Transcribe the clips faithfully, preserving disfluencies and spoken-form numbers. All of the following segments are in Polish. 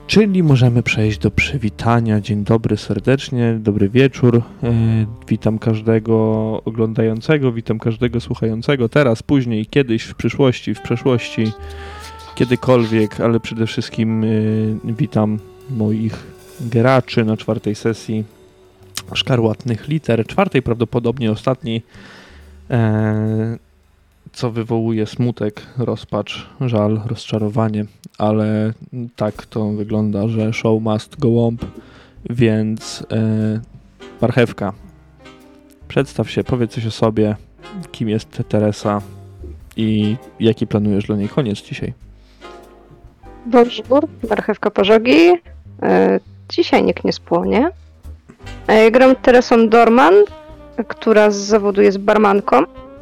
Czyli możemy przejść do przywitania. Dzień dobry serdecznie, dobry wieczór. E, witam każdego oglądającego, witam każdego słuchającego. Teraz, później, kiedyś, w przyszłości, w przeszłości, kiedykolwiek, ale przede wszystkim e, witam moich graczy na czwartej sesji Szkarłatnych Liter. Czwartej, prawdopodobnie ostatniej, e, co wywołuje smutek, rozpacz, żal, rozczarowanie, ale tak to wygląda, że show must go on, więc e, Marchewka, przedstaw się, powiedz coś o sobie, kim jest Teresa i jaki planujesz dla niej koniec dzisiaj. Bonjour, Marchewka Pożogi. E, dzisiaj nikt nie spłonie. E, gram Teresą Dorman, która z zawodu jest barmanką.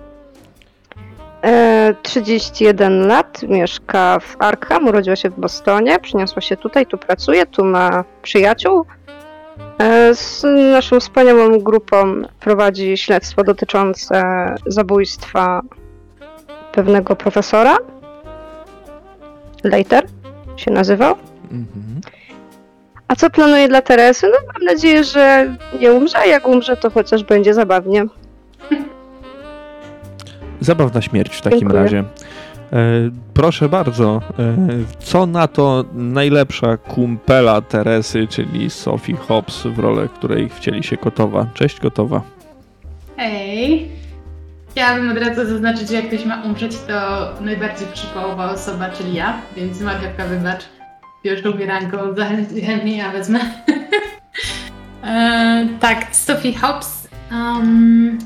trzydzieści jeden lat, mieszka w Arkham, urodziła się w Bostonie, przyniosła się tutaj, tu pracuje, tu ma przyjaciół. Z naszą wspaniałą grupą prowadzi śledztwo dotyczące zabójstwa pewnego profesora. Leiter się nazywał. Mhm. A co planuje dla Teresy? No mam nadzieję, że nie umrze, a jak umrze, to chociaż będzie zabawnie. Zabawna śmierć w takim Dziękuję. razie. E, proszę bardzo, e, co na to najlepsza kumpela Teresy, czyli Sophie Hobbs, w rolę której wcieli się Kotowa. Cześć, Kotowa. Hej. Chciałabym od razu zaznaczyć, że jak ktoś ma umrzeć, to najbardziej przypałowa osoba, czyli ja, więc Marchewka, wybacz. Pierwszą ubieranką chętnie ja wezmę. e, tak, Sophie Hobbs. Um,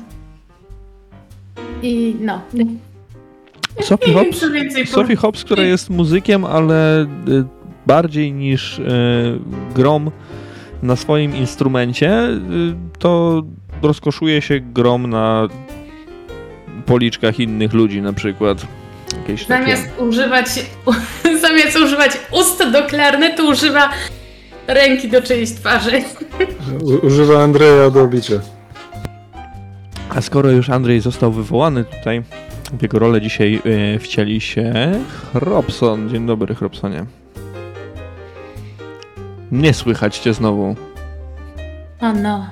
I no. Sophie Hobbs, Sophie Hobbs, która jest muzykiem, ale bardziej niż y, grom na swoim instrumencie, y, to rozkoszuje się grom na policzkach innych ludzi na przykład. Jakieś zamiast takie... używać zamiast używać ust do klarnetu, używa ręki do czyjejś twarzy. U- używa Andrzeja do bicia. A skoro już Andrzej został wywołany tutaj, w jego rolę dzisiaj yy, wcieli się Robson. Dzień dobry, Robsonie. Nie słychać cię znowu. O no.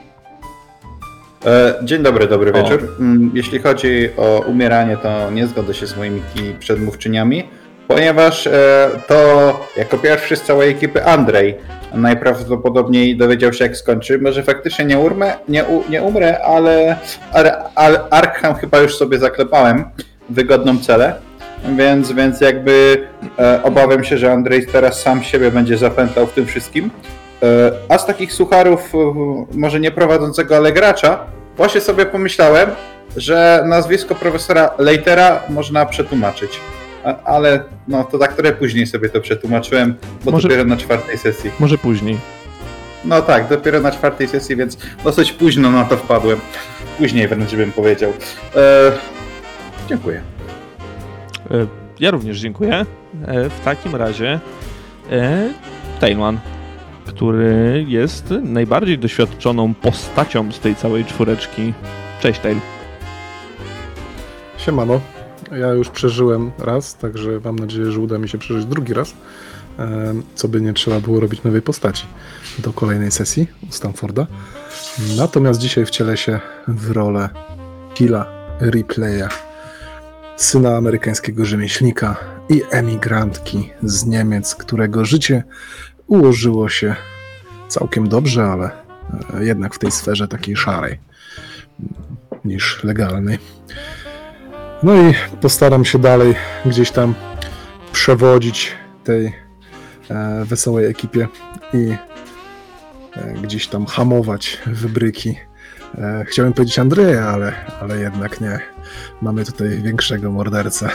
E, dzień dobry, dobry o. wieczór. Jeśli chodzi o umieranie, to nie zgodzę się z moimi przedmówczyniami, ponieważ e, to jako pierwszy z całej ekipy Andrzej najprawdopodobniej dowiedział się, jak skończy. Może faktycznie nie, urmę, nie, u, nie umrę, ale, ale, ale Arkham chyba już sobie zaklepałem wygodną celę, więc, więc jakby e, obawiam się, że Andrzej teraz sam siebie będzie zapętlał w tym wszystkim. E, a z takich sucharów, e, może nie prowadzącego, ale gracza, właśnie sobie pomyślałem, że nazwisko profesora Leitera można przetłumaczyć. Ale no to tak trochę później sobie to przetłumaczyłem, bo może, dopiero na czwartej sesji. Może później. No tak, dopiero na czwartej sesji, więc dosyć późno na to wpadłem. Później wręcz bym powiedział. E, dziękuję. E, ja również dziękuję. E, w takim razie e, Tailman, który jest najbardziej doświadczoną postacią z tej całej czwóreczki. Cześć, Tail. Siemano. Ja już przeżyłem raz, także mam nadzieję, że uda mi się przeżyć drugi raz, co by nie trzeba było robić nowej postaci do kolejnej sesji u Stanforda. Natomiast dzisiaj wcielę się w rolę Hilla Ripley'a, syna amerykańskiego rzemieślnika i emigrantki z Niemiec, którego życie ułożyło się całkiem dobrze, ale jednak w tej sferze takiej szarej niż legalnej. No i postaram się dalej gdzieś tam przewodzić tej e, wesołej ekipie i e, gdzieś tam hamować wybryki. E, chciałem powiedzieć Andrzeja, ale, ale jednak nie. Mamy tutaj większego mordercę.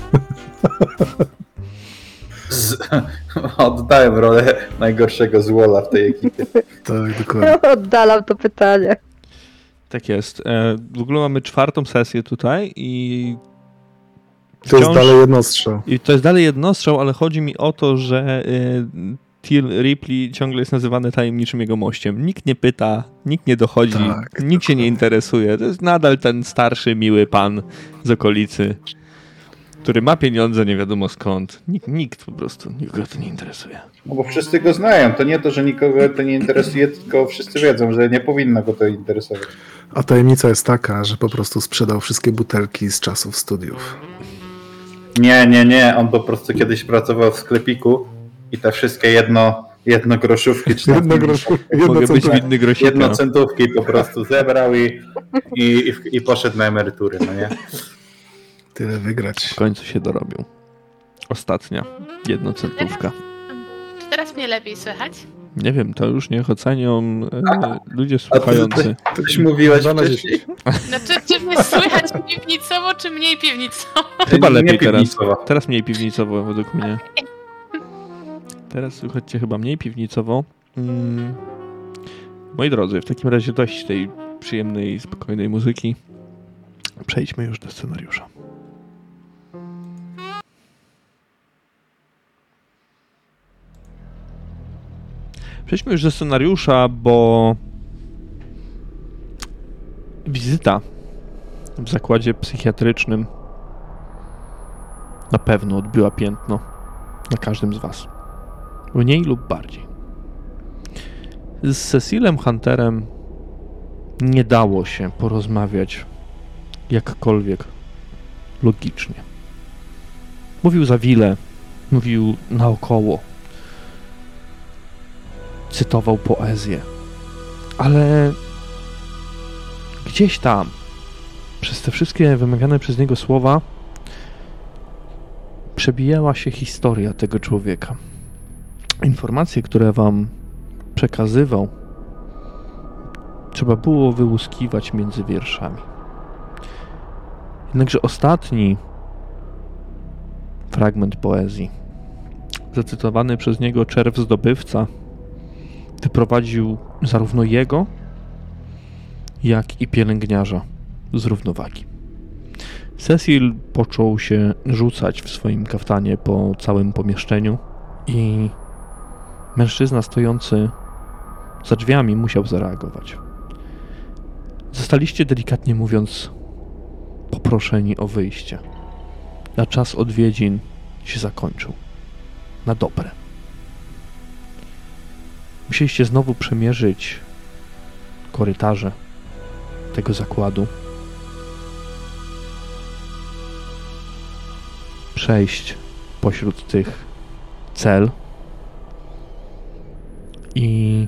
Z, oddałem rolę najgorszego złola w tej ekipie. Tak, dokładnie. Oddalam to pytanie. Tak jest. W ogóle mamy czwartą sesję tutaj i to wciąż... jest dalej jednostrzał. I to jest dalej jednostrzał, ale chodzi mi o to, że Till Ripley ciągle jest nazywany tajemniczym jego mościem. Nikt nie pyta, nikt nie dochodzi, tak, nikt się nie interesuje. To jest nadal ten starszy, miły pan z okolicy. który ma pieniądze nie wiadomo skąd. Nikt, nikt po prostu, nikogo to nie interesuje. No bo wszyscy go znają. To nie to, że nikogo to nie interesuje, tylko wszyscy wiedzą, że nie powinno go to interesować. A tajemnica jest taka, że po prostu sprzedał wszystkie butelki z czasów studiów. Nie, nie, nie. On po prostu kiedyś pracował w sklepiku i te wszystkie jedno, jednogroszówki, czy Jedno groszówki, jedno Mogę być centówki. winny grosika. jednocentówki po prostu zebrał i, i, i, i poszedł na emeryturę, no nie? Tyle wygrać. W końcu się dorobił. Ostatnia jednocentówka. Czy teraz mnie lepiej słychać? Nie wiem, to już niech ocenią e, ludzie słuchający. Coś mówiłeś dwa na wcześniej? dziesięć. Znaczy, czy mnie słychać piwnicowo, czy mniej piwnicowo? Chyba Nie lepiej teraz. piwnicowo. Teraz mniej piwnicowo według mnie. Teraz słuchajcie chyba mniej piwnicowo. Mm. Moi drodzy, w takim razie dość tej przyjemnej, spokojnej muzyki. Przejdźmy już do scenariusza. Przejdźmy już do scenariusza, bo wizyta w zakładzie psychiatrycznym na pewno odbiła piętno na każdym z was. Mniej lub bardziej. Z Cecilem Hunterem nie dało się porozmawiać jakkolwiek logicznie. Mówił za wiele, mówił naokoło. Cytował poezję. Ale gdzieś tam, przez te wszystkie wymawiane przez niego słowa, przebijała się historia tego człowieka. Informacje, które wam przekazywał, trzeba było wyłuskiwać między wierszami. Jednakże ostatni fragment poezji, zacytowany przez niego Czerw Zdobywca, wyprowadził zarówno jego, jak i pielęgniarza z równowagi. Cecil począł się rzucać w swoim kaftanie po całym pomieszczeniu i mężczyzna stojący za drzwiami musiał zareagować. Zostaliście, delikatnie mówiąc, poproszeni o wyjście, a czas odwiedzin się zakończył. Na dobre. Musieliście znowu przemierzyć korytarze tego zakładu, przejść pośród tych cel i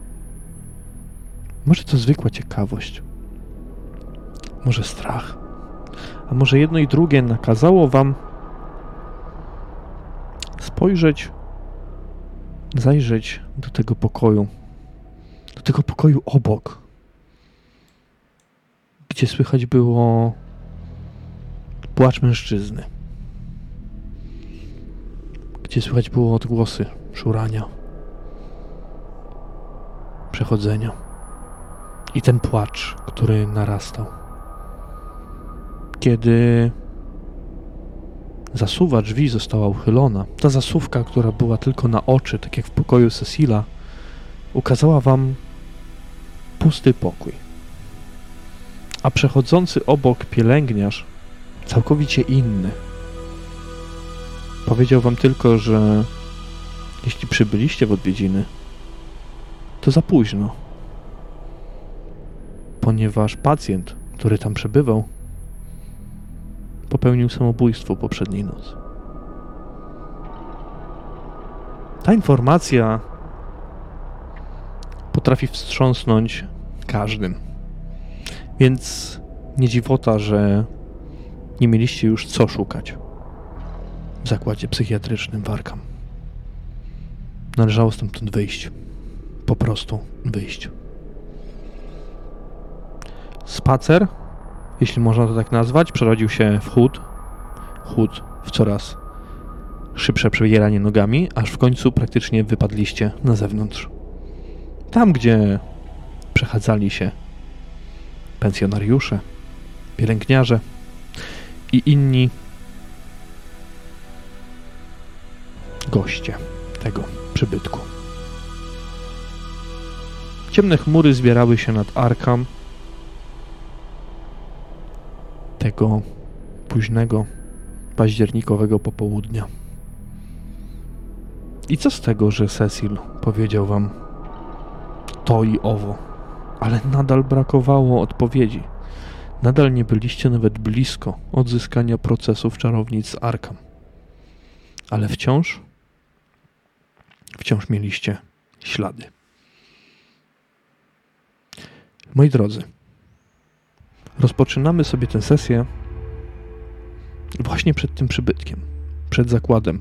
może to zwykła ciekawość, może strach, a może jedno i drugie nakazało wam spojrzeć, zajrzeć do tego pokoju, do tego pokoju obok, gdzie słychać było płacz mężczyzny, gdzie słychać było odgłosy szurania, przechodzenia i ten płacz, który narastał. Kiedy zasuwa drzwi została uchylona, ta zasuwka, która była tylko na oczy, tak jak w pokoju Cecila, ukazała wam pusty pokój. A przechodzący obok pielęgniarz, całkowicie inny, powiedział wam tylko, że jeśli przybyliście w odwiedziny, to za późno, ponieważ pacjent, który tam przebywał, popełnił samobójstwo poprzedniej nocy. Ta informacja potrafi wstrząsnąć każdym. Więc nie dziwota, że nie mieliście już co szukać w zakładzie psychiatrycznym w Arkham. Należało stamtąd wyjść. Po prostu wyjść. Spacer, jeśli można to tak nazwać, przerodził się w chód. Chód w coraz szybsze przebieranie nogami, aż w końcu praktycznie wypadliście na zewnątrz. Tam, gdzie przechadzali się pensjonariusze, pielęgniarze i inni goście tego przybytku. Ciemne chmury zbierały się nad Arkham tego późnego październikowego popołudnia. I co z tego, że Cecil powiedział wam to i owo, ale nadal brakowało odpowiedzi. Nadal nie byliście nawet blisko odzyskania procesów czarownic z Arkham. Ale wciąż, wciąż mieliście ślady. Moi drodzy, rozpoczynamy sobie tę sesję właśnie przed tym przybytkiem, przed zakładem.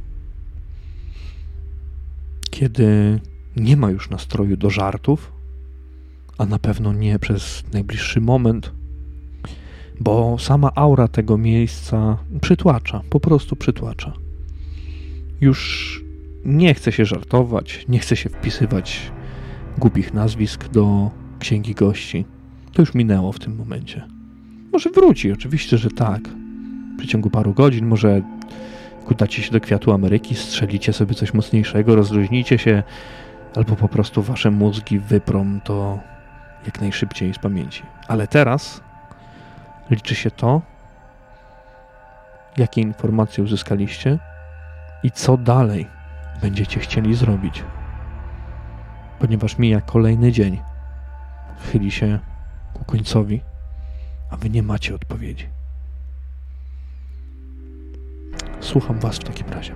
Kiedy nie ma już nastroju do żartów, a na pewno nie przez najbliższy moment, bo sama aura tego miejsca przytłacza, po prostu przytłacza. Już nie chce się żartować, nie chce się wpisywać głupich nazwisk do księgi gości. To już minęło w tym momencie. Może wróci, oczywiście, że tak. W przeciągu paru godzin może udacie się do Kwiatu Ameryki, strzelicie sobie coś mocniejszego, rozluźnijcie się, albo po prostu wasze mózgi wyprą to jak najszybciej z pamięci. Ale teraz liczy się to, jakie informacje uzyskaliście i co dalej będziecie chcieli zrobić. Ponieważ mija kolejny dzień, chyli się ku końcowi, a wy nie macie odpowiedzi. Słucham was w takim razie.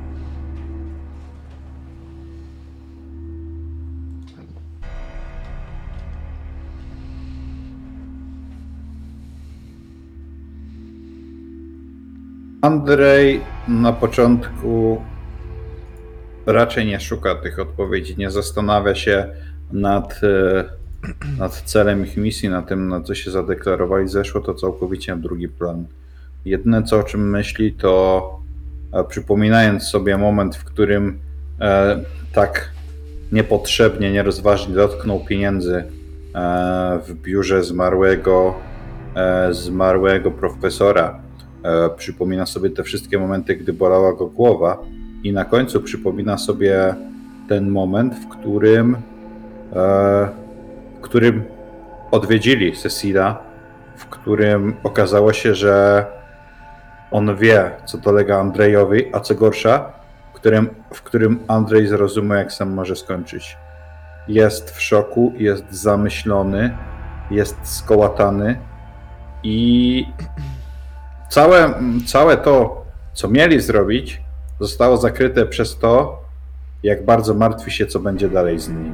Andrzej na początku raczej nie szuka tych odpowiedzi, nie zastanawia się nad, nad celem ich misji, nad tym, na co się zadeklarowali. Zeszło to całkowicie na drugi plan. Jedyne, co o czym myśli, to e, przypominając sobie moment, w którym e, tak niepotrzebnie, nierozważnie dotknął pieniędzy e, w biurze zmarłego, e, zmarłego profesora. E, przypomina sobie te wszystkie momenty, gdy bolała go głowa i na końcu przypomina sobie ten moment, w którym, e, w którym odwiedzili Cecila, w którym okazało się, że on wie, co dolega Andrzejowi, a co gorsza, w którym, w którym Andrzej zrozumiał, jak sam może skończyć. Jest w szoku, jest zamyślony, jest skołatany i całe, całe to, co mieli zrobić, zostało zakryte przez to, jak bardzo martwi się, co będzie dalej z nim.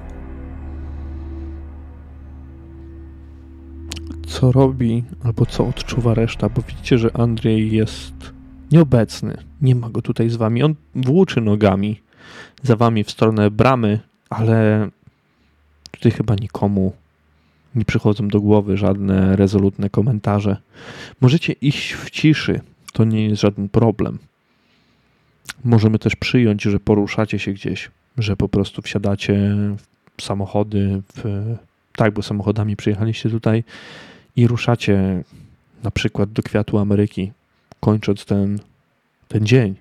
Co robi albo co odczuwa reszta, bo widzicie, że Andrzej jest nieobecny, nie ma go tutaj z wami. On włóczy nogami za wami w stronę bramy, ale tutaj chyba nikomu nie przychodzą do głowy żadne rezolutne komentarze. Możecie iść w ciszy, to nie jest żaden problem. Możemy też przyjąć, że poruszacie się gdzieś, że po prostu wsiadacie w samochody, w... tak, bo samochodami przyjechaliście tutaj i ruszacie na przykład do Kwiatu Ameryki, kończąc ten, ten dzień.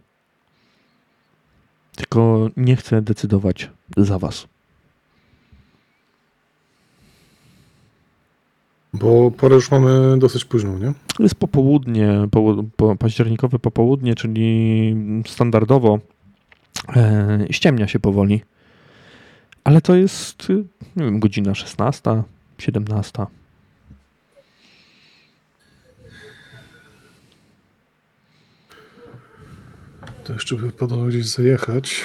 Tylko nie chcę decydować za was. Bo porę już mamy dosyć późną, nie? Jest popołudnie, po, po, październikowe popołudnie, czyli standardowo e, ściemnia się powoli. Ale to jest, nie wiem, godzina szesnasta, siedemnasta. To jeszcze wypadało gdzieś zajechać.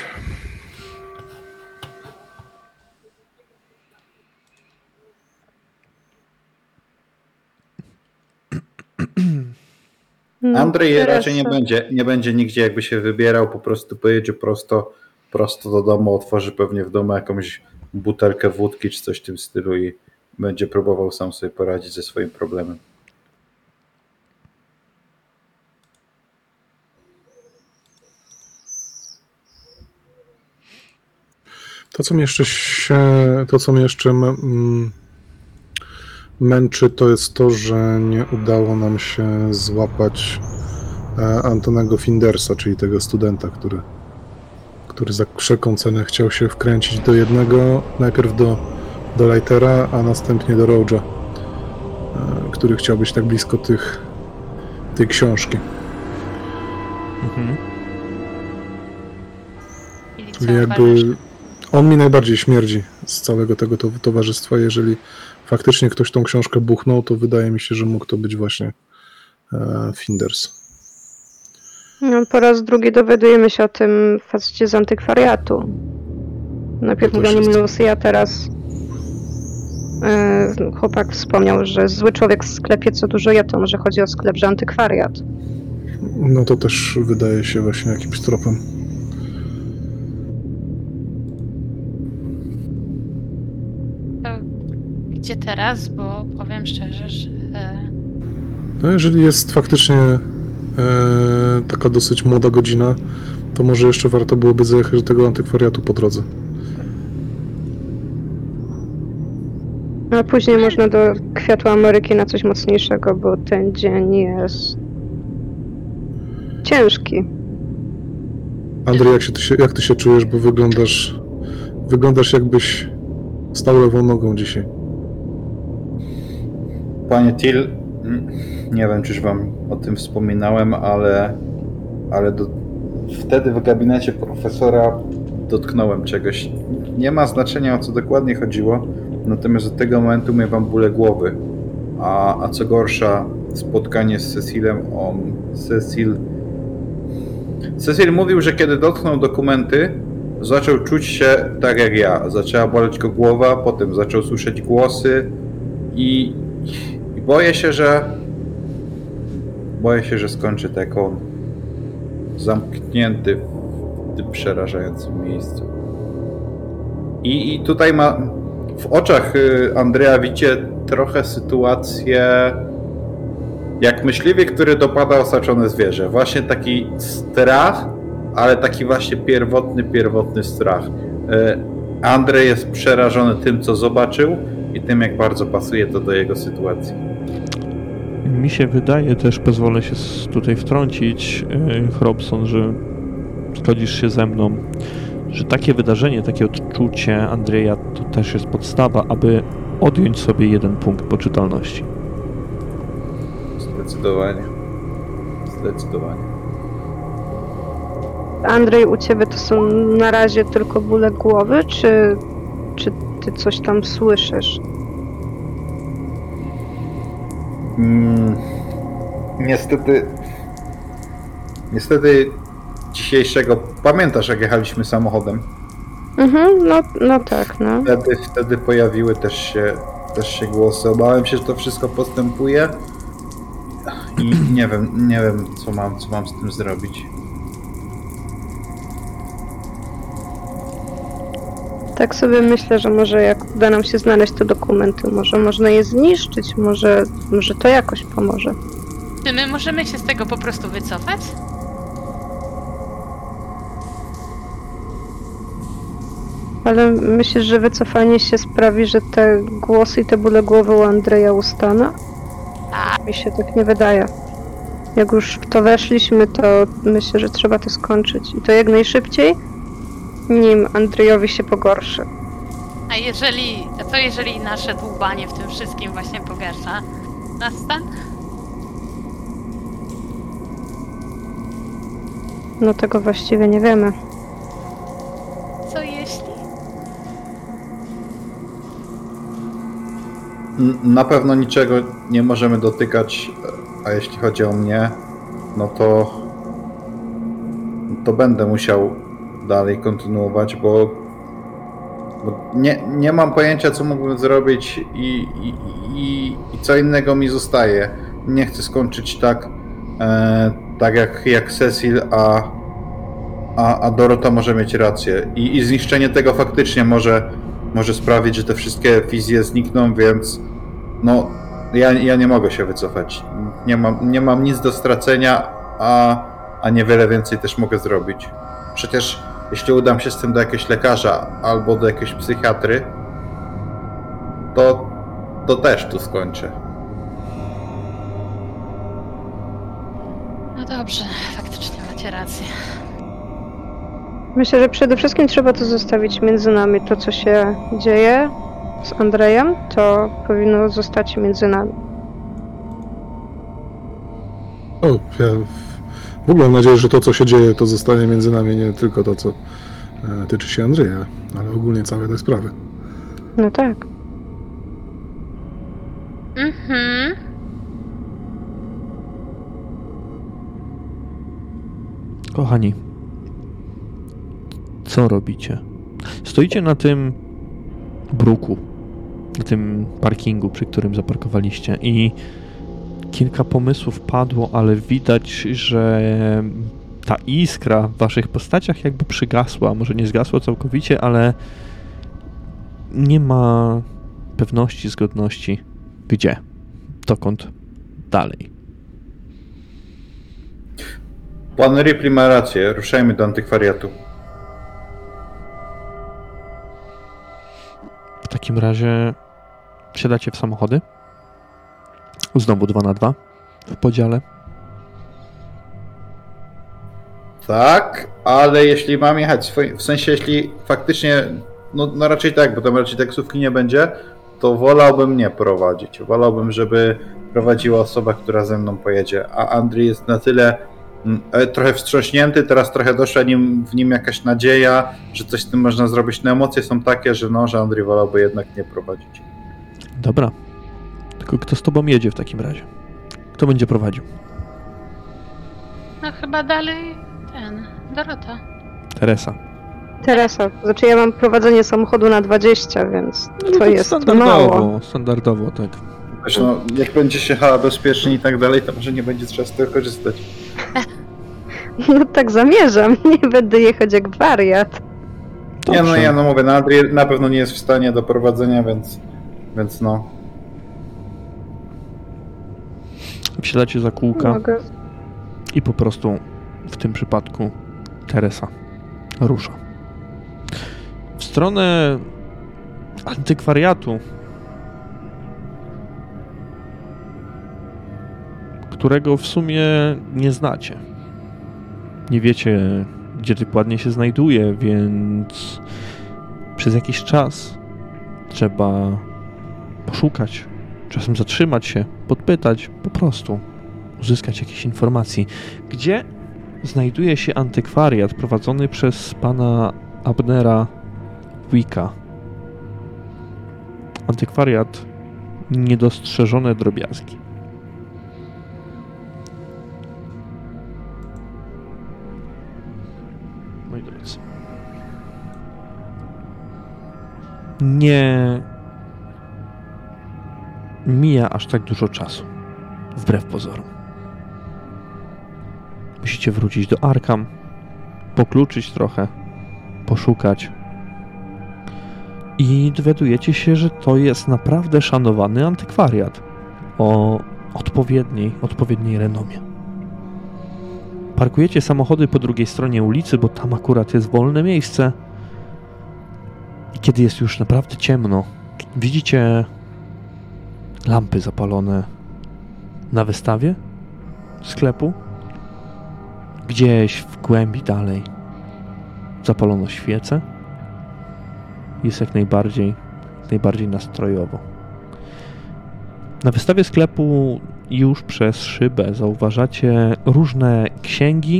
Andrzej teraz raczej nie będzie, nie będzie nigdzie jakby się wybierał, po prostu pojedzie prosto, prosto do domu, otworzy pewnie w domu jakąś butelkę wódki czy coś w tym stylu i będzie próbował sam sobie poradzić ze swoim problemem. To, co mnie jeszcze się, to, co mnie jeszcze mm, męczy, to jest to, że nie udało nam się złapać e, Antonego Findersa, czyli tego studenta, który, który za wszelką cenę chciał się wkręcić do jednego, najpierw do, do Lightera, a następnie do Roja, e, który chciał być tak blisko tych, tej książki. Mhm. Ili co Czyli jakby uważasz? on mi najbardziej śmierdzi z całego tego to, towarzystwa. Jeżeli faktycznie ktoś tą książkę buchnął, to wydaje mi się, że mógł to być właśnie e, Finders. No, po raz drugi dowiadujemy się o tym facecie z antykwariatu. Najpierw To mówił o też nim jest- Lucy, a teraz yy, chłopak wspomniał, że zły człowiek w sklepie co dużo je, to może chodzi o sklep, że antykwariat. No to też wydaje się właśnie jakimś tropem. To gdzie teraz? Bo powiem szczerze, że e, No jeżeli jest faktycznie e, taka dosyć młoda godzina, to może jeszcze warto byłoby zajechać do tego antykwariatu po drodze. A później można do Kwiatu Ameryki na coś mocniejszego, bo ten dzień jest ciężki. Andrzej, jak, się, ty się, jak ty się czujesz, bo wyglądasz wyglądasz jakbyś stał lewą nogą dzisiaj. Panie Till, mm, nie wiem, czy już wam o tym wspominałem, ale, ale do, wtedy w gabinecie profesora dotknąłem czegoś. Nie ma znaczenia, o co dokładnie chodziło, natomiast od tego momentu miewam bóle głowy. A, a co gorsza, spotkanie z Cecilem, on... Cecil... Cecil mówił, że kiedy dotknął dokumenty, zaczął czuć się tak jak ja. Zaczęła boleć go głowa, potem zaczął słyszeć głosy i, i boję się, że boję się, że skończy tak jak on. Zamknięty w tym przerażającym miejscu. I, i tutaj ma w oczach y, Andrea widzicie trochę sytuację jak myśliwy, który dopada osaczone zwierzę. Właśnie taki strach, ale taki właśnie pierwotny, pierwotny strach. Y, Andrzej jest przerażony tym, co zobaczył i tym, jak bardzo pasuje to do jego sytuacji. Mi się wydaje też, pozwolę się s- tutaj wtrącić, yy, Robson, że zgodzisz się ze mną, że takie wydarzenie, takie odczucie Andrzeja to też jest podstawa, aby odjąć sobie jeden punkt poczytalności. Zdecydowanie. Zdecydowanie. Andrzej, u ciebie to są na razie tylko bóle głowy, czy, czy ty coś tam słyszysz? Mm, niestety... Niestety dzisiejszego... Pamiętasz, jak jechaliśmy samochodem? Mhm, no, no tak, no. Wtedy, wtedy pojawiły też się, też się głosy. Obawiam się, że to wszystko postępuje i nie wiem, nie wiem co mam, co mam z tym zrobić. Tak sobie myślę, że może jak uda nam się znaleźć te dokumenty, może można je zniszczyć, może, może to jakoś pomoże. czy my możemy się z tego po prostu wycofać? Ale myślisz, że wycofanie się sprawi, że te głosy i te bóle głowy u Andrzeja ustaną? Mi się tak nie wydaje. Jak już w to weszliśmy, to myślę, że trzeba to skończyć. I to jak najszybciej, nim Andrzejowi się pogorszy. A jeżeli, a co jeżeli nasze dłubanie w tym wszystkim właśnie pogarsza nas stan? No tego właściwie nie wiemy. Co jeśli? N- Na pewno niczego nie możemy dotykać, a jeśli chodzi o mnie, no to to będę musiał dalej kontynuować, bo, bo nie, nie mam pojęcia, co mógłbym zrobić i, i, i, i co innego mi zostaje. Nie chcę skończyć tak, e, tak jak, jak Cecil, a, a, a Dorota może mieć rację. I, i zniszczenie tego faktycznie może, może sprawić, że te wszystkie wizje znikną, więc no, ja, ja nie mogę się wycofać. Nie mam, nie mam nic do stracenia, a, a niewiele więcej też mogę zrobić. Przecież jeśli udam się z tym do jakiegoś lekarza albo do jakiegoś psychiatry, to, to też tu skończę. No dobrze, faktycznie macie rację. Myślę, że przede wszystkim trzeba to zostawić między nami. To, co się dzieje z Andrejem, to powinno zostać między nami. O, ja W ogóle mam nadzieję, że to, co się dzieje, to zostanie między nami, nie tylko to, co e, tyczy się Andrzeja, ale ogólnie całej tej sprawy. No tak. Mhm. Kochani, co robicie? Stoicie na tym bruku, na tym parkingu, przy którym zaparkowaliście i kilka pomysłów padło, ale widać, że ta iskra w waszych postaciach jakby przygasła. Może nie zgasła całkowicie, ale nie ma pewności, zgodności. Gdzie? Dokąd? Dalej. Pan Ripley ma rację, ruszajmy do antykwariatu. W takim razie wsiadacie w samochody. Znowu dwa na dwa w podziale. Tak, ale jeśli mam jechać, swoim, w sensie jeśli faktycznie, no, no raczej tak, bo tam raczej taksówki nie będzie, to wolałbym nie prowadzić. Wolałbym, żeby prowadziła osoba, która ze mną pojedzie, a Andrzej jest na tyle mm, trochę wstrząśnięty, teraz trochę doszła nim, w nim jakaś nadzieja, że coś z tym można zrobić. No emocje są takie, że no, że Andrzej wolałby jednak nie prowadzić. Dobra. Tylko kto z tobą jedzie w takim razie? Kto będzie prowadził? No chyba dalej ten, Dorota. Teresa. Teresa, znaczy ja mam prowadzenie samochodu na dwadzieścia, więc to jest standardowo, mało. standardowo, tak. Wiesz, no, jak będzie się jechała bezpiecznie i tak dalej, to może nie będzie trzeba z tego korzystać. No tak zamierzam, nie będę jechać jak wariat. Nie, no Dobrze. ja no mówię, no Andrzej na pewno nie jest w stanie do prowadzenia, więc, więc no. Wsiadacie za kółka Mogę. i po prostu w tym przypadku Teresa rusza. W stronę antykwariatu, którego w sumie nie znacie. Nie wiecie, gdzie dokładnie się znajduje, więc przez jakiś czas trzeba poszukać, czasem zatrzymać się, podpytać, po prostu uzyskać jakieś informacji. Gdzie znajduje się antykwariat prowadzony przez pana Abnera Wicka? Antykwariat Niedostrzeżone drobiazgi. Moi drodzy. Nie mija aż tak dużo czasu. Wbrew pozorom. Musicie wrócić do Arkham, pokluczyć trochę, poszukać i dowiadujecie się, że to jest naprawdę szanowany antykwariat o odpowiedniej, odpowiedniej renomie. Parkujecie samochody po drugiej stronie ulicy, bo tam akurat jest wolne miejsce i kiedy jest już naprawdę ciemno, widzicie lampy zapalone na wystawie sklepu. Gdzieś w głębi dalej zapalono świece. Jest jak najbardziej, jak najbardziej nastrojowo. Na wystawie sklepu już przez szybę zauważacie różne księgi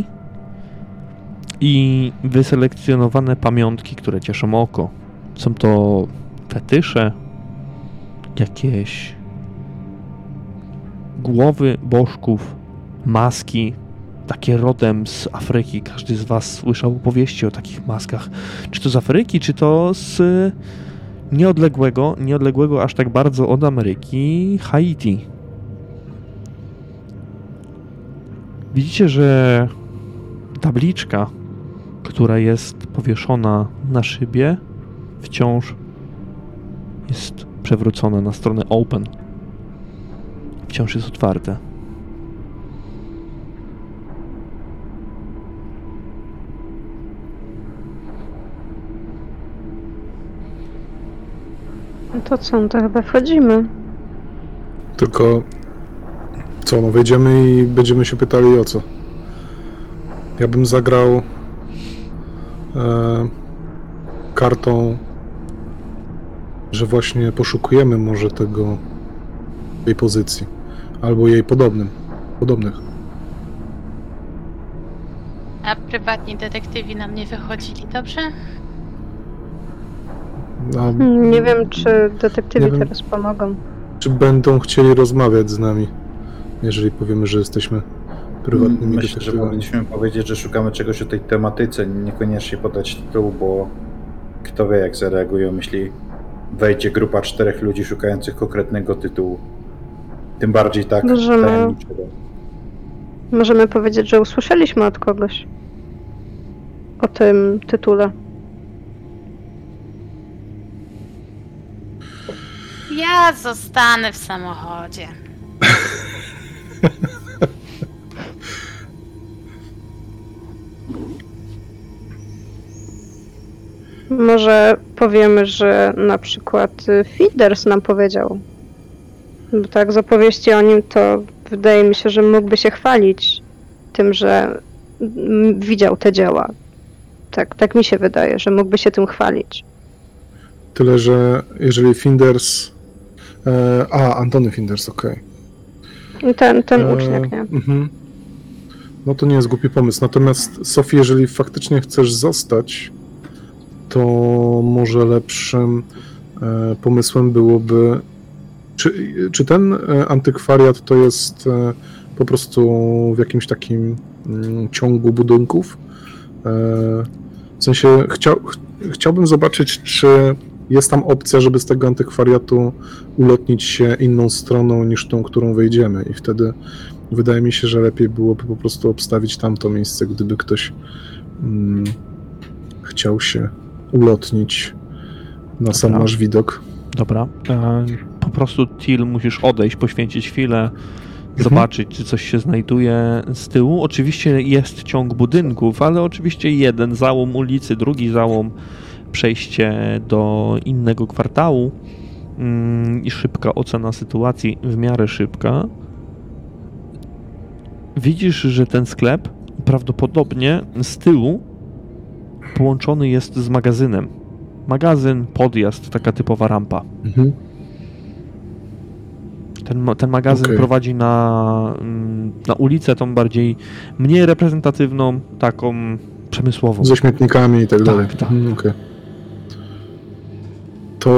i wyselekcjonowane pamiątki, które cieszą oko. Są to fetysze, jakieś głowy bożków, maski, takie rodem z Afryki. Każdy z was słyszał opowieści o takich maskach. Czy to z Afryki, czy to z nieodległego, nieodległego aż tak bardzo od Ameryki, Haiti. Widzicie, że tabliczka, która jest powieszona na szybie, wciąż jest przewrócona na stronę open. Wciąż jest otwarte. No to co, no to chyba wchodzimy. Tylko co, no wejdziemy i będziemy się pytali o co. Ja bym zagrał e, kartą, że właśnie poszukujemy może tego, tej pozycji, albo jej podobnym, podobnych. prywatni detektywi nam nie wychodzili, dobrze? A Nie wiem, czy detektywi Nie wiem. teraz pomogą. czy będą chcieli rozmawiać z nami, jeżeli powiemy, że jesteśmy prywatnymi Myślę, że detektywami? powinniśmy powiedzieć, że szukamy czegoś o tej tematyce, niekoniecznie podać tytułu, bo kto wie jak zareagują, jeśli wejdzie grupa czterech ludzi szukających konkretnego tytułu. Tym bardziej tak Możemy- tajemniczego. Możemy powiedzieć, że usłyszeliśmy od kogoś o tym tytule. Ja zostanę w samochodzie. Może powiemy, że na przykład y, Finders nam powiedział. Bo tak z opowieści o nim to wydaje mi się, że mógłby się chwalić tym, że mm, widział te dzieła. Tak, tak mi się wydaje, że mógłby się tym chwalić. Tyle, że jeżeli Finders... E, a, Antony Finders, okej. I Ten, ten E, uczniak, nie? mhm. No to nie jest głupi pomysł. Natomiast Sofii, jeżeli faktycznie chcesz zostać, to może lepszym e, pomysłem byłoby... Czy, czy ten e, antykwariat to jest e, po prostu w jakimś takim mm, ciągu budynków? E, w sensie chciał, ch, chciałbym zobaczyć, czy jest tam opcja, żeby z tego antykwariatu ulotnić się inną stroną niż tą, którą wejdziemy, i wtedy wydaje mi się, że lepiej byłoby po prostu obstawić tamto miejsce, gdyby ktoś mm, chciał się ulotnić na sam Dobra. nasz widok. Dobra. E, po prostu, Till, musisz odejść, poświęcić chwilę, zobaczyć, czy coś się znajduje z tyłu. Oczywiście jest ciąg budynków, ale oczywiście jeden załom ulicy, drugi załom, przejście do innego kwartału mm, i szybka ocena sytuacji, w miarę szybka. Widzisz, że ten sklep prawdopodobnie z tyłu połączony jest z magazynem. Magazyn, podjazd, taka typowa rampa. Mhm. Ten, ma- ten magazyn Okej. prowadzi na, mm, na ulicę tą bardziej, mniej reprezentatywną, taką przemysłową. Ze śmietnikami i tak, Tak, dalej. tak. Mhm, okej. To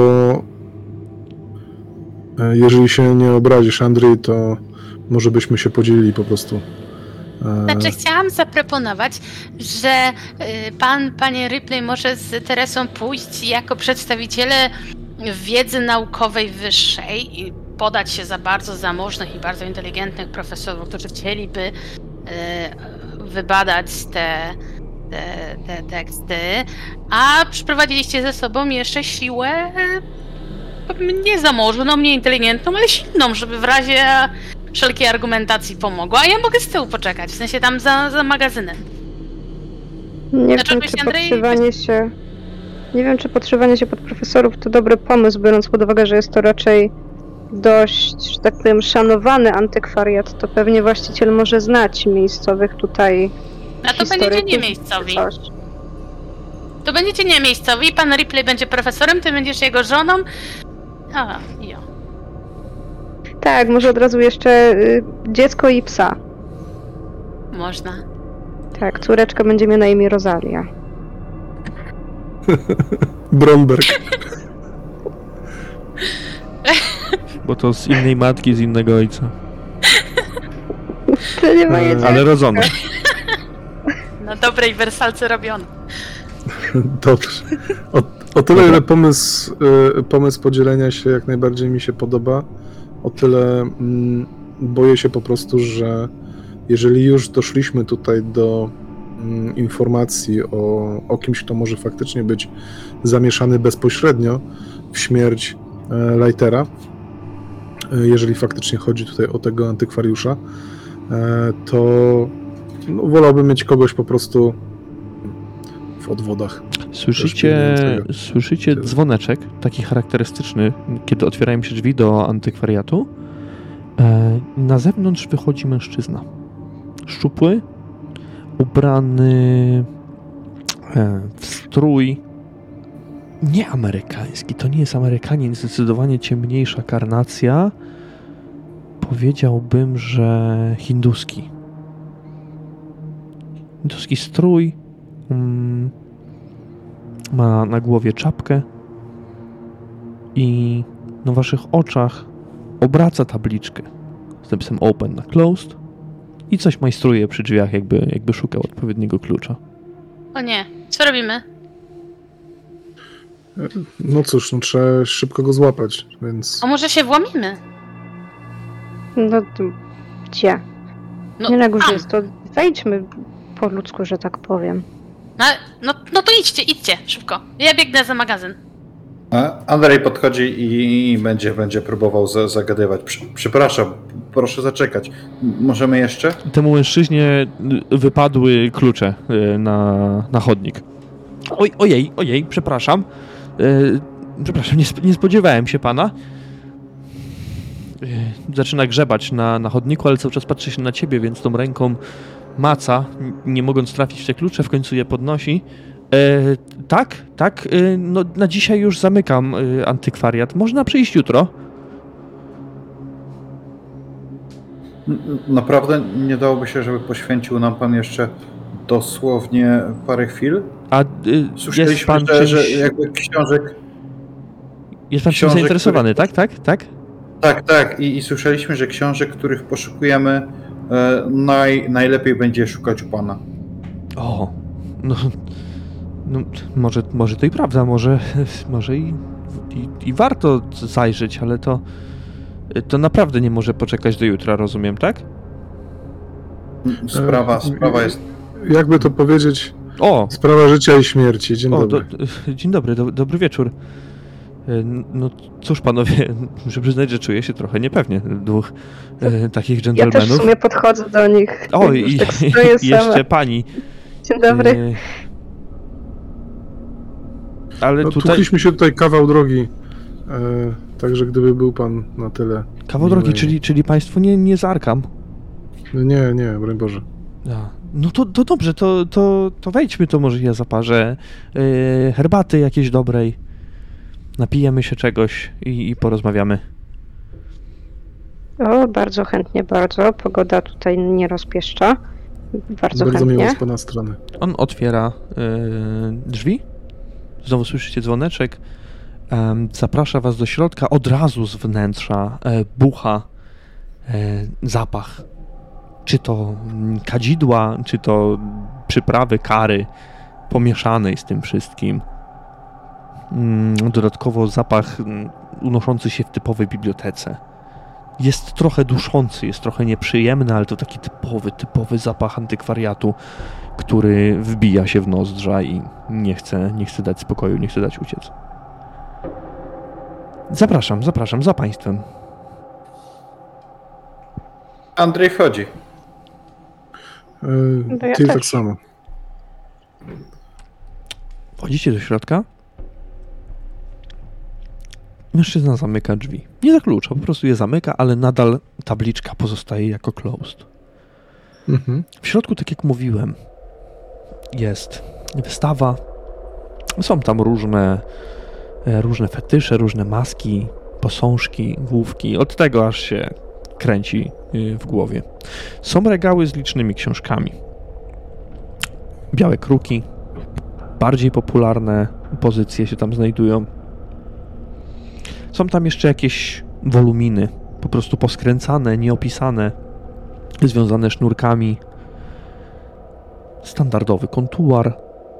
e, jeżeli się nie obrazisz, Andrzej, to może byśmy się podzielili po prostu. E, Znaczy, chciałam zaproponować, że y, pan, panie Ripley, może z Teresą pójść jako przedstawiciele wiedzy naukowej wyższej i podać się za bardzo zamożnych i bardzo inteligentnych profesorów, którzy chcieliby y, wybadać te, te, te teksty, a przyprowadziliście ze sobą jeszcze siłę y, nie zamożną, nie inteligentną, ale silną, żeby w razie wszelkiej argumentacji pomogła, a ja mogę z tyłu poczekać, w sensie tam za, za magazynem. Nie Znaczy, wiem, byś, czy Andrzej, podszywanie się... Nie wiem, czy podszywanie się pod profesorów to dobry pomysł, biorąc pod uwagę, że jest to raczej dość, że tak powiem, szanowany antykwariat, to pewnie właściciel może znać miejscowych tutaj A to będziecie historyków nie czy miejscowi. coś. To będziecie nie miejscowi, pan Ripley będzie profesorem, ty będziesz jego żoną. A, jo. Tak, może od razu jeszcze y, dziecko i psa. Można. Tak, córeczka będzie miała na imię Rosalia. Bromberg. Bo to z innej matki, z innego ojca. To nie moje E, dziecko. Ale rodzone. Na dobrej wersalce robione. Dobrze. O, o tyle, ile pomysł, y, pomysł podzielenia się jak najbardziej mi się podoba, o tyle mm, boję się po prostu, że jeżeli już doszliśmy tutaj do mm, informacji o, o kimś, kto może faktycznie być zamieszany bezpośrednio w śmierć e, Lightera, e, jeżeli faktycznie chodzi tutaj o tego antykwariusza, e, to no, wolałbym mieć kogoś po prostu w odwodach. Słyszycie, pilnującego. słyszycie dzwoneczek, taki charakterystyczny, kiedy otwierają się drzwi do antykwariatu. E, na zewnątrz wychodzi mężczyzna. Szczupły, ubrany e, w strój nieamerykański. To nie jest Amerykanin, zdecydowanie ciemniejsza karnacja. Powiedziałbym, że hinduski. Hinduski strój. Mm, ma na głowie czapkę. I na waszych oczach obraca tabliczkę z napisem open na closed i coś majstruje przy drzwiach, jakby, jakby szukał odpowiedniego klucza. O nie, co robimy? No cóż, no trzeba szybko go złapać, więc... A może się włamimy? No to gdzie? No, Nie na górze tam. jest, to wejdźmy po ludzku, że tak powiem. No, no, no to idźcie, idźcie, szybko. Ja biegnę za magazyn. A Andrzej podchodzi i będzie, będzie próbował za, zagadywać. Przy, przepraszam, proszę zaczekać. M- Możemy jeszcze? Temu mężczyźnie wypadły klucze y, na, na chodnik. Oj, ojej, ojej, przepraszam. Y, przepraszam, nie, sp- nie spodziewałem się pana. Y, zaczyna grzebać na, na chodniku, ale cały czas patrzy się na ciebie, więc tą ręką maca, n- nie mogąc trafić w te klucze, w końcu je podnosi. Y, tak, tak, y, no na dzisiaj już zamykam y, antykwariat. Można przyjść jutro. N- Naprawdę nie dałoby się, żeby poświęcił nam pan jeszcze dosłownie parę chwil? A y, jest Słyszeliśmy, pan że, czymś, że jakby książek... jest pan czymś książek, zainteresowany, których- tak, tak, tak? Tak, tak. I, i słyszeliśmy, że książek, których poszukujemy, e, naj, najlepiej będzie szukać u pana. O, no, no może, może to i prawda, może, może i, i, i warto zajrzeć, ale to, to naprawdę nie może poczekać do jutra, rozumiem, tak? Sprawa, E, sprawa jest... Jakby to powiedzieć, O, sprawa życia i śmierci. Dzień o dobry. do, dzień dobry, do, dobry wieczór. E, No cóż panowie, muszę przyznać, że czuję się trochę niepewnie, dwóch e, takich Ja też w dżentelmenów. sumie podchodzę do nich. O, Już i tak stoję jeszcze sama. pani. Dzień dobry. E, Ale No, tutaj... tłukliśmy się tutaj kawał drogi, e, także gdyby był pan na tyle... Kawał drogi, miły i- czyli, czyli państwo nie, nie z Arkham. Nie, nie, broń Boże. A, no to, to dobrze, to, to, to wejdźmy, to może ja zaparzę yy, herbaty jakiejś dobrej, napijemy się czegoś i, i porozmawiamy. O, bardzo chętnie, bardzo. Pogoda tutaj nie rozpieszcza. Bardzo, Bardzo miło chętnie. z pana strony. On otwiera yy, drzwi, znowu słyszycie dzwoneczek, em, zaprasza was do środka, od razu z wnętrza e, bucha e, zapach. Czy to mm, kadzidła, czy to przyprawy, kary pomieszanej z tym wszystkim. Mm, Dodatkowo zapach mm, unoszący się w typowej bibliotece. Jest trochę duszący, jest trochę nieprzyjemny, ale to taki typowy, typowy zapach antykwariatu, który wbija się w nozdrza i nie chce, nie chce dać spokoju, nie chce dać uciec. Zapraszam, zapraszam, za państwem. Andrzej wchodzi. E, No ja Ty też. tak samo. Wchodzicie do środka. Mężczyzna zamyka drzwi. Nie zaklucza, po prostu je zamyka, ale nadal tabliczka pozostaje jako closed. Mhm. W środku, tak jak mówiłem, jest wystawa. Są tam różne, e, różne fetysze, różne maski, posążki, główki. Od tego aż się kręci y, w głowie. Są regały z licznymi książkami. Białe kruki. Bardziej popularne pozycje się tam znajdują. Są tam jeszcze jakieś woluminy, po prostu poskręcane, nieopisane, związane sznurkami. Standardowy kontuar.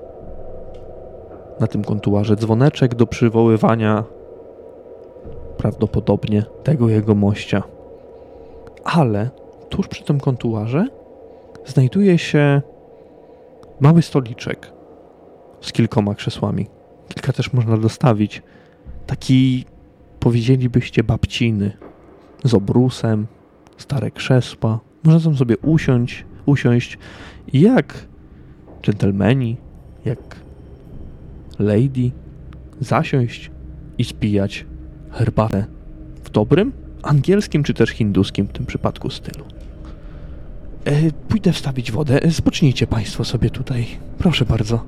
Na tym kontuarze dzwoneczek do przywoływania prawdopodobnie tego jegomościa. Ale tuż przy tym kontuarze znajduje się mały stoliczek z kilkoma krzesłami. Kilka też można dostawić. Taki, powiedzielibyście, babciny z obrusem, stare krzesła. Można tam sobie usiąść, usiąść i jak dżentelmeni, jak lady, zasiąść i spijać herbatę w dobrym, angielskim czy też hinduskim w tym przypadku stylu. E, pójdę wstawić wodę. E, Spocznijcie państwo sobie tutaj. Proszę bardzo.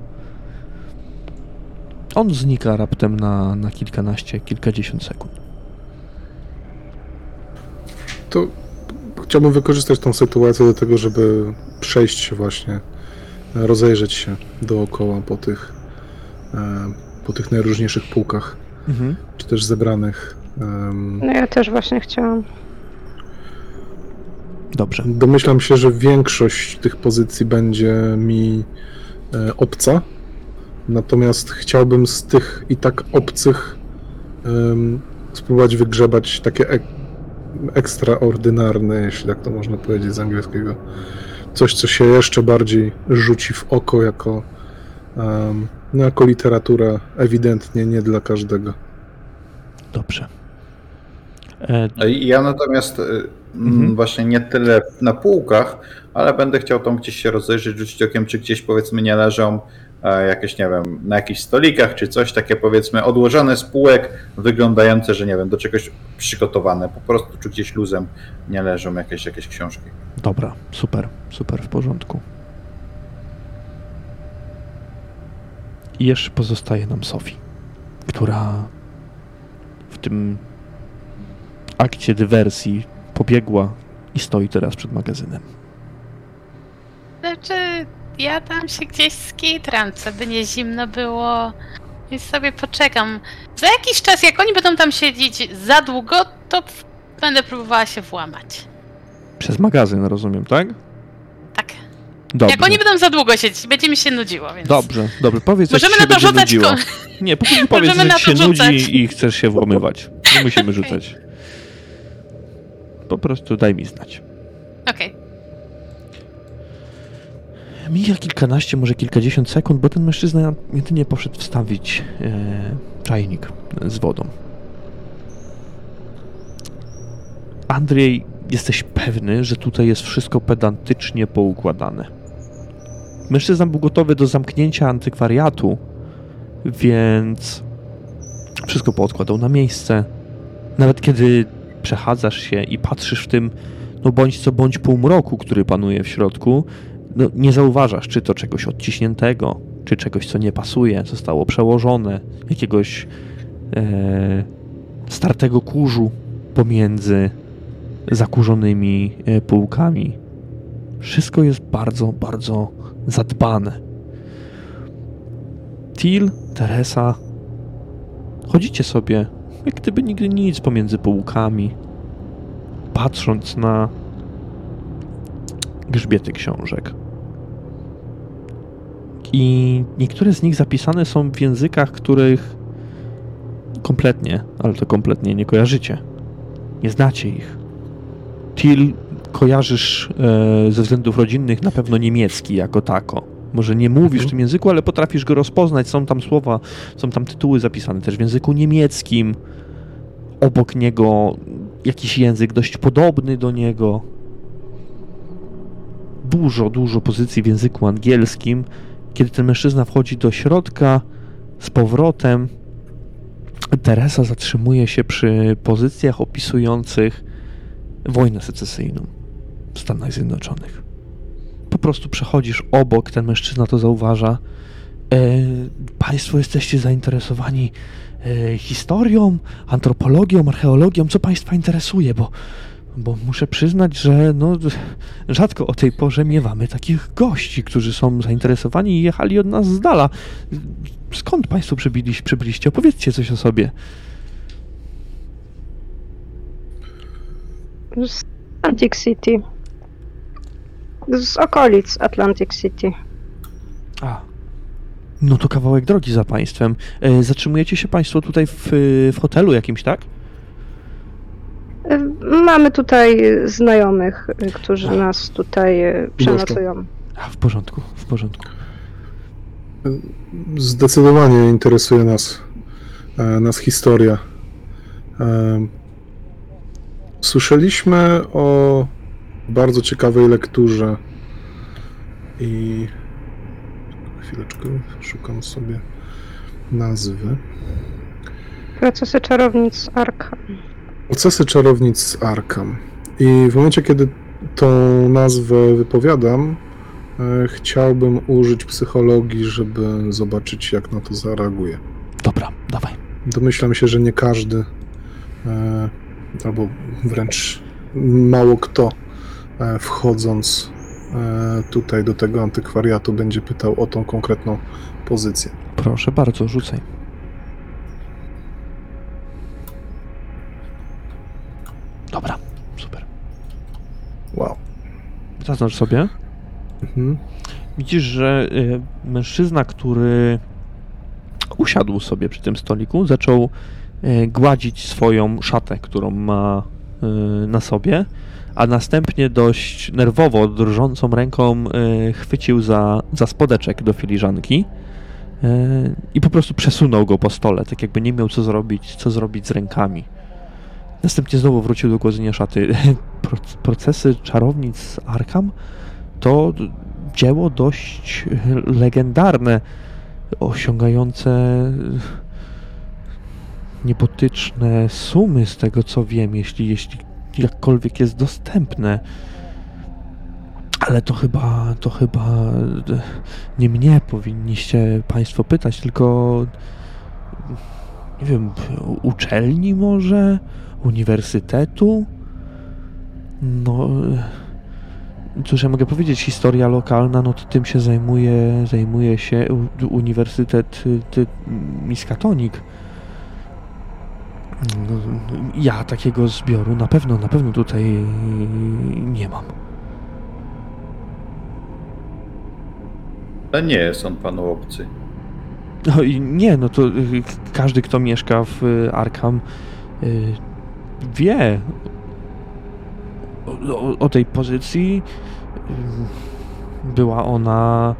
On znika raptem na, na kilkanaście, kilkadziesiąt sekund. To chciałbym wykorzystać tą sytuację do tego, żeby przejść się właśnie rozejrzeć się dookoła po tych, po tych najróżniejszych półkach, mhm. czy też zebranych. No ja też właśnie chciałam. Dobrze. Domyślam się, że większość tych pozycji będzie mi obca, natomiast chciałbym z tych i tak obcych um, spróbować wygrzebać takie ek- ekstraordynarne, jeśli tak to można powiedzieć z angielskiego. Coś, co się jeszcze bardziej rzuci w oko jako, um, no jako literatura ewidentnie nie dla każdego. Dobrze. E... Ja natomiast mhm. właśnie nie tyle na półkach, ale będę chciał tam gdzieś się rozejrzeć, rzucić okiem, czy gdzieś powiedzmy nie leżą jakieś, nie wiem, na jakichś stolikach, czy coś takie powiedzmy odłożone z półek, wyglądające, że nie wiem, do czegoś przygotowane, po prostu czy gdzieś luzem nie leżą jakieś, jakieś książki. Dobra, super, super, w porządku. I jeszcze pozostaje nam Sophie, która w tym akcie dywersji pobiegła i stoi teraz przed magazynem. Znaczy, ja tam się gdzieś skitram, co by nie zimno było i sobie poczekam. Za jakiś czas, jak oni będą tam siedzieć za długo, to będę próbowała się włamać. Przez magazyn, rozumiem, tak? Tak. Dobrze. Jak oni będą za długo siedzieć, będzie mi się nudziło, więc... Dobrze, dobrze. Powiedz, co możemy ci się na to rzucać nudziło. ko- Nie, po prostu powiedz, że ci się rzucać. nudzi i chcesz się włamywać. Nie musimy okay. rzucać. Po prostu daj mi znać. Okej. Okay. Mija kilkanaście, może kilkadziesiąt sekund, bo ten mężczyzna jedynie poszedł wstawić e, czajnik z wodą. Andrzej, jesteś pewny, że tutaj jest wszystko pedantycznie poukładane. Mężczyzna był gotowy do zamknięcia antykwariatu, więc wszystko poodkładał na miejsce. Nawet kiedy przechadzasz się i patrzysz w tym, no bądź co bądź półmroku, który panuje w środku, no nie zauważasz, czy to czegoś odciśniętego, czy czegoś, co nie pasuje, zostało przełożone, jakiegoś e, startego kurzu pomiędzy zakurzonymi e, półkami. Wszystko jest bardzo, bardzo zadbane. Til, Teresa, chodzicie sobie, jak gdyby nigdy nic pomiędzy półkami, patrząc na grzbiety książek. I niektóre z nich zapisane są w językach, których kompletnie, ale to kompletnie nie kojarzycie. Nie znacie ich. Til kojarzysz e, ze względów rodzinnych na pewno niemiecki jako tako. Może nie mówisz mhm. w tym języku, ale potrafisz go rozpoznać. Są tam słowa, są tam tytuły zapisane też w języku niemieckim. Obok niego jakiś język dość podobny do niego. Dużo, dużo pozycji w języku angielskim. Kiedy ten mężczyzna wchodzi do środka z powrotem, Teresa zatrzymuje się przy pozycjach opisujących wojnę secesyjną w Stanach Zjednoczonych. Po prostu przechodzisz obok, ten mężczyzna to zauważa. E, państwo jesteście zainteresowani e, historią, antropologią, archeologią? Co państwa interesuje? Bo Bo muszę przyznać, że no, rzadko o tej porze miewamy takich gości, którzy są zainteresowani i jechali od nas z dala. Skąd państwo przybyliście? przybyliście? Opowiedzcie coś o sobie. Z Atlantic City. Z okolic Atlantic City. A, no to kawałek drogi za państwem. E, zatrzymujecie się państwo tutaj w, w hotelu jakimś, tak? Mamy tutaj znajomych, którzy nas tutaj przenocują. A, w porządku, w porządku. Zdecydowanie interesuje nas, nas historia. Słyszeliśmy o bardzo ciekawej lekturze i chwileczkę, szukam sobie nazwy. Procesy czarownic z Arkham. Procesy czarownic z Arkham. I w momencie, kiedy tą nazwę wypowiadam, e, chciałbym użyć psychologii, żeby zobaczyć, jak na to zareaguje. Dobra, dawaj. Domyślam się, że nie każdy, e, albo wręcz mało kto, e, wchodząc tutaj do tego antykwariatu będzie pytał o tą konkretną pozycję. Proszę bardzo, rzucaj. Dobra, super. Wow. Zaznacz sobie. Mhm. Widzisz, że y, mężczyzna, który usiadł sobie przy tym stoliku, zaczął y, gładzić swoją szatę, którą ma y, na sobie, a następnie dość nerwowo, drżącą ręką y, chwycił za, za spodeczek do filiżanki y, i po prostu przesunął go po stole, tak jakby nie miał co zrobić, co zrobić z rękami. Następnie znowu wrócił do gładzenia szaty. Procesy czarownic z Arkham to dzieło dość legendarne, osiągające niebotyczne sumy z tego co wiem, jeśli, jeśli jakkolwiek jest dostępne. Ale to chyba, to chyba nie mnie powinniście państwo pytać, tylko nie wiem, uczelni może? Uniwersytetu? No, cóż ja mogę powiedzieć, historia lokalna, no to tym się zajmuje, zajmuje się Uniwersytet ty, Miskatonic. No, ja takiego zbioru na pewno, na pewno tutaj nie mam. Ale nie jest on panu obcy. No i nie, no to każdy, kto mieszka w Arkham, wie o, o, o tej pozycji. Była ona,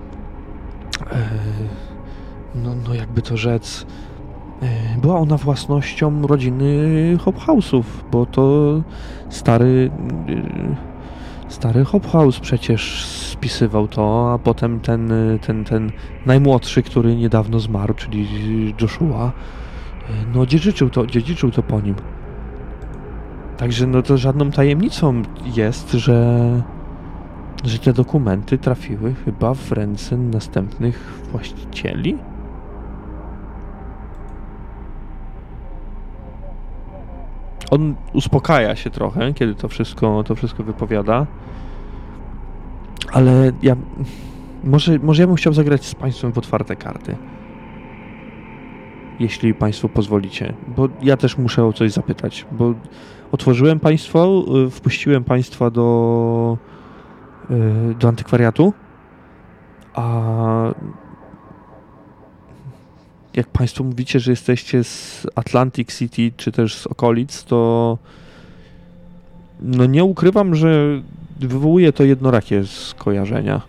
no, no jakby to rzec, była ona własnością rodziny Hobhouse'ów, bo to stary stary Hobhouse przecież spisywał to, a potem ten, ten, ten najmłodszy, który niedawno zmarł, czyli Joshua, no dziedziczył to, dziedziczył to po nim. Także no to żadną tajemnicą jest, że, że te dokumenty trafiły chyba w ręce następnych właścicieli. On uspokaja się trochę, kiedy to wszystko, to wszystko wypowiada. Ale ja... Może, może ja bym chciał zagrać z państwem w otwarte karty. Jeśli państwo pozwolicie. Bo ja też muszę o coś zapytać. Bo otworzyłem państwo, wpuściłem państwa do... do antykwariatu. A... Jak państwo mówicie, że jesteście z Atlantic City, czy też z okolic, to no nie ukrywam, że wywołuje to jednorakie skojarzenia.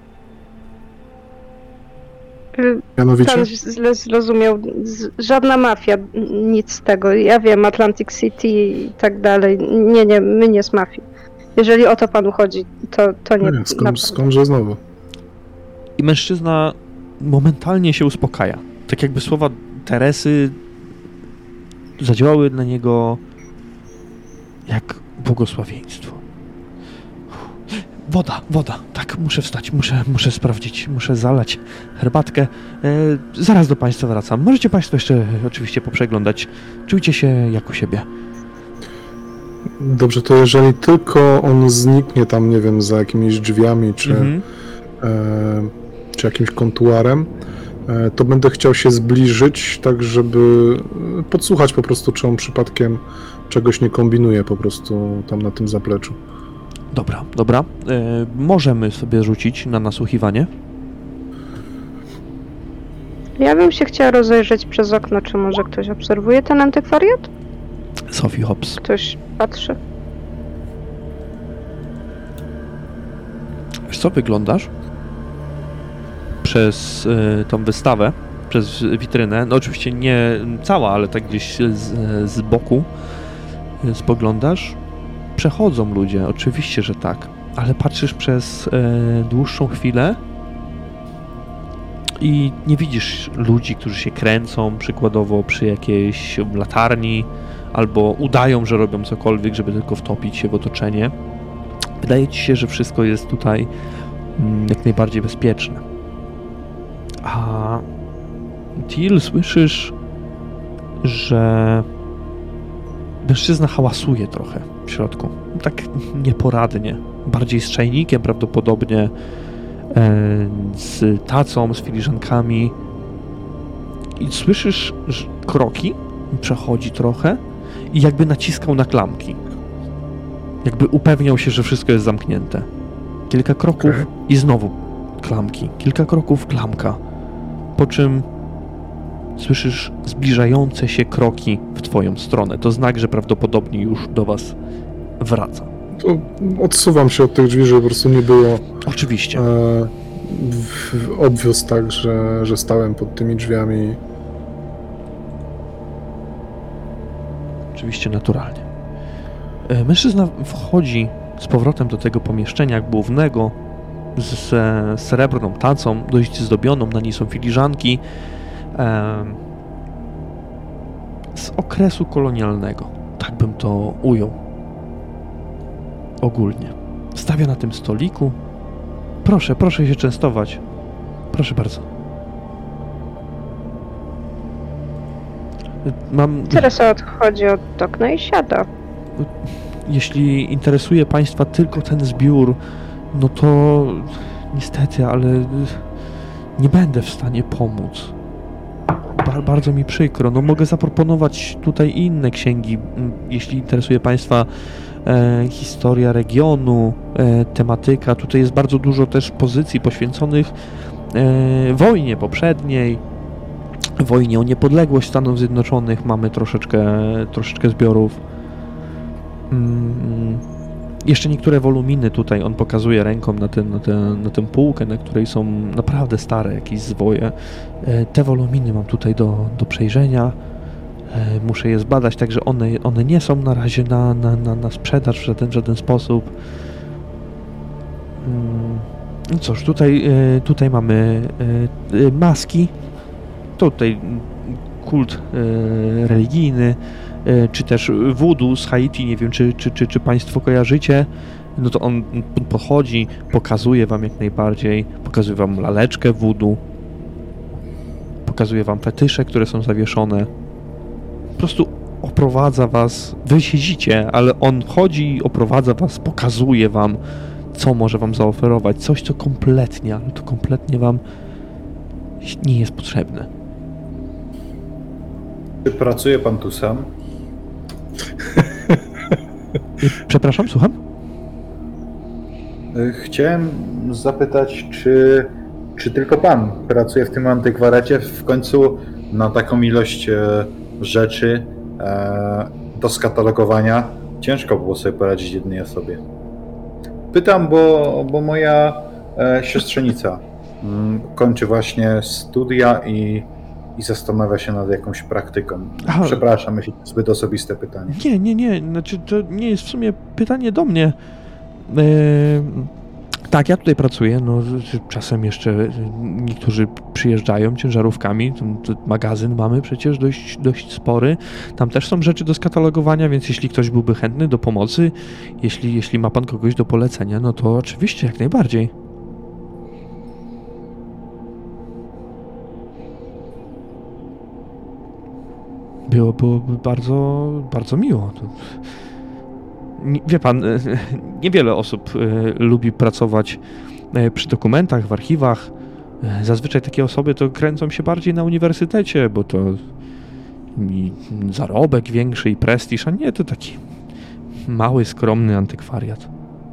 Mianowicie? Pan źle zrozumiał. Z- Żadna mafia, nic z tego. Ja wiem, Atlantic City i tak dalej. Nie, nie, my nie z mafii. Jeżeli o to panu chodzi, to, to nie. No nie, skąd, skądże znowu? I mężczyzna momentalnie się uspokaja. Tak jakby słowa Teresy zadziałały na niego jak błogosławieństwo. Woda, woda. Tak, muszę wstać, muszę, muszę sprawdzić, muszę zalać herbatkę. E, zaraz do państwa wracam. Możecie państwo jeszcze oczywiście poprzeglądać. Czujcie się jak u siebie. Dobrze, to jeżeli tylko on zniknie tam, nie wiem, za jakimiś drzwiami, czy, Mhm. e, czy jakimś kontuarem, e, to będę chciał się zbliżyć, tak żeby podsłuchać po prostu, czy on przypadkiem czegoś nie kombinuje po prostu tam na tym zapleczu. Dobra, dobra. E, możemy sobie rzucić na nasłuchiwanie. Ja bym się chciała rozejrzeć przez okno, czy może ktoś obserwuje ten antykwariat? Sophie Hobbs. Ktoś patrzy. Wiesz co, wyglądasz przez y, tą wystawę, przez witrynę, no oczywiście nie cała, ale tak gdzieś z, z boku y, spoglądasz. Przechodzą ludzie, oczywiście, że tak, ale patrzysz przez y, dłuższą chwilę i nie widzisz ludzi, którzy się kręcą przykładowo przy jakiejś latarni albo udają, że robią cokolwiek, żeby tylko wtopić się w otoczenie. Wydaje ci się, że wszystko jest tutaj mm, jak najbardziej bezpieczne. A Teal, słyszysz, że mężczyzna hałasuje trochę w środku. Tak nieporadnie. bardziej z czajnikiem prawdopodobnie, e, z tacą, z filiżankami. I słyszysz że kroki, przechodzi trochę i jakby naciskał na klamki. Jakby upewniał się, że wszystko jest zamknięte. Kilka kroków Okay. i znowu klamki. Kilka kroków, klamka. Po czym słyszysz zbliżające się kroki w twoją stronę. To znak, że prawdopodobnie już do was wraca. To odsuwam się od tych drzwi, żeby po prostu nie było Oczywiście. e, w, w obwióz tak, że, że stałem pod tymi drzwiami. Oczywiście naturalnie. E, Mężczyzna wchodzi z powrotem do tego pomieszczenia głównego z e, srebrną tacą, dość zdobioną, na niej są filiżanki e, z okresu kolonialnego. Tak bym to ujął. Ogólnie. Stawia na tym stoliku. Proszę, proszę się częstować. Proszę bardzo. Mam... Teresa odchodzi od okna i siada. Jeśli interesuje Państwa tylko ten zbiór, no to niestety, ale nie będę w stanie pomóc. Ba- bardzo mi przykro. No mogę zaproponować tutaj inne księgi, m, jeśli interesuje Państwa e, historia regionu, e, tematyka. Tutaj jest bardzo dużo też pozycji poświęconych e, wojnie poprzedniej, wojnie o niepodległość Stanów Zjednoczonych. Mamy troszeczkę, troszeczkę zbiorów. Mm, jeszcze niektóre woluminy tutaj on pokazuje ręką na, ten, na, ten, na tę półkę, na której są naprawdę stare jakieś zwoje. E, te woluminy mam tutaj do, do przejrzenia. E, muszę je zbadać, także one, one nie są na razie na, na, na, na sprzedaż w żaden, w żaden sposób. Mm, no cóż, tutaj, e, tutaj mamy e, e, maski. Tutaj kult e, religijny, e, czy też voodoo z Haiti, nie wiem, czy, czy, czy, czy Państwo kojarzycie. No to on podchodzi, pokazuje Wam jak najbardziej, pokazuje Wam laleczkę voodoo, pokazuje Wam fetysze, które są zawieszone. Po prostu oprowadza Was, Wy siedzicie, ale on chodzi, oprowadza Was, pokazuje Wam, co może Wam zaoferować. Coś, co kompletnie, ale to kompletnie Wam nie jest potrzebne. Czy pracuje pan tu sam? Przepraszam, słucham? Chciałem zapytać, czy, czy tylko pan pracuje w tym antykwariacie? W końcu na taką ilość e, rzeczy e, do skatalogowania ciężko było sobie poradzić jednej osobie. Pytam, bo, bo moja e, siostrzenica mm, kończy właśnie studia i, i zastanawia się nad jakąś praktyką. Aha. Przepraszam, jeśli to zbyt osobiste pytanie. Nie, nie, nie, znaczy to nie jest w sumie pytanie do mnie. E, tak, ja tutaj pracuję, no czasem jeszcze niektórzy przyjeżdżają ciężarówkami, ten, ten magazyn mamy przecież dość, dość spory, tam też są rzeczy do skatalogowania, więc jeśli ktoś byłby chętny do pomocy, jeśli, jeśli ma pan kogoś do polecenia, no to oczywiście, jak najbardziej. Było, byłoby bardzo, bardzo miło. To... Wie pan, niewiele osób lubi pracować przy dokumentach, w archiwach. Zazwyczaj takie osoby to kręcą się bardziej na uniwersytecie, bo to i zarobek większy i prestiż, a nie to taki mały, skromny antykwariat.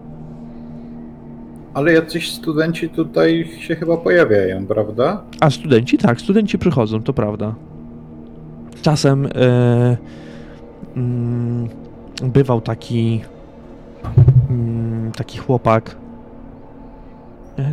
Ale jacyś studenci tutaj się chyba pojawiają, prawda? A studenci? Tak, studenci przychodzą, to prawda. Czasem e, mm, bywał taki mm, taki chłopak e,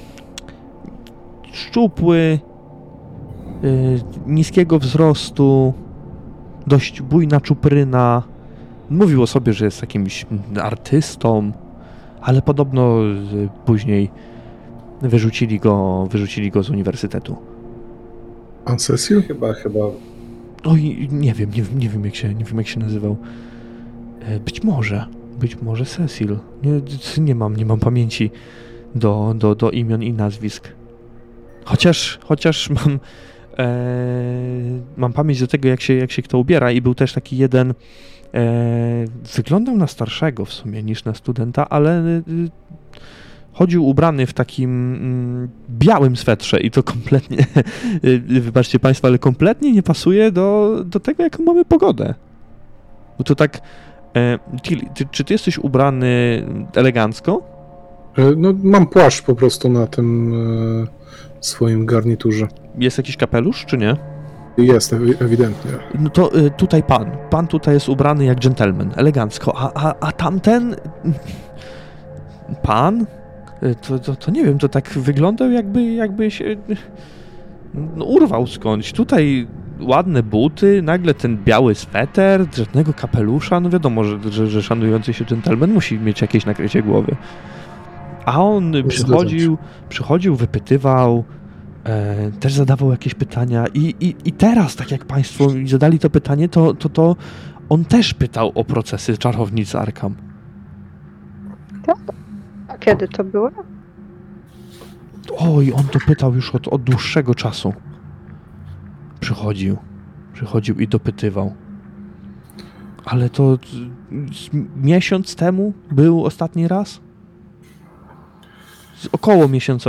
szczupły, e, niskiego wzrostu, dość bujna czupryna. Mówił o sobie, że jest jakimś artystą, ale podobno e, później wyrzucili go, wyrzucili go z uniwersytetu. Pan Cecil? Chyba, chyba. Oj, nie wiem, nie, nie wiem jak się, nie wiem jak się nazywał. E, być może, być może Cecil. Nie, nie mam, nie mam pamięci do, do, do imion i nazwisk. Chociaż, chociaż mam e, mam pamięć do tego, jak się, jak się kto ubiera i był też taki jeden, e, wyglądał na starszego w sumie niż na studenta, ale e, chodził ubrany w takim mm, białym swetrze i to kompletnie, wybaczcie Państwo, ale kompletnie nie pasuje do, do tego, jaką mamy pogodę. Bo to tak, e, Tilly, ty, czy ty jesteś ubrany elegancko? E, No, mam płaszcz po prostu na tym e, swoim garniturze. Jest jakiś kapelusz, czy nie? Jest, ewi- ewidentnie. No to y, tutaj pan. Pan tutaj jest ubrany jak dżentelmen, elegancko, a, a, a tamten... Pan? Y, To, to, to nie wiem, to tak wyglądał jakby, jakby się... No, urwał skądś. Tutaj ładne buty, nagle ten biały sweter, żadnego kapelusza, no wiadomo, że, że, że szanujący się dżentelmen musi mieć jakieś nakrycie głowy. A on przychodził, przychodził, wypytywał, e, też zadawał jakieś pytania i, i, i teraz, tak jak Państwo mi zadali to pytanie, to, to, to on też pytał o procesy czarownic Arkham. A kiedy to było? Oj, on to pytał już od, od dłuższego czasu. Przychodził, przychodził i dopytywał. Ale to z miesiąc temu był ostatni raz? Z około miesiąca.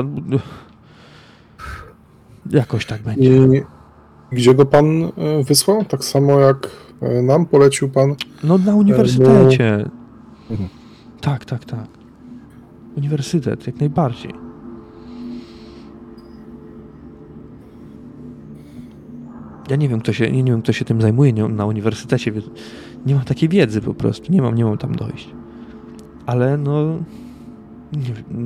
Jakoś tak będzie. I gdzie go pan e, wysłał? Tak samo jak e, nam polecił pan. No na uniwersytecie. Mhm. Tak, tak, tak. Uniwersytet, jak najbardziej. Ja nie wiem, kto się, nie, nie wiem, kto się tym zajmuje nie, na uniwersytecie. więc Nie mam takiej wiedzy po prostu. Nie mam, nie mam tam dojść. Ale no... Nie wiem.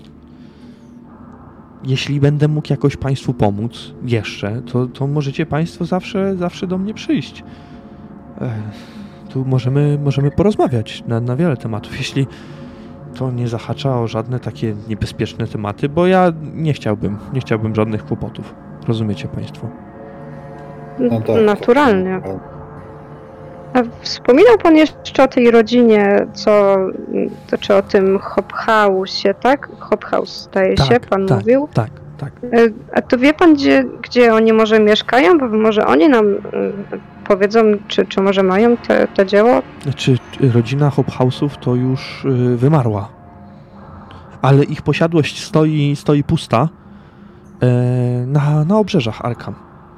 Jeśli będę mógł jakoś Państwu pomóc jeszcze, to, to możecie Państwo zawsze, zawsze do mnie przyjść. Ech, tu możemy, możemy porozmawiać na, na wiele tematów. Jeśli to nie zahacza o żadne takie niebezpieczne tematy, bo ja nie chciałbym, nie chciałbym żadnych kłopotów. Rozumiecie Państwo? No tak. Naturalnie. A wspominał pan jeszcze o tej rodzinie, co, to czy o tym Hobhousie, tak? Hobhouse, zdaje się, pan tak, mówił. Tak, tak. E, A to wie pan, gdzie, gdzie oni może mieszkają? Bo może oni nam e, powiedzą, czy, czy może mają te, te dzieło? Znaczy, rodzina Hobhouse'ów to już y, wymarła. Ale ich posiadłość stoi, stoi pusta y, na, na obrzeżach Arkham.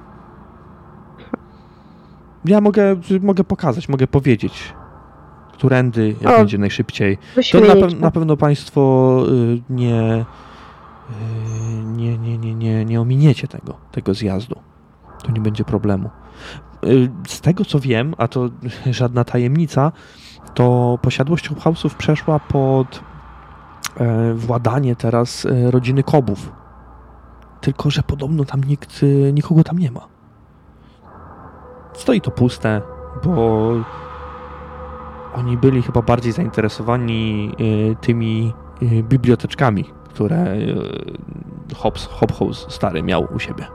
Ja mogę, mogę pokazać, mogę powiedzieć, którędy, jak O, będzie najszybciej. To na, Wyśmienicie. pe- na pewno Państwo y, nie, y, nie, nie, nie, nie, nie ominiecie tego, tego zjazdu. To nie będzie problemu. Y, Z tego co wiem, a to żadna tajemnica, to posiadłość Hobhouse'ów przeszła pod e, władanie teraz e, rodziny Cobbów. Tylko że podobno tam nikt, e, nikogo tam nie ma. Stoi to puste, bo oni byli chyba bardziej zainteresowani e, tymi e, biblioteczkami, które e, Hobbs, Hobhouse stary miał u siebie.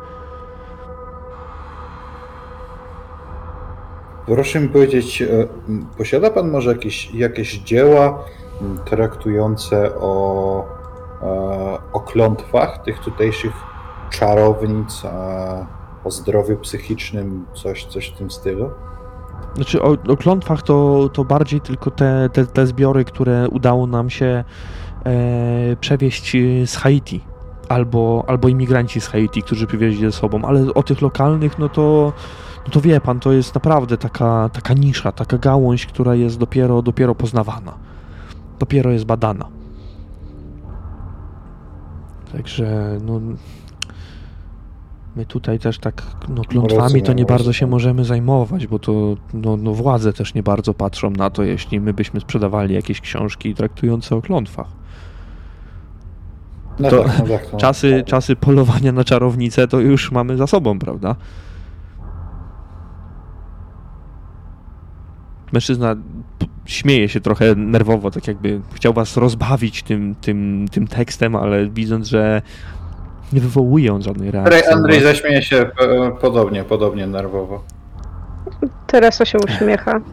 Proszę mi powiedzieć, e, m, posiada pan może jakieś, jakieś dzieła m, traktujące o, e, o klątwach tych tutejszych czarownic, e, o zdrowiu psychicznym, coś, coś w tym stylu? Znaczy o, o klątwach to, to bardziej tylko te, te, te zbiory, które udało nam się e, przewieźć z Haiti. Albo, albo imigranci z Haiti, którzy przywieźli ze sobą, ale o tych lokalnych, no to, no to wie pan, to jest naprawdę taka, taka nisza, taka gałąź, która jest dopiero, dopiero poznawana. Dopiero jest badana. Także no... My tutaj też tak, no klątwami Rozumiem, to nie bardzo się rozumiem. możemy zajmować, bo to, no, no władze też nie bardzo patrzą na to, jeśli my byśmy sprzedawali jakieś książki traktujące o klątwach. No To tak, no tak. No, Czasy, tak. czasy polowania na czarownicę to już mamy za sobą, prawda? Mężczyzna p- śmieje się trochę nerwowo, tak jakby chciał was rozbawić tym, tym, tym tekstem, ale widząc, że nie wywołuje on żadnej reakcji. Andrzej, Andrzej u was. zaśmieje się e, podobnie, podobnie nerwowo. Teresa się uśmiecha.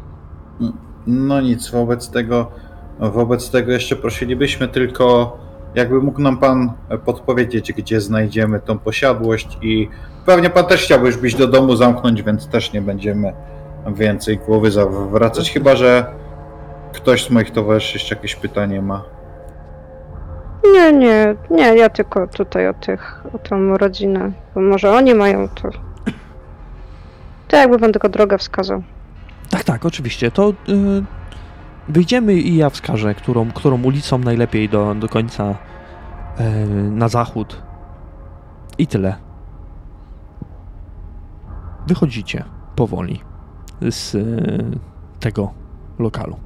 No nic, wobec tego, wobec tego jeszcze prosilibyśmy tylko jakby mógł nam pan podpowiedzieć, gdzie znajdziemy tą posiadłość i pewnie pan też chciałby już być do domu zamknąć, więc też nie będziemy więcej głowy zawracać, chyba że ktoś z moich towarzyszy jeszcze jakieś pytanie ma. Nie, nie, nie, ja tylko tutaj o tych, o tą rodzinę, bo może oni mają to. To jakby wam tylko drogę wskazał. Tak, tak, oczywiście. To yy, wyjdziemy i ja wskażę, którą, którą ulicą najlepiej do, do końca yy, na zachód. I tyle. Wychodzicie powoli z yy, tego lokalu.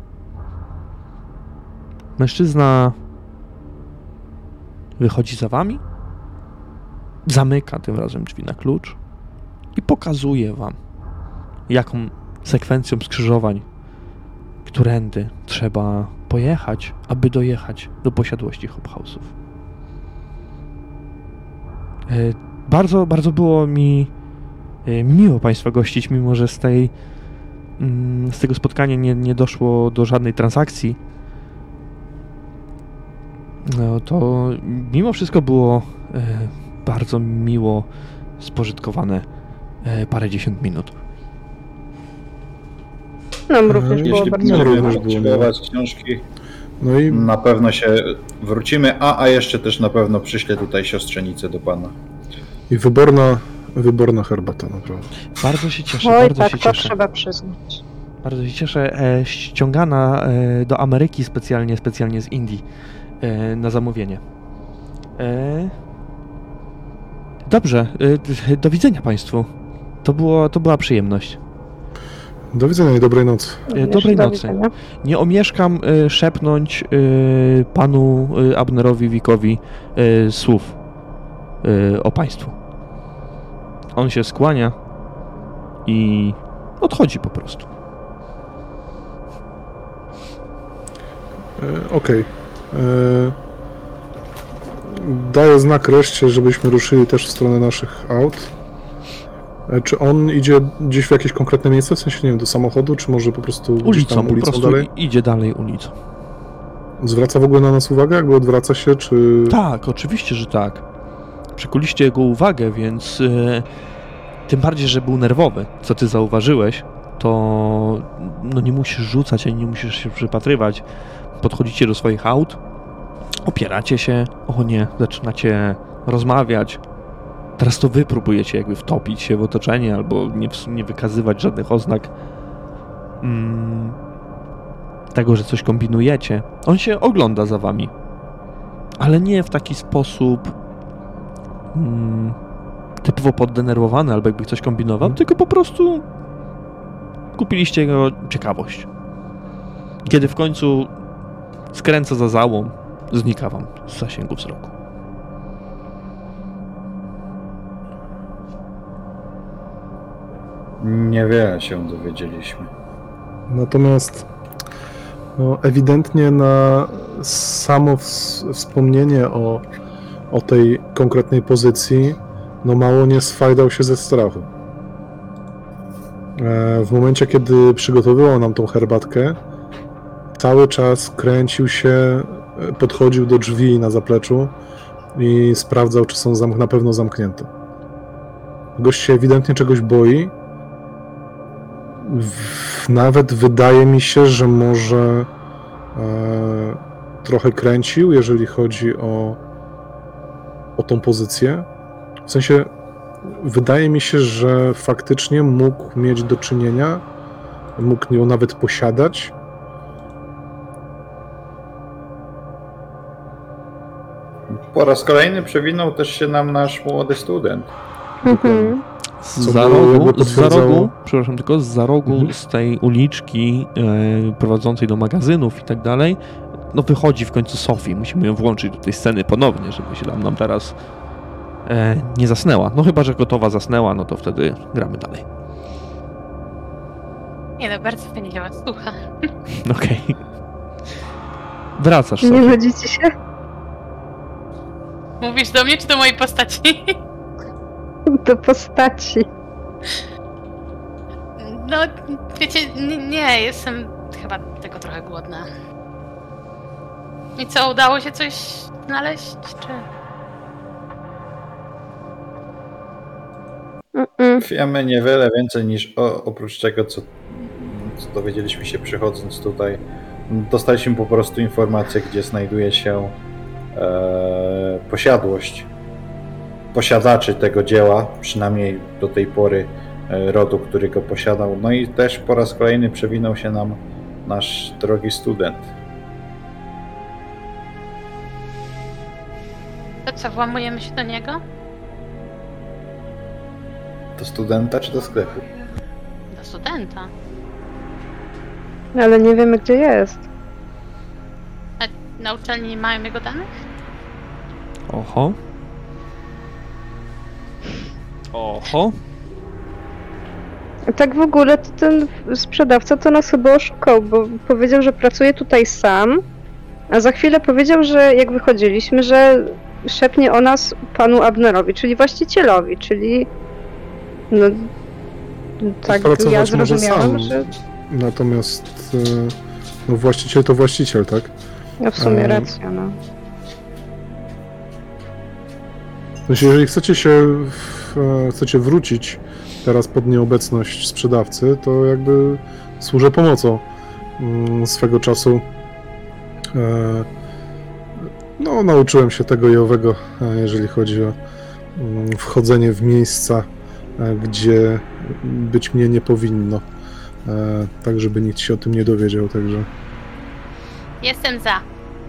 Mężczyzna wychodzi za wami, zamyka tym razem drzwi na klucz i pokazuje wam, jaką sekwencją skrzyżowań, którędy trzeba pojechać, aby dojechać do posiadłości Hobhouse'ów. Bardzo, bardzo było mi miło Państwa gościć, mimo że z tej, z tego spotkania nie, nie doszło do żadnej transakcji. No to mimo wszystko było bardzo miło spożytkowane parędziesiąt minut. Nam również było Jeśli bardzo będziemy również było potrzebować książki, No i na pewno się wrócimy, a, a jeszcze też na pewno przyślę tutaj siostrzenicę do pana. I wyborna, wyborna herbata, naprawdę. Bardzo się cieszę, Oj, bardzo tak, się to cieszę. trzeba przyznać. Bardzo się cieszę. E, ściągana e, do Ameryki specjalnie, specjalnie z Indii e, na zamówienie. E, dobrze, e, do widzenia Państwu. To, było, to była przyjemność. Do widzenia i dobrej nocy. Również dobrej do nocy. widzenia. Nie omieszkam e, szepnąć e, panu e, Abnerowi Wickowi e, słów e, o Państwu. On się skłania i odchodzi po prostu. E, Okej. E, Daję znak reszcie, żebyśmy ruszyli też w stronę naszych aut. E, Czy on idzie gdzieś w jakieś konkretne miejsce, w sensie, nie wiem, do samochodu, czy może po prostu gdzieś Ulicą, tam po ulicą prostu dalej? idzie dalej ulicą. Zwraca w ogóle na nas uwagę, jakby odwraca się, czy... Tak, oczywiście, że tak. Przykuliście jego uwagę, więc e, tym bardziej, że był nerwowy, co ty zauważyłeś, to no nie musisz rzucać, ani nie musisz się przypatrywać. Podchodzicie do swoich aut, opieracie się o nie, zaczynacie rozmawiać. Teraz to wy próbujecie jakby wtopić się w otoczenie albo nie, nie wykazywać żadnych oznak mm, tego, że coś kombinujecie. On się ogląda za wami, ale nie w taki sposób mm, typowo poddenerwowany albo jakby coś kombinował, Mhm. tylko po prostu kupiliście jego ciekawość. Kiedy w końcu skręca za załom, znika wam z zasięgu wzroku. Niewiele się dowiedzieliśmy. Natomiast no, ewidentnie na samo ws- wspomnienie o, o tej konkretnej pozycji no mało nie swajdał się ze strachu. E, w momencie, kiedy przygotowywał nam tą herbatkę, cały czas kręcił się, e, podchodził do drzwi na zapleczu i sprawdzał, czy są zamk- na pewno zamknięte. Gość się ewidentnie czegoś boi. W, nawet wydaje mi się, że może e, trochę kręcił, jeżeli chodzi o, o tą pozycję. W sensie, wydaje mi się, że faktycznie mógł mieć do czynienia, mógł ją nawet posiadać. Po raz kolejny przewinął też się nam nasz młody student. Mhm. Z Co za było rogu, jakby z za potwierdzało- rogu, przepraszam, tylko z za rogu Mhm. z tej uliczki e, prowadzącej do magazynów i tak dalej, no wychodzi w końcu Sophie. Musimy ją włączyć do tej sceny ponownie, żeby się tam nam teraz e, nie zasnęła. No chyba, że gotowa zasnęła, no to wtedy gramy dalej. Nie no, bardzo fajnie się was słucha. Okej. Wracasz Nie sobie. nudzicie się? Mówisz do mnie, czy do mojej postaci? Do postaci. No, wiecie, n- nie, jestem chyba tego trochę głodna. I co, udało się coś znaleźć, czy... Mm-mm. Wiemy niewiele więcej niż o, oprócz tego, co, co dowiedzieliśmy się przychodząc tutaj. Dostaliśmy po prostu informację, gdzie znajduje się e, posiadłość posiadaczy tego dzieła, przynajmniej do tej pory e, rodu, który go posiadał. No i też po raz kolejny przewinął się nam nasz drogi student. To co, włamujemy się do niego? Do studenta czy do sklepu? Do studenta. Ale nie wiemy, gdzie jest. A na uczelni nie mają jego danych? Oho. Oho. Tak w ogóle to ten sprzedawca to nas chyba oszukał, bo powiedział, że pracuje tutaj sam, a za chwilę powiedział, że jak wychodziliśmy, że szepnie o nas panu Abnerowi, czyli właścicielowi, czyli no tak Pracować ja może zrozumiałam, sam. że Natomiast e, no właściciel to właściciel, tak? no w sumie E, racja, no. Znaczy, jeżeli chcecie się, w, e, chcecie wrócić teraz pod nieobecność sprzedawcy, to jakby służę pomocą. Mm, Swego czasu e, no, nauczyłem się tego i owego, e, jeżeli chodzi o mm, wchodzenie w miejsca, e, gdzie być mnie nie powinno. E, tak, żeby nikt się o tym nie dowiedział, także... Jestem za.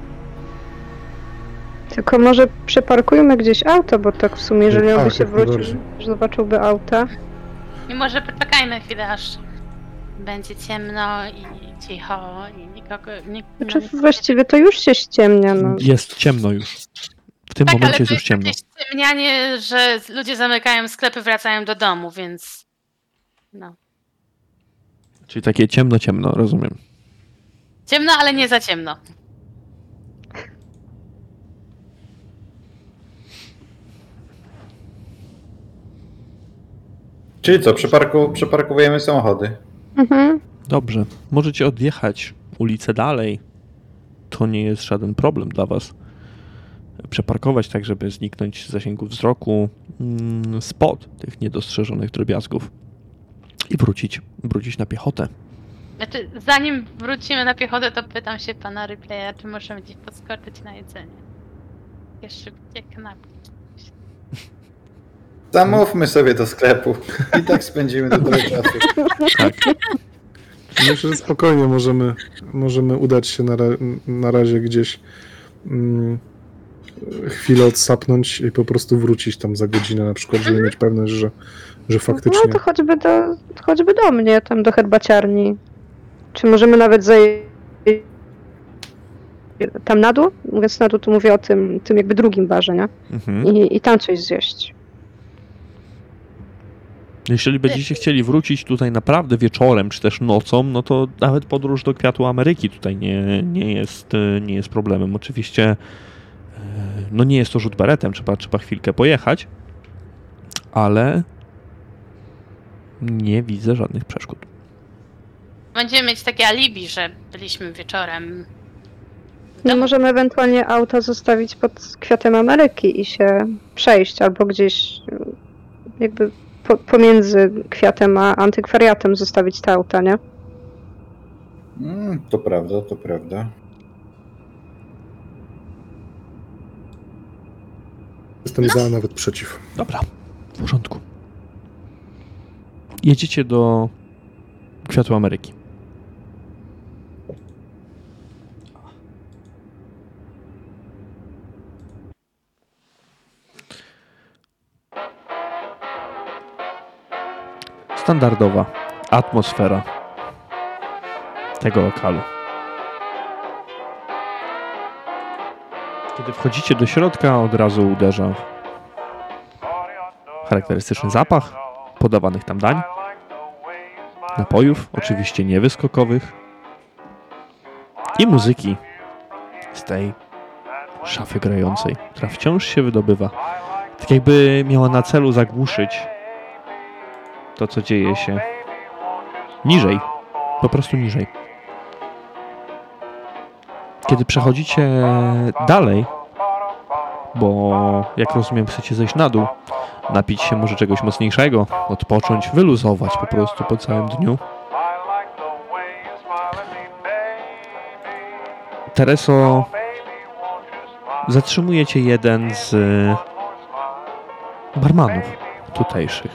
Tylko może przeparkujmy gdzieś auto, bo tak w sumie, jeżeli on by Tak, się jak wrócił, najbardziej. że zobaczyłby auta. I może poczekajmy chwilę, aż będzie ciemno i cicho i nikogo... Nikt, Znaczy no, nic właściwie to już się ściemnia, no. Jest ciemno już. W tym Tak, ale momencie to jest już jest ciemno. jakieś ciemnianie, że ludzie zamykają sklepy, wracają do domu, więc... No. Czyli takie ciemno, ciemno, rozumiem. Ciemno, ale nie za ciemno. Czyli co, przeparku, przeparkowujemy samochody. Mhm. Dobrze. Możecie odjechać ulicę dalej. To nie jest żaden problem dla was. Przeparkować tak, żeby zniknąć z zasięgu wzroku mm, spod tych niedostrzeżonych drobiazgów i wrócić, wrócić na piechotę. Znaczy, zanim wrócimy na piechotę, to pytam się pana Ripley'a, czy możemy gdzieś podskoczyć na jedzenie. Jeszcze szybkie kanapki. Zamówmy sobie do sklepu i tak spędzimy do tyle czasu. Tak. Myślę, że spokojnie możemy, możemy udać się na, ra, na razie gdzieś mm, chwilę odsapnąć i po prostu wrócić tam za godzinę na przykład, żeby mieć pewność, że, że faktycznie... No to choćby do, choćby do mnie, tam do herbaciarni. Czy możemy nawet zajść tam na dół? Mówiąc na dół, to mówię o tym, tym jakby drugim barze, nie? Mhm. I, i tam coś zjeść. Jeżeli będziecie chcieli wrócić tutaj naprawdę wieczorem, czy też nocą, no to nawet podróż do Kwiatu Ameryki tutaj nie, nie, jest, nie jest problemem. Oczywiście e, no nie jest to rzut beretem, trzeba, trzeba chwilkę pojechać, ale nie widzę żadnych przeszkód. Będziemy mieć takie alibi, że byliśmy wieczorem. No możemy ewentualnie auto zostawić pod Kwiatem Ameryki i się przejść, albo gdzieś jakby po, pomiędzy Kwiatem a antykwariatem zostawić te auta, nie? Mm, to prawda, to prawda. Jestem za, nawet przeciw. Dobra, w porządku. Jedziecie do Kwiatu Ameryki. Standardowa atmosfera tego lokalu. Kiedy wchodzicie do środka, od razu uderza charakterystyczny zapach podawanych tam dań, napojów, oczywiście niewyskokowych, i muzyki z tej szafy grającej, która wciąż się wydobywa. Tak jakby miała na celu zagłuszyć to, co dzieje się niżej, po prostu niżej. Kiedy przechodzicie dalej, bo jak rozumiem chcecie zejść na dół, napić się może czegoś mocniejszego, odpocząć, wyluzować po prostu po całym dniu. Tereso, zatrzymujecie jeden z barmanów tutejszych.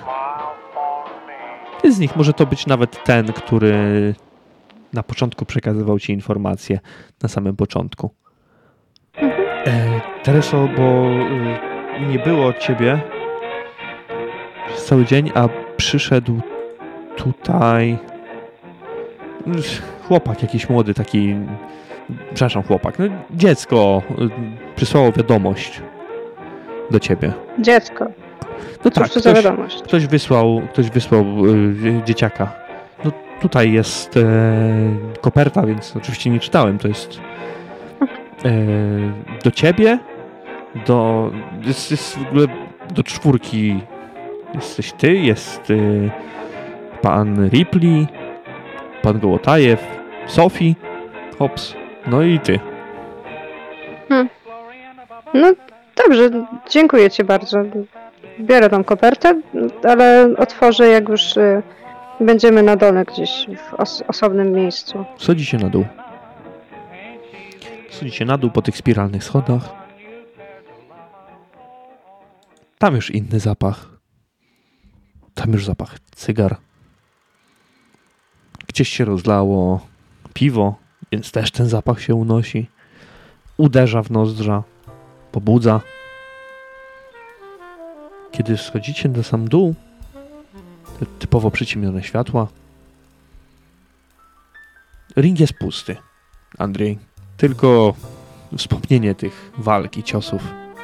Z nich może to być nawet ten, który na początku przekazywał ci informacje, na samym początku. E, Tereso, bo e, nie było ciebie przez cały dzień, a przyszedł tutaj chłopak jakiś młody, taki, przepraszam, chłopak, no, dziecko e, przysłało wiadomość do ciebie. Dziecko. No Cóż tak, to za ktoś, wiadomość? ktoś wysłał, ktoś wysłał e, dzieciaka. No tutaj jest e, koperta, więc oczywiście nie czytałem, to jest e, do ciebie, do jest, jest w ogóle do czwórki jesteś ty, jest e, pan Ripley, pan Gołotajew, Sophie, Hobbs, no i ty. Hmm. No dobrze, dziękuję ci bardzo. Biorę tą kopertę, ale otworzę jak już y, będziemy na dole gdzieś w os- osobnym miejscu. Schodzicie na dół. Schodzicie na dół po tych spiralnych schodach. Tam już inny zapach. Tam już zapach cygar. Gdzieś się rozlało piwo, więc też ten zapach się unosi. Uderza w nozdrza. Pobudza. Kiedy schodzicie na sam dół, te typowo przyciemnione światła, ring jest pusty, Andrzej. Tylko wspomnienie tych walk i ciosów.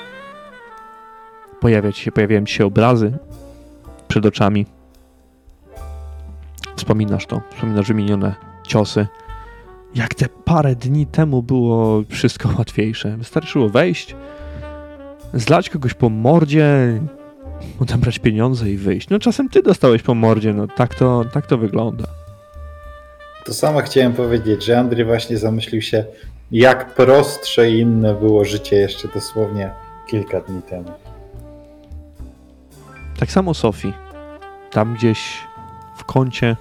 Pojawia ci się, pojawiają ci się obrazy przed oczami. Wspominasz to. Wspominasz wymienione ciosy. Jak te parę dni temu było wszystko łatwiejsze. Wystarczyło wejść, zlać kogoś po mordzie, odebrać pieniądze i wyjść. No czasem ty dostałeś po mordzie, no tak to, tak to wygląda. To samo chciałem powiedzieć, że Andrzej właśnie zamyślił się, jak prostsze i inne było życie jeszcze dosłownie kilka dni temu. Tak samo Sophie. Tam gdzieś w kącie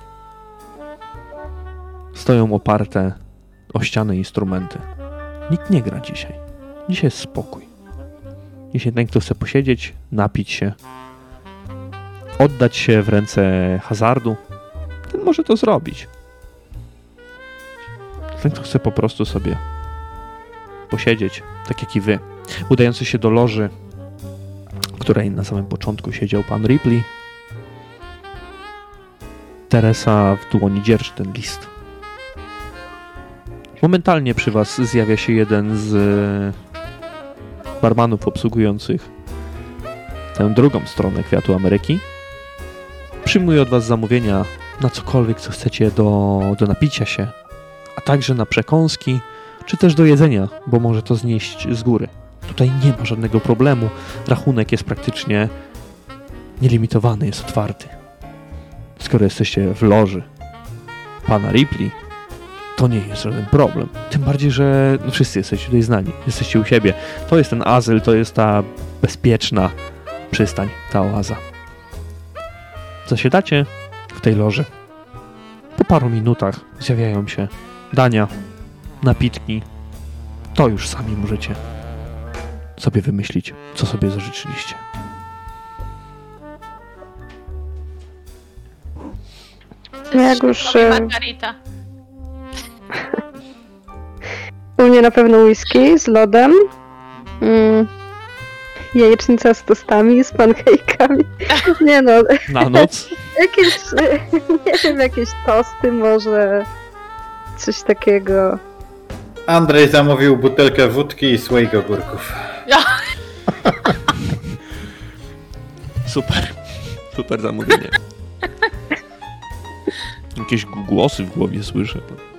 stoją oparte o ścianę instrumenty. Nikt nie gra dzisiaj. Dzisiaj jest spokój. Dzisiaj ten, kto chce posiedzieć, napić się, oddać się w ręce hazardu, ten może to zrobić. Ten, kto chce po prostu sobie posiedzieć, tak jak i wy. Udający się do loży, w której na samym początku siedział pan Ripley, Teresa w dłoni dzierży ten list. Momentalnie przy was zjawia się jeden z barmanów obsługujących tę drugą stronę Kwiatu Ameryki. Przyjmuje od was zamówienia na cokolwiek, co chcecie do, do napicia się, a także na przekąski, czy też do jedzenia, bo może to znieść z góry. Tutaj nie ma żadnego problemu. Rachunek jest praktycznie nielimitowany, jest otwarty. Skoro jesteście w loży pana Ripley, to nie jest żaden problem. Tym bardziej, że no wszyscy jesteście tutaj znani. Jesteście u siebie. To jest ten azyl, to jest ta bezpieczna przystań, ta oaza. Zasiadacie w tej loży. Po paru minutach zjawiają się dania, napitki. To już sami możecie sobie wymyślić, co sobie zażyczyliście. Jak już... e, Margarita. U mnie na pewno whisky z lodem. Mm. Jajecznica z tostami, z pancake'ami. Nie no, Na noc? jakieś, nie wiem, jakieś tosty może, coś takiego. Andrzej zamówił butelkę wódki i słoik ogórków. Ja. Super. Super zamówienie. Jakieś głosy w głowie słyszę.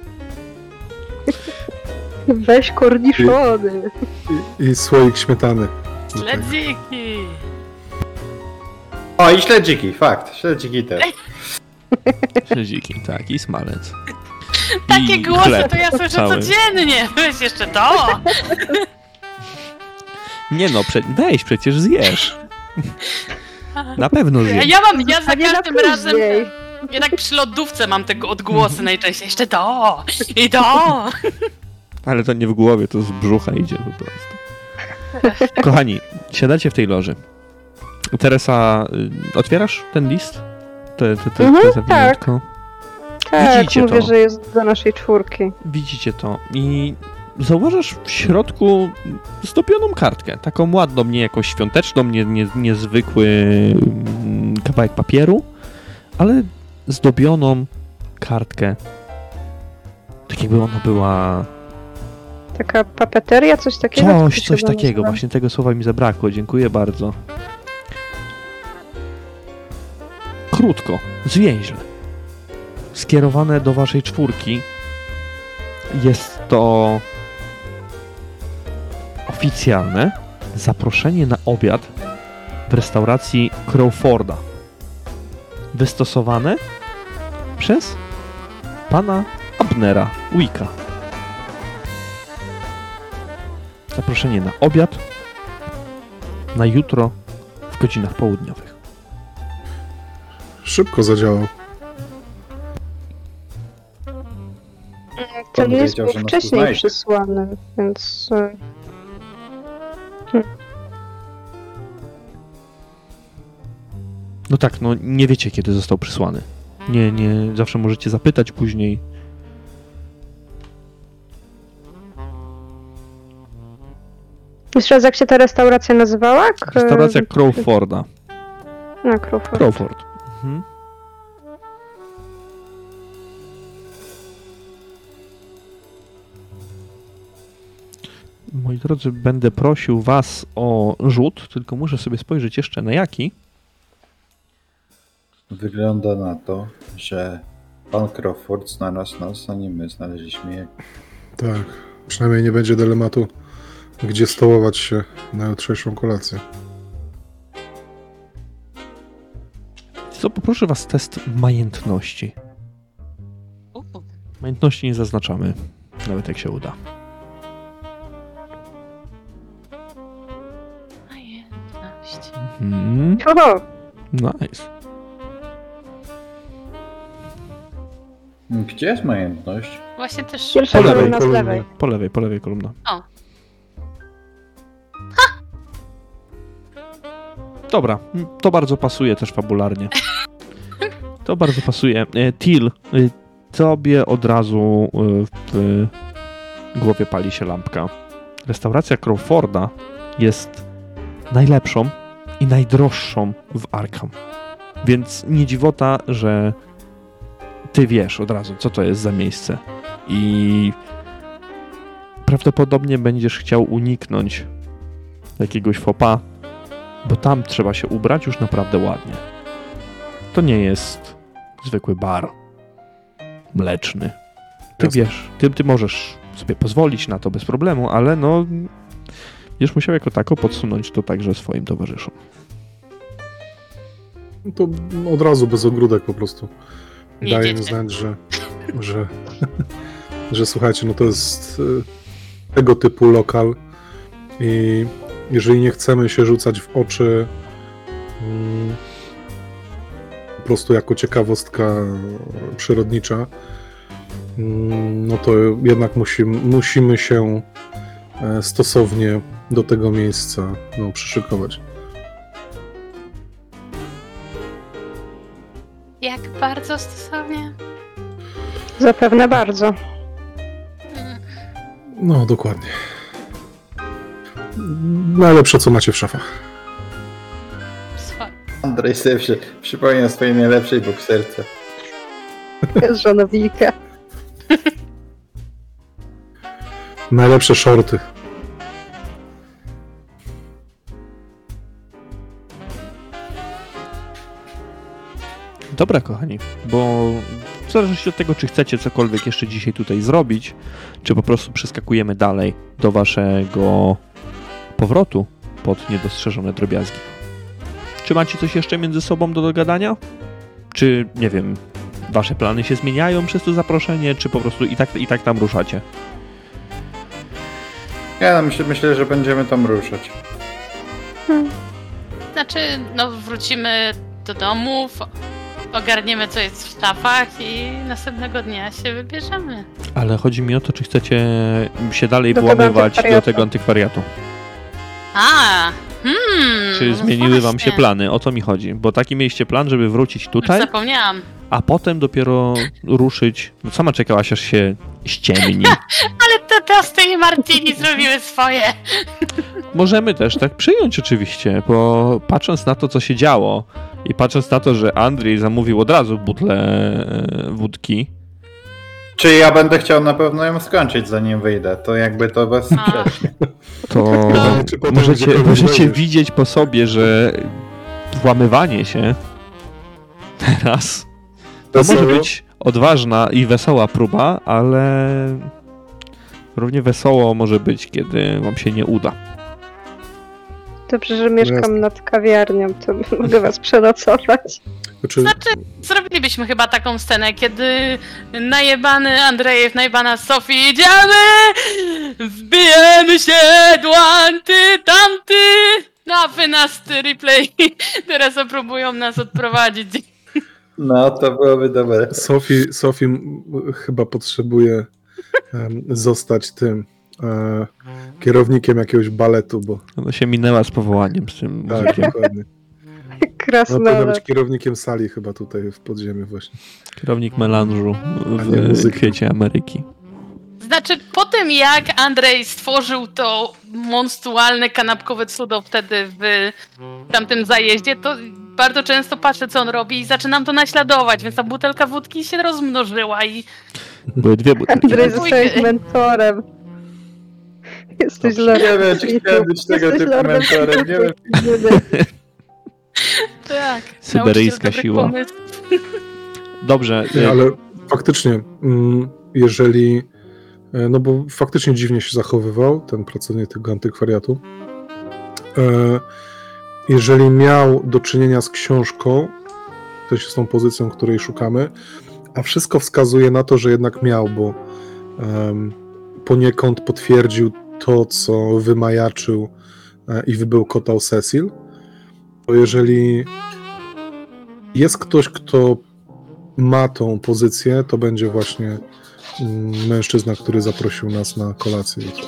Weź korniszony. I, i słoik śmietany. Śledziki. O, i śledziki, fakt, śledziki też. Śledziki, tak, i smalec. Takie I głosy chleb to ja słyszę cały. codziennie. Weź jeszcze to. Nie no, prze... weź, przecież zjesz. Na pewno zjesz. Ja mam, ja za A nie na każdym razem... później. Ja tak przy lodówce mam tego odgłosy najczęściej. Jeszcze to! I to! Ale to nie w głowie, to z brzucha idzie po prostu. Kochani, siadacie w tej loży. Teresa, y, otwierasz ten list? Te, te, te, Mhm, te zawiniątko? Tak, Widzicie mówię, to. że jest do naszej czwórki. Widzicie to i zauważasz w środku zdobioną kartkę. Taką ładną, nie jakąś świąteczną, nie, nie, niezwykły mm, kawałek papieru, ale zdobioną kartkę. Tak jakby ona była... Taka papeteria, coś takiego? Coś, Co się coś to takiego. nazywa? Właśnie tego słowa mi zabrakło. Dziękuję bardzo. Krótko, zwięźle. Skierowane do waszej czwórki. Jest to oficjalne zaproszenie na obiad w restauracji Crawforda. Wystosowane przez pana Abnera Wicka. Zaproszenie na obiad na jutro w godzinach południowych. Szybko zadziałał. Ten Pan list wiedział, był że nas wcześniej poznajecie. przysłany, więc... e, No tak, no nie wiecie, kiedy został przysłany. Nie, nie, zawsze możecie zapytać później. Jeszcze raz, jak się ta restauracja nazywała? K- Restauracja Crawforda. Na Crawford. Crawford. Mhm. Moi drodzy, będę prosił was o rzut, tylko muszę sobie spojrzeć jeszcze na jaki. Wygląda na to, że pan Crawford znalazł nas, a nie my znaleźliśmy jego. Tak. Przynajmniej nie będzie dylematu, gdzie stołować się na jutrzejszą kolację. Co, poproszę was test majętności. Majętności nie zaznaczamy, nawet jak się uda. Majętność. Mhm. Oho, Nice. Gdzie jest majętność? Właśnie też... pierwsza Po lewej kolumna z kolumnie. lewej. Po lewej, po lewej kolumna. O. Dobra, m, to bardzo pasuje też fabularnie. To bardzo pasuje. E, Til, e, tobie od razu e, w głowie pali się lampka. Restauracja Crawforda jest najlepszą i najdroższą w Arkham. Więc nie dziwota, że ty wiesz od razu, co to jest za miejsce. I prawdopodobnie będziesz chciał uniknąć jakiegoś faux pas, bo tam trzeba się ubrać już naprawdę ładnie. To nie jest zwykły bar mleczny. Ty Jasne. wiesz, ty, ty możesz sobie pozwolić na to bez problemu, ale no będziesz musiał jako tako podsunąć to także swoim towarzyszom. No to od razu bez ogródek po prostu. Nie Daję im idziecie. znać, że, że, że słuchajcie, no to jest y, tego typu lokal i jeżeli nie chcemy się rzucać w oczy mm, po prostu jako ciekawostka przyrodnicza, mm, no to jednak musi, musimy się e, stosownie do tego miejsca no, przyszykować. Jak bardzo stosownie? Zapewne bardzo. No, dokładnie. Najlepsze, co macie w szafach. Swo- Andrzej sobie przy, przypomina swojej najlepszej bokserce. Żonowika. Najlepsze shorty. Dobra, kochani, bo w zależności od tego, czy chcecie cokolwiek jeszcze dzisiaj tutaj zrobić, czy po prostu przeskakujemy dalej do waszego powrotu pod niedostrzeżone drobiazgi. Czy macie coś jeszcze między sobą do dogadania? Czy, nie wiem, wasze plany się zmieniają przez to zaproszenie, czy po prostu i tak, i tak tam ruszacie? Ja no, myślę, myślę, że będziemy tam ruszać. Znaczy, no wrócimy do domów, ogarniemy co jest w szafach i następnego dnia się wybierzemy. Ale chodzi mi o to, czy chcecie się dalej Do tego włamywać do antykwariatu. tego antykwariatu. A, hmm. Czy no zmieniły wam się właśnie. plany? O to mi chodzi. Bo taki mieliście plan, żeby wrócić Już tutaj, zapomniałam. a potem dopiero ruszyć. No sama czekałaś, aż się ściemni. Ale te tosty i martini zrobiły swoje. Możemy też tak przyjąć oczywiście, bo patrząc na to, co się działo i patrząc na to, że Andrzej zamówił od razu butlę e, wódki, Czy ja będę chciał na pewno ją skończyć, zanim wyjdę? To jakby to bezsprzecznie. to Czy potem możecie, gdziekolwiek możecie wejdziesz? widzieć po sobie, że włamywanie się teraz to Wesoło. może być odważna i wesoła próba, ale równie wesoło może być, kiedy wam się nie uda. Dobrze, że mieszkam Jasne. nad kawiarnią, to mogę was przenocować. Znaczy, Znaczy, zrobilibyśmy chyba taką scenę, kiedy najebany Andrzejew, najebana Sofii, jedziemy! Wbijemy się, dłanty, tamty! No a wy nas, ty replay, teraz próbują nas odprowadzić. No, to byłoby dobre. Sofii, Sofii m- chyba potrzebuje em, zostać tym e, kierownikiem jakiegoś baletu, bo Ona się minęła z powołaniem z tym tak, muzykiem. dokładnie. No powinna Krasnale. być kierownikiem sali chyba tutaj w podziemiu właśnie. Kierownik melanżu A nie w muzykiem. kwiecie Ameryki. Znaczy, po tym jak Andrzej stworzył to monstrualne kanapkowe cudo wtedy w tamtym zajeździe, to bardzo często patrzę, co on robi i zaczynam to naśladować, więc ta butelka wódki się rozmnożyła i Były dwie butelki. Andrzej, Dwójkę. zostałeś mentorem. Jesteś Dobrze. lordem. Nie wiem, czy chciałem być tego Jesteś typu lordem mentorem, nie wiem. tak. Syberyjska nauczyciel dobrych siła. pomysłów. Dobrze, Nie, e, ale faktycznie, mm, jeżeli, e, no bo faktycznie dziwnie się zachowywał ten pracownik tego antykwariatu, e, jeżeli miał do czynienia z książką, to jest z tą pozycją, której szukamy, a wszystko wskazuje na to, że jednak miał, bo em, poniekąd potwierdził to, co wymajaczył e, i wybełkotał Cecil, to jeżeli jest ktoś, kto ma tą pozycję, to będzie właśnie mm, mężczyzna, który zaprosił nas na kolację jutro.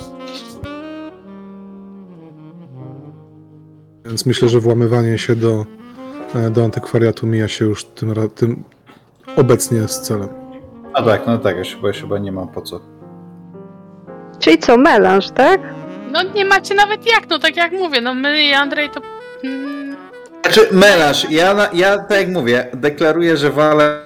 Więc myślę, że włamywanie się do, e, do antykwariatu mija się już tym, ra- tym obecnie z celem. No tak, no tak, już chyba, już chyba nie mam po co. Czyli co, melanż, tak? No nie macie nawet jak, no tak jak mówię, no my i Andrzej to... Mm, Znaczy, melanż, ja, na- ja tak jak mówię, deklaruję, że walę...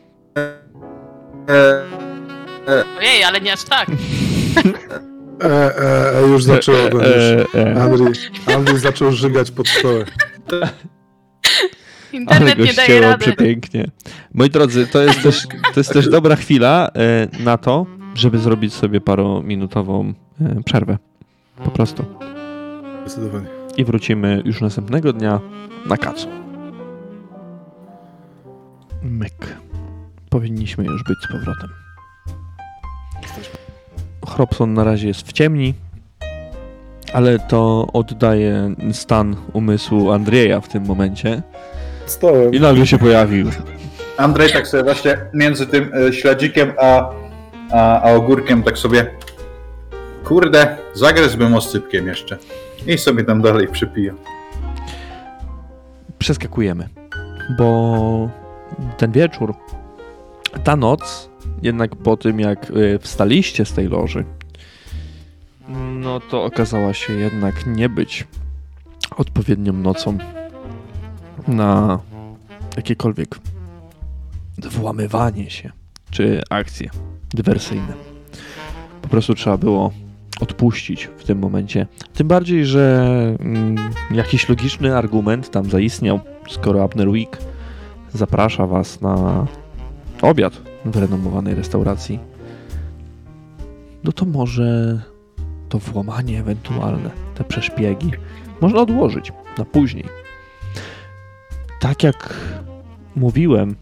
E, ojej, ale nie aż tak. E, e, e, już zaczęło, e, będziesz. e, e. Andrzej, Andrzej zaczął żygać pod stołem. Ale Internet go nie daje ścięło rady. przepięknie. Moi drodzy, to jest też, to jest też dobra chwila e, na to, żeby zrobić sobie parominutową e, przerwę. Po prostu. Zdecydowanie. I wrócimy już następnego dnia na kacu. Myk. Powinniśmy już być z powrotem. Hropson na razie jest w ciemni, ale to oddaje stan umysłu Andrzeja w tym momencie. Stołem. I nagle się pojawił. Andrzej tak sobie właśnie między tym e, śledzikiem a, a, a ogórkiem tak sobie kurde, zagryzłbym oscypkiem jeszcze. I sobie tam dalej przypiję. Przeskakujemy, bo ten wieczór, ta noc, jednak po tym jak y, wstaliście z tej loży, no to okazała się jednak nie być odpowiednią nocą na jakiekolwiek włamywanie się czy akcje dywersyjne. Po prostu trzeba było odpuścić w tym momencie. Tym bardziej, że mm, jakiś logiczny argument tam zaistniał, skoro Abner Week zaprasza was na obiad w renomowanej restauracji, no to może to włamanie ewentualne, te przeszpiegi można odłożyć na później. Tak jak mówiłem,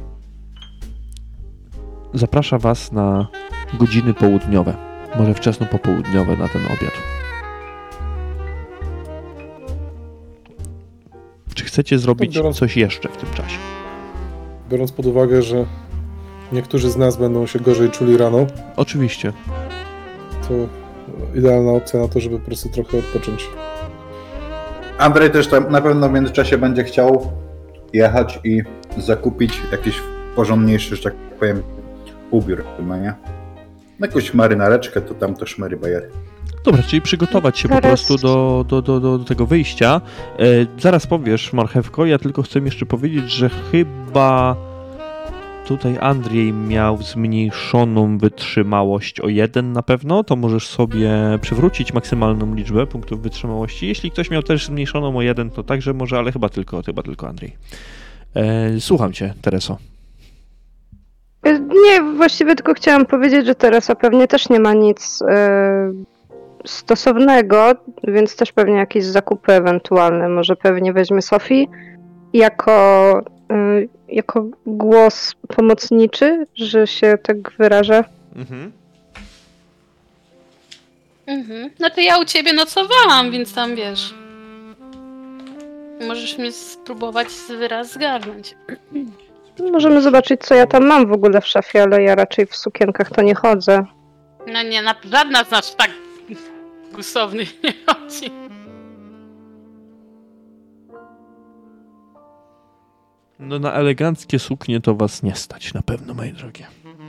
zaprasza was na godziny południowe, może wczesno popołudniowe na ten obiad. chcecie zrobić biorąc- coś jeszcze w tym czasie? Biorąc pod uwagę, że niektórzy z nas będą się gorzej czuli rano, Oczywiście. to idealna opcja na to, żeby po prostu trochę odpocząć. Andrzej też tam na pewno w międzyczasie będzie chciał jechać i zakupić jakiś porządniejszy, że tak powiem, ubiór, no nie? Jakąś marynareczkę, to tam to szmery bajery. Dobra, czyli przygotować się po Zaraz- prostu do, do, do, do, do tego wyjścia. E, zaraz powiesz, Marchewko, ja tylko chcę jeszcze powiedzieć, że chyba tutaj Andrzej miał zmniejszoną wytrzymałość o jeden na pewno, to możesz sobie przywrócić maksymalną liczbę punktów wytrzymałości. Jeśli ktoś miał też zmniejszoną o jeden, to także może, ale chyba tylko, chyba tylko Andrzej. E, słucham cię, Tereso. Nie, właściwie tylko chciałam powiedzieć, że Teresa pewnie też nie ma nic e, stosownego, więc też pewnie jakieś zakupy ewentualne. Może pewnie weźmie Sofii jako, e, jako głos pomocniczy, że się tak wyrażę. Mhm. Mhm. No to ja u ciebie nocowałam, więc tam wiesz. Możesz mnie spróbować wyraz zgarnąć. Możemy zobaczyć, co ja tam mam w ogóle w szafie, ale ja raczej w sukienkach to nie chodzę. No nie, na, żadna z nas tak gustownych nie chodzi. No na eleganckie suknie to was nie stać na pewno, moje drogie.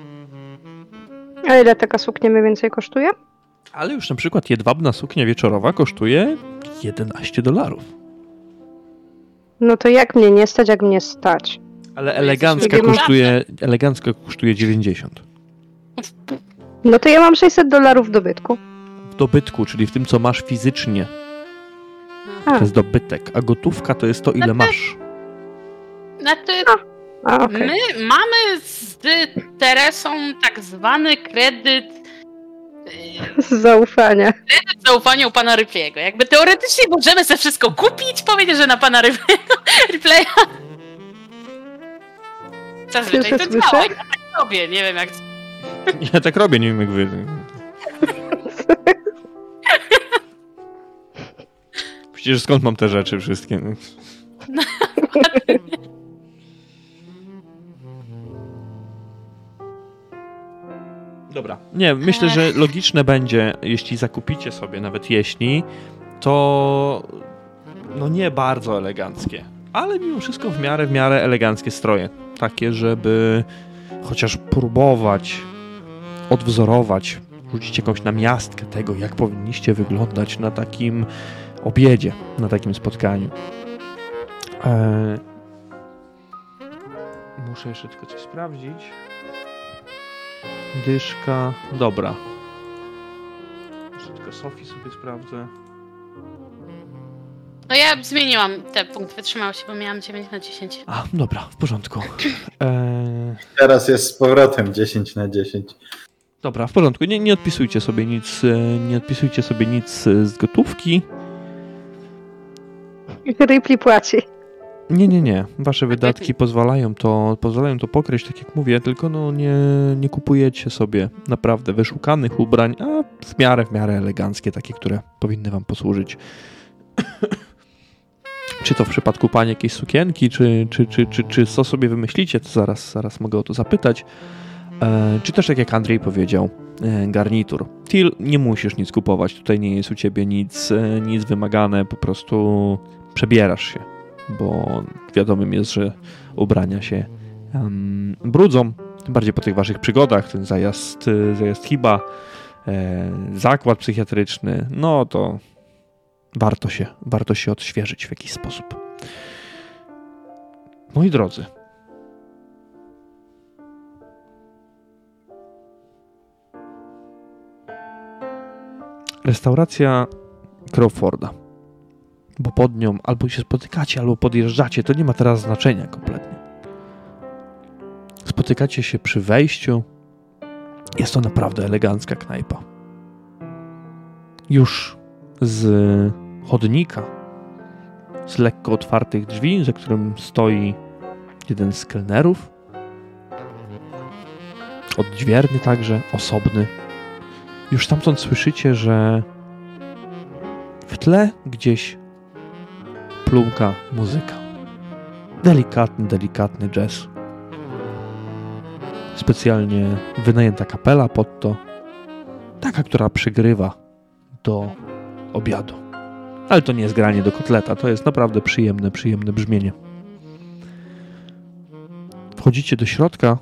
A ile taka suknia mniej więcej kosztuje? Ale już na przykład jedwabna suknia wieczorowa kosztuje jedenaście dolarów. No to jak mnie nie stać, jak mnie stać? Ale elegancka jesteśmy- kosztuje, elegancka kosztuje dziewięćdziesiąt. No to ja mam sześćset dolarów w dobytku. W dobytku, czyli w tym, co masz fizycznie. A. To jest dobytek, a gotówka to jest to, ile masz. Znaczy, A, okej. my mamy z Teresą tak zwany kredyt yy, Z zaufania. zaufania u pana Ripley'ego. Jakby teoretycznie możemy sobie wszystko kupić, powiedzieć, że na pana Ripley'ego, Ripley'a. Zazwyczaj Słyszę, to słyszę. działa, ja tak robię, nie wiem jak... Ja tak robię, nie wiem jak wy. Przecież skąd mam te rzeczy wszystkie? Dobra. Nie, myślę, że logiczne będzie, jeśli zakupicie sobie, nawet jeśli, to no nie bardzo eleganckie, ale mimo wszystko w miarę, w miarę eleganckie stroje. Takie, żeby chociaż próbować odwzorować, rzucić jakąś namiastkę tego, jak powinniście wyglądać na takim obiedzie, na takim spotkaniu. Eee... Muszę jeszcze tylko coś sprawdzić. Dyszka. Dobra. Jeszcze tylko Sofii sobie sprawdzę. No ja zmieniłam ten punkt wytrzymałości, bo miałam dziewięć na dziesięć. A, dobra, w porządku. Eee... Teraz jest z powrotem dziesięć na dziesięć. Dobra, w porządku. Nie, nie odpisujcie sobie nic, e, nie odpisujcie sobie nic e, z gotówki. Ripley płaci. Nie, nie, nie. Wasze wydatki pozwalają to, pozwalają to pokryć, tak jak mówię, tylko no nie, nie kupujecie sobie naprawdę wyszukanych ubrań, a w miarę, w miarę eleganckie, takie, które powinny wam posłużyć. Czy to w przypadku pani jakiejś sukienki, czy, czy, czy, czy, czy co sobie wymyślicie, to zaraz, zaraz mogę o to zapytać. E, czy też, tak jak Andrzej powiedział, e, garnitur. Til, nie musisz nic kupować, tutaj nie jest u ciebie nic, e, nic wymagane, po prostu przebierasz się, bo wiadomym jest, że ubrania się um, brudzą, tym bardziej po tych waszych przygodach, ten zajazd, e, zajazd Hiba, e, zakład psychiatryczny, no to warto się, warto się odświeżyć w jakiś sposób. Moi drodzy, restauracja Crawforda, bo pod nią albo się spotykacie, albo podjeżdżacie, to nie ma teraz znaczenia kompletnie. Spotykacie się przy wejściu, jest to naprawdę elegancka knajpa. Już z chodnika, z lekko otwartych drzwi, za którym stoi jeden z kelnerów, odźwierny także, osobny. Już stamtąd słyszycie, że w tle gdzieś plumka muzyka. Delikatny, delikatny jazz. Specjalnie wynajęta kapela pod to. Taka, która przygrywa do obiadu. Ale to nie jest granie do kotleta, to jest naprawdę przyjemne, przyjemne brzmienie. Wchodzicie do środka.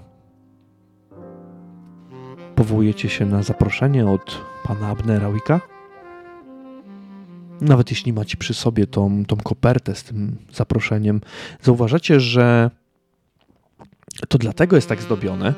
Powołujecie się na zaproszenie od pana Abnera Wicka. Nawet jeśli macie przy sobie tą, tą kopertę z tym zaproszeniem, zauważacie, że to dlatego jest tak zdobione,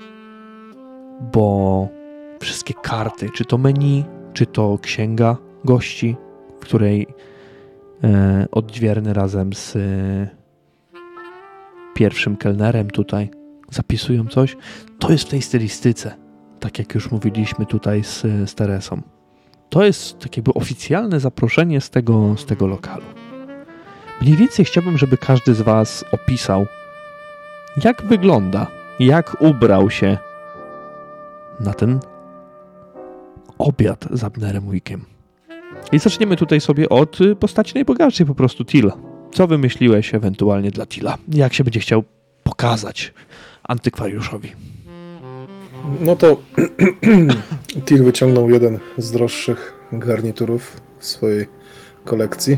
bo wszystkie karty, czy to menu, czy to księga gości, w której e, odźwierny razem z e, pierwszym kelnerem tutaj zapisują coś, to jest w tej stylistyce, tak jak już mówiliśmy tutaj z, z Teresą. To jest tak jakby oficjalne zaproszenie z tego, z tego lokalu. Mniej więcej chciałbym, żeby każdy z was opisał, jak wygląda, jak ubrał się na ten obiad z Abnerem Wickiem. I zaczniemy tutaj sobie od postaci najbogatszej, po prostu Till. Co wymyśliłeś ewentualnie dla Tilla? Jak się będzie chciał pokazać antykwariuszowi? No to Till wyciągnął jeden z droższych garniturów w swojej kolekcji.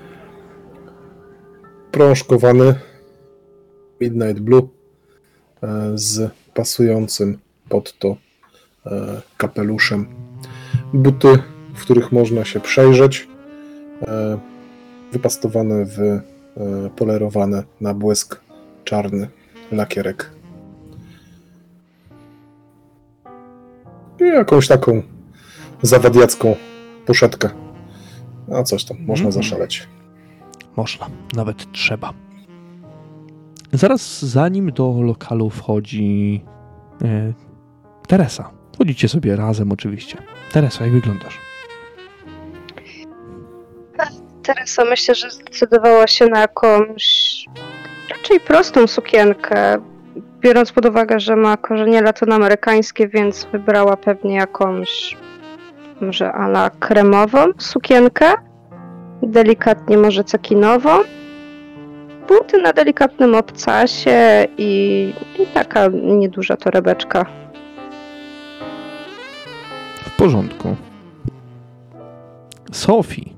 Prążkowany Midnight Blue z pasującym pod to kapeluszem. Buty, w których można się przejrzeć, wypastowane w polerowane na błysk czarny lakierek. I jakąś taką zawadiacką poszetkę. A coś tam, można Mhm. zaszaleć. Można, nawet trzeba. Zaraz zanim do lokalu wchodzi e, Teresa. Chodzicie sobie razem oczywiście. Teresa, jak wyglądasz? Teresa myślę, że zdecydowała się na jakąś raczej prostą sukienkę, biorąc pod uwagę, że ma korzenie latynoamerykańskie, więc wybrała pewnie jakąś może a la kremową sukienkę, delikatnie może cekinową, buty na delikatnym obcasie i, i taka nieduża torebeczka. W porządku. Sophie.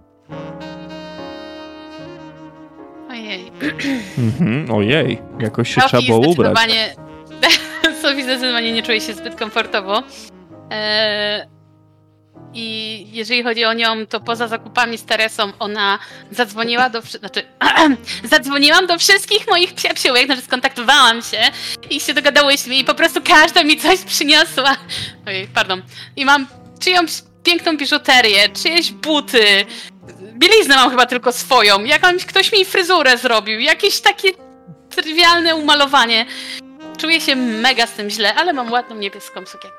Ojej. Mhm, ojej, jakoś się Sophie trzeba było ubrać. zdecydowanie... Sophie zdecydowanie nie czuje się zbyt komfortowo. Eee, I jeżeli chodzi o nią, to poza zakupami z Teresą ona zadzwoniła do... wszy- Znaczy, zadzwoniłam do wszystkich moich przyjaciółek, znaczy skontaktowałam się i się dogadałyśmy i po prostu każda mi coś przyniosła. Ojej, pardon. I mam czyjąś piękną biżuterię, czyjeś buty, bieliznę mam chyba tylko swoją, jakąś ktoś mi fryzurę zrobił, jakieś takie trywialne umalowanie. Czuję się mega z tym źle, ale mam ładną niebieską sukienkę.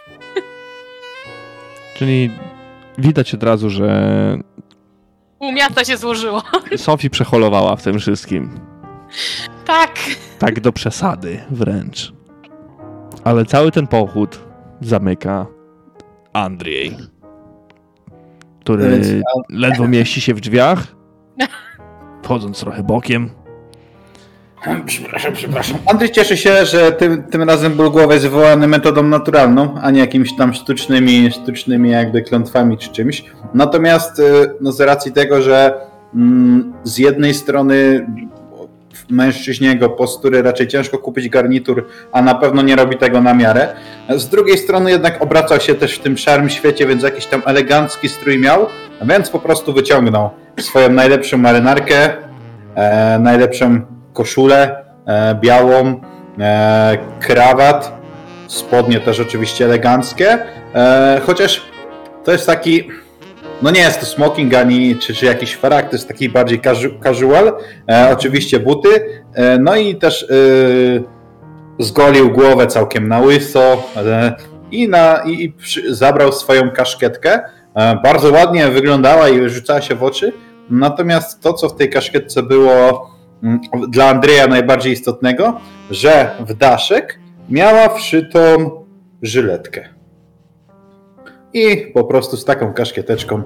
Czyli widać od razu, że Pół miasta się złożyło. Sophie przeholowała w tym wszystkim. Tak. Tak do przesady wręcz. Ale cały ten pochód zamyka Andrzej, który Więc- ledwo mieści się w drzwiach, wchodząc trochę bokiem. Przepraszam, przepraszam. Andrzej cieszy się, że tym, tym razem ból głowy jest wywołany metodą naturalną, a nie jakimiś tam sztucznymi, sztucznymi jakby klątwami czy czymś. Natomiast no z racji tego, że mm, z jednej strony mężczyźnie jego postury raczej ciężko kupić garnitur, a na pewno nie robi tego na miarę. Z drugiej strony jednak obracał się też w tym szarym świecie, więc jakiś tam elegancki strój miał, więc po prostu wyciągnął swoją najlepszą marynarkę, e, najlepszą koszulę e, białą, e, krawat, spodnie też oczywiście eleganckie, e, chociaż to jest taki, no nie jest to smoking ani czy, czy jakiś farak, to jest taki bardziej casu- casual, e, oczywiście buty, e, no i też e, zgolił głowę całkiem na łyso e, i, na, i, i przy, zabrał swoją kaszkietkę, e, bardzo ładnie wyglądała i rzucała się w oczy, natomiast to, co w tej kaszkietce było dla Andrzeja najbardziej istotnego, że w daszek miała wszytą żyletkę. I po prostu z taką kaszkieteczką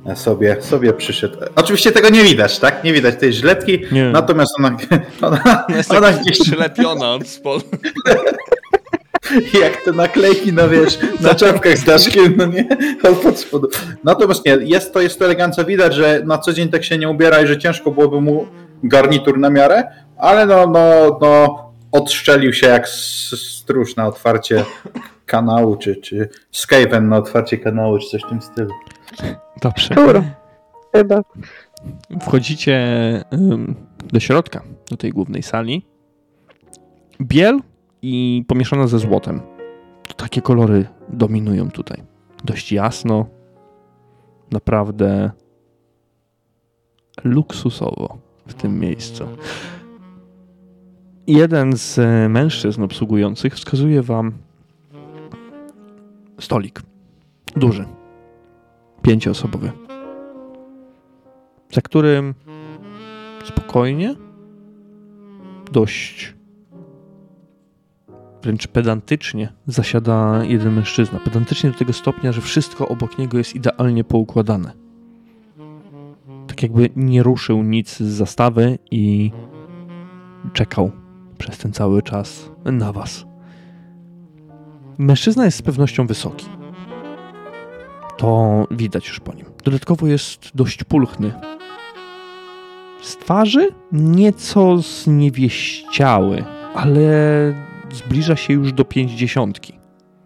sobie, sobie przyszedł. Oczywiście tego nie widać, tak? Nie widać tej żyletki, Nie. natomiast ona, ona, Jest ona tak gdzieś przylepiona od spodu. jak te naklejki, no wiesz, na czapkach z daszkiem, no nie, od pod spodu. Natomiast nie, jest to, jest to elegancja, widać, że na co dzień tak się nie ubiera i że ciężko byłoby mu garnitur na miarę, ale no, no, no odszczelił się jak stróż na otwarcie kanału, czy, czy Skaven na otwarcie kanału, czy coś w tym stylu. Dobrze. Szczur. Chyba. Wchodzicie ym, do środka, do tej głównej sali. Biel i pomieszana ze złotem. Takie kolory dominują tutaj. Dość jasno. Naprawdę luksusowo w tym miejscu. Jeden z mężczyzn obsługujących wskazuje wam stolik. Duży. Pięcioosobowy. Za którym spokojnie, dość wręcz pedantycznie zasiada jeden mężczyzna. Pedantycznie do tego stopnia, że wszystko obok niego jest idealnie poukładane. Tak jakby nie ruszył nic z zastawy i czekał przez ten cały czas na was. Mężczyzna jest z pewnością wysoki. To widać już po nim. Dodatkowo jest dość pulchny. Z twarzy nieco zniewieściały, ale zbliża się już do pięćdziesiątki.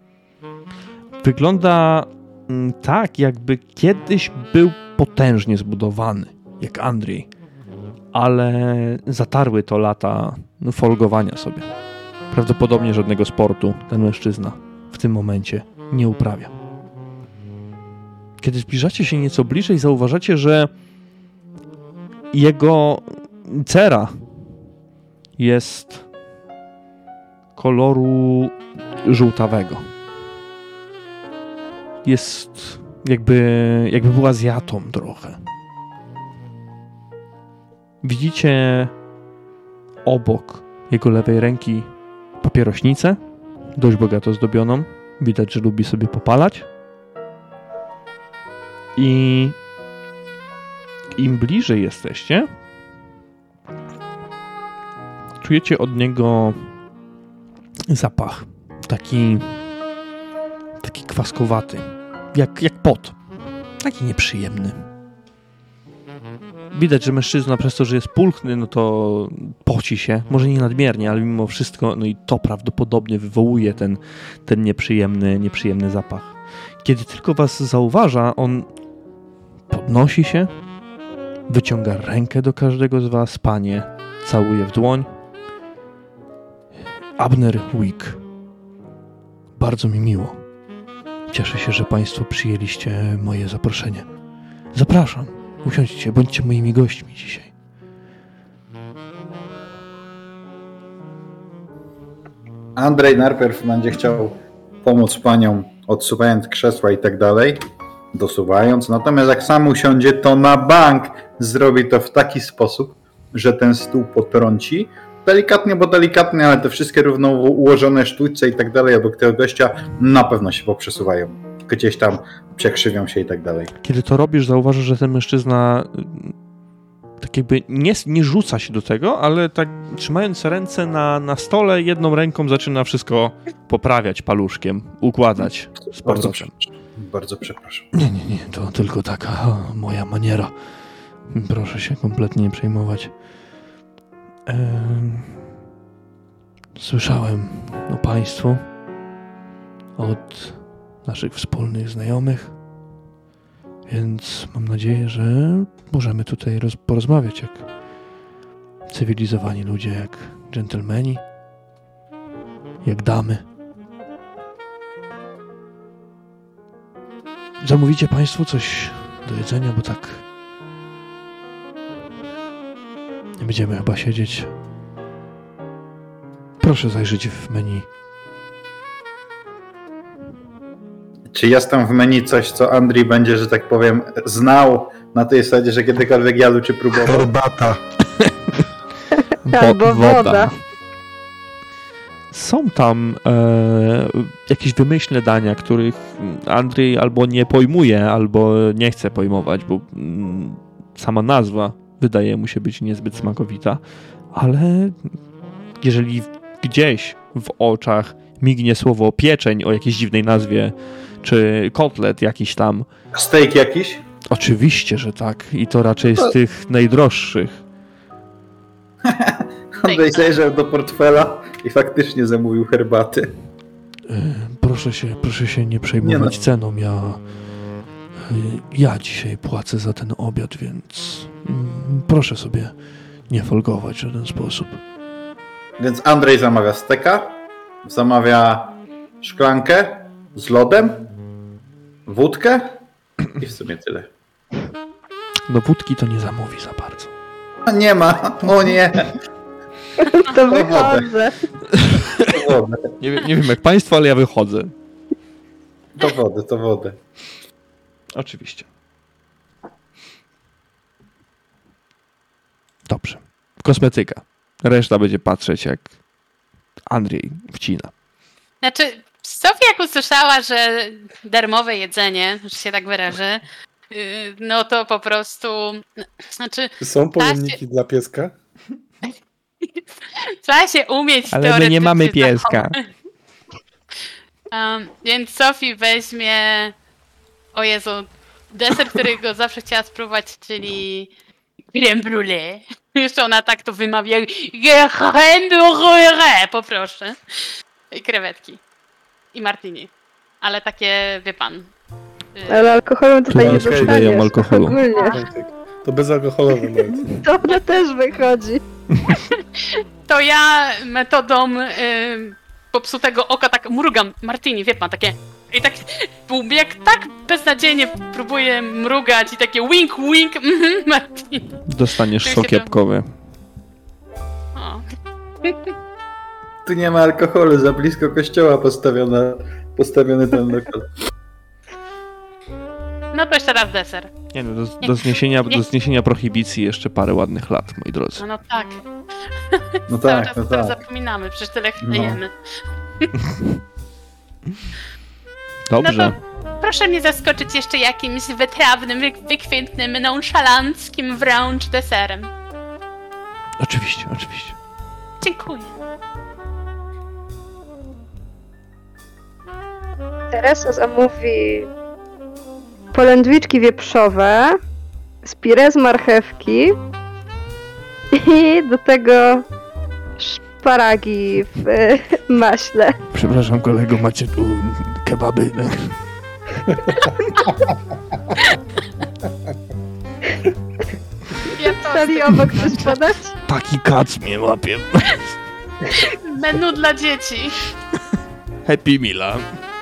Wygląda tak, jakby kiedyś był potężnie zbudowany, jak Andrzej, ale zatarły to lata folgowania sobie. Prawdopodobnie żadnego sportu ten mężczyzna w tym momencie nie uprawia. Kiedy zbliżacie się nieco bliżej, zauważacie, że jego cera jest koloru żółtawego. Jest jakby, jakby był Azjatą trochę. Widzicie obok jego lewej ręki papierośnicę, dość bogato zdobioną. Widać, że lubi sobie popalać. I im bliżej jesteście, czujecie od niego zapach. Taki taki kwaskowaty. Jak, jak pot. Taki nieprzyjemny. Widać, że mężczyzna przez to, że jest pulchny, no to poci się. Może nie nadmiernie, ale mimo wszystko, no i to prawdopodobnie wywołuje ten, ten nieprzyjemny, nieprzyjemny zapach. Kiedy tylko was zauważa, on podnosi się, wyciąga rękę do każdego z was, panie, całuje w dłoń. Abner Wick. Bardzo mi miło. Cieszę się, że państwo przyjęliście moje zaproszenie. Zapraszam. Usiądźcie, bądźcie moimi gośćmi dzisiaj. Andrzej najpierw będzie chciał pomóc paniom, odsuwając krzesła i tak dalej, dosuwając. Natomiast jak sam usiądzie, to na bank zrobi to w taki sposób, że ten stół potrąci. Delikatnie, bo delikatnie, ale te wszystkie równo ułożone sztućce i tak dalej obok tego gościa na pewno się poprzesuwają. Gdzieś tam przekrzywią się i tak dalej. Kiedy to robisz, zauważysz, że ten mężczyzna tak jakby nie, nie rzuca się do tego, ale tak trzymając ręce na, na stole, jedną ręką zaczyna wszystko poprawiać paluszkiem, układać z Bardzo powrotem. przepraszam. Bardzo przepraszam. Nie, nie, nie, to tylko taka o, moja maniera. Proszę się kompletnie nie przejmować. Ehm, słyszałem o państwu od naszych wspólnych znajomych, więc mam nadzieję, że możemy tutaj roz- porozmawiać jak cywilizowani ludzie, jak dżentelmeni, jak damy. Zamówicie państwo coś do jedzenia, bo tak nie będziemy chyba siedzieć. Proszę zajrzeć w menu. Czy jest tam w menu coś, co Andrzej będzie, że tak powiem, znał na tej zasadzie, że kiedykolwiek jadł czy próbował? Herbata. Wo- Albo woda. są tam e, jakieś wymyślne dania, których Andrzej albo nie pojmuje, albo nie chce pojmować, bo mm, sama nazwa wydaje mu się być niezbyt smakowita, ale jeżeli gdzieś w oczach mignie słowo pieczeń o jakiejś dziwnej nazwie, czy kotlet jakiś tam. Steak jakiś? Oczywiście, że tak. I to raczej z tych najdroższych. Andrzej zajrzał do portfela i faktycznie zamówił herbaty. Proszę się, proszę się nie przejmować nie no. ceną. Ja, ja dzisiaj płacę za ten obiad, więc proszę sobie nie folgować w żaden sposób. Więc Andrzej zamawia steka, zamawia szklankę z lodem, wódkę i w sumie tyle. No wódki to nie zamówi za bardzo. Nie ma, o nie. To wychodzę. To wodę. Nie, nie wiem jak państwo, ale ja wychodzę. To wodę, to wodę. Oczywiście. Dobrze. Kosmetyka. Reszta będzie patrzeć jak Andrzej wcina. Znaczy, Sofia jak usłyszała, że darmowe jedzenie, że się tak wyrażę, no to po prostu, znaczy... Są pojemniki dla pieska? Trzeba się umieć ale my nie mamy pieska. Um, więc Sofii weźmie, o Jezu, deser, którego zawsze chciała spróbować, czyli crème brûlée. Jeszcze ona tak to wymawia. Crème brûlée, poproszę. I krewetki. I martini. Ale takie, wie pan. Ale alkoholu tutaj tu nie okay. dostaniesz. Alkoholu. Ogólnie. To bezalkoholowe nawet. To ona też wychodzi. To ja metodą y, popsutego oka tak mrugam. Martini, wie pan, takie... I tak jak tak beznadziejnie próbuję mrugać i takie wink, wink, mhm, Martini. Dostaniesz sok jabłkowy. O. Tu nie ma alkoholu, za blisko kościoła postawiona, postawiony ten lokal. No to jeszcze raz deser. Nie no, do, do, zniesienia, do zniesienia prohibicji jeszcze parę ładnych lat, moi drodzy. No, no tak. No Cały tak, czas no o tym tak. zapominamy, przecież tyle No. jemy. Dobrze. No to proszę mnie zaskoczyć jeszcze jakimś wytrawnym, wy- wykwintnym, nonszalanckim wręcz deserem. Oczywiście, oczywiście. Dziękuję. Teresa zamówi polędwiczki wieprzowe z pire z marchewki i do tego szparagi w y, maśle. Przepraszam kolego, macie tu kebaby. Ja to Stali obok chcesz podać? Taki kac mnie łapie. menu dla dzieci. Happy Meala.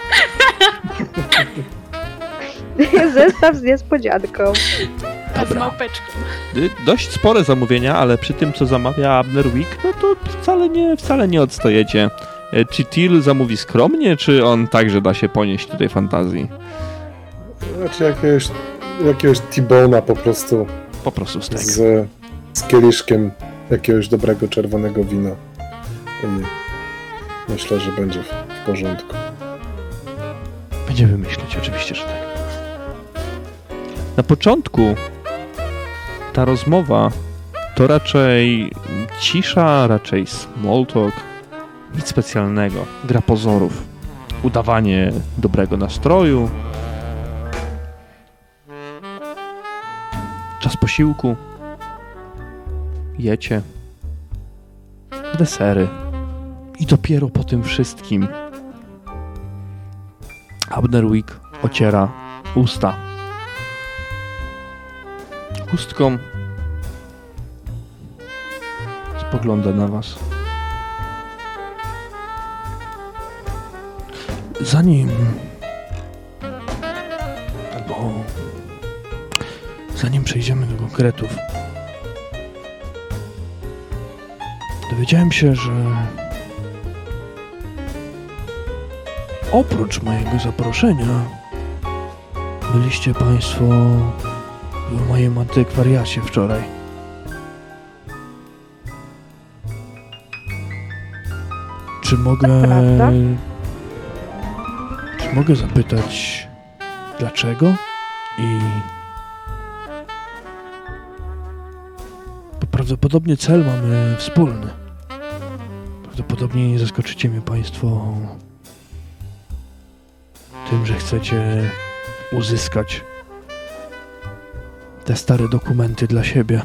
Zestaw z niespodzianką. A z małpeczką. Dość spore zamówienia, ale przy tym, co zamawia Abner Week, no to wcale nie, wcale nie odstojecie. Czy Till zamówi skromnie, czy on także da się ponieść tutaj fantazji? Znaczy jakiegoś, jakiegoś T-bone'a po prostu. Po prostu steak. Z, z kieliszkiem jakiegoś dobrego czerwonego wina. I myślę, że będzie w, w porządku. Będziemy myśleć, oczywiście, że tak. Na początku ta rozmowa to raczej cisza, raczej small talk, nic specjalnego. Gra pozorów, udawanie dobrego nastroju, czas posiłku, jecie, desery i dopiero po tym wszystkim Abner Week ociera usta chustką, spogląda na was. Zanim albo zanim przejdziemy do konkretów, dowiedziałem się, że oprócz mojego zaproszenia byliście państwo w moim antykwariacie wczoraj. Czy mogę... Prawda? Czy mogę zapytać dlaczego? I... Bo prawdopodobnie cel mamy wspólny. Prawdopodobnie nie zaskoczycie mnie państwo tym, że chcecie uzyskać te stare dokumenty dla siebie.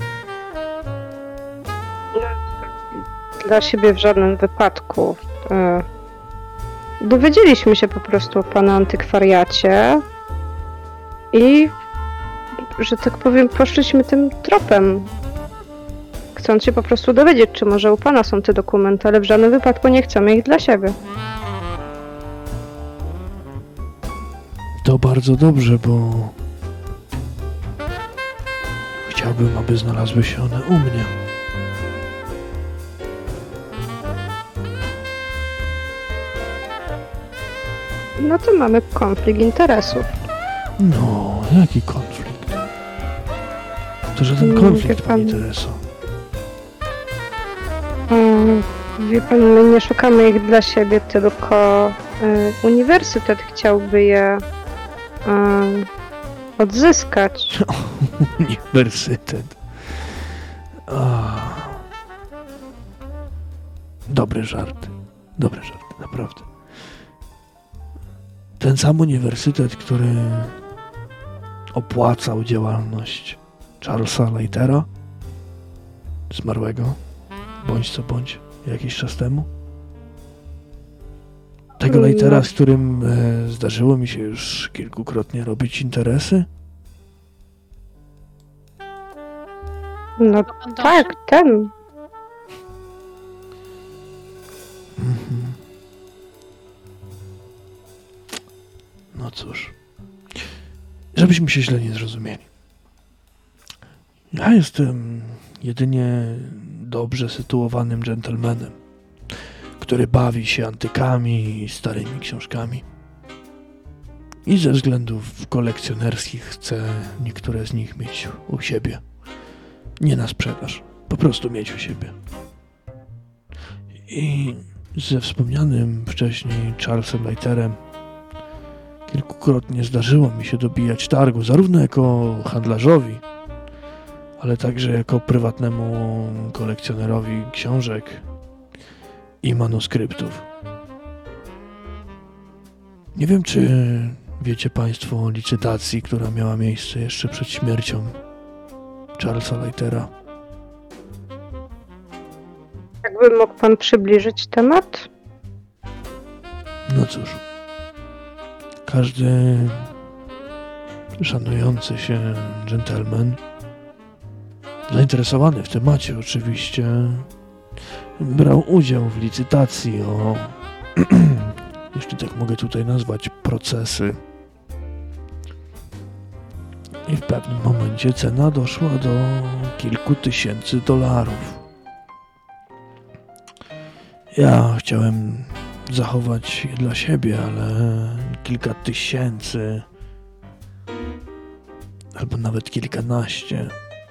Dla siebie w żadnym wypadku. E, Dowiedzieliśmy się po prostu o pana antykwariacie i, że tak powiem, poszliśmy tym tropem. Chcąc się po prostu dowiedzieć, czy może u pana są te dokumenty, ale w żadnym wypadku nie chcemy ich dla siebie. To bardzo dobrze, bo chciałbym, aby znalazły się one u mnie. No to mamy konflikt interesów. No, jaki konflikt? To żaden Mm, konflikt, wie pani pan- Tereso. Mm, Wie pan, my nie szukamy ich dla siebie, tylko y, uniwersytet chciałby je y, odzyskać. Uniwersytet. Ah. Dobre żarty. Dobre żarty, naprawdę. Ten sam uniwersytet, który opłacał działalność Charlesa Lightera, zmarłego, bądź co bądź, jakiś czas temu. Tego No. Lightera, z którym e, zdarzyło mi się już kilkukrotnie robić interesy. No Pan tak, ten. Mhm. No cóż. Żebyśmy się źle nie zrozumieli. Ja jestem jedynie dobrze sytuowanym dżentelmenem, który bawi się antykami i starymi książkami. I ze względów kolekcjonerskich chcę niektóre z nich mieć u siebie. Nie na sprzedaż, po prostu mieć u siebie. I ze wspomnianym wcześniej Charlesem Lighterem kilkukrotnie zdarzyło mi się dobijać targu, zarówno jako handlarzowi, ale także jako prywatnemu kolekcjonerowi książek i manuskryptów. Nie wiem, czy wiecie państwo o licytacji, która miała miejsce jeszcze przed śmiercią Charlesa Lightera. Jakby mógł pan przybliżyć temat? No cóż, każdy szanujący się dżentelmen, zainteresowany w temacie oczywiście, brał udział w licytacji o, jeśli tak mogę tutaj nazwać, procesy. I w pewnym momencie cena doszła do kilku tysięcy dolarów. Ja chciałem zachować je dla siebie, ale kilka tysięcy albo nawet kilkanaście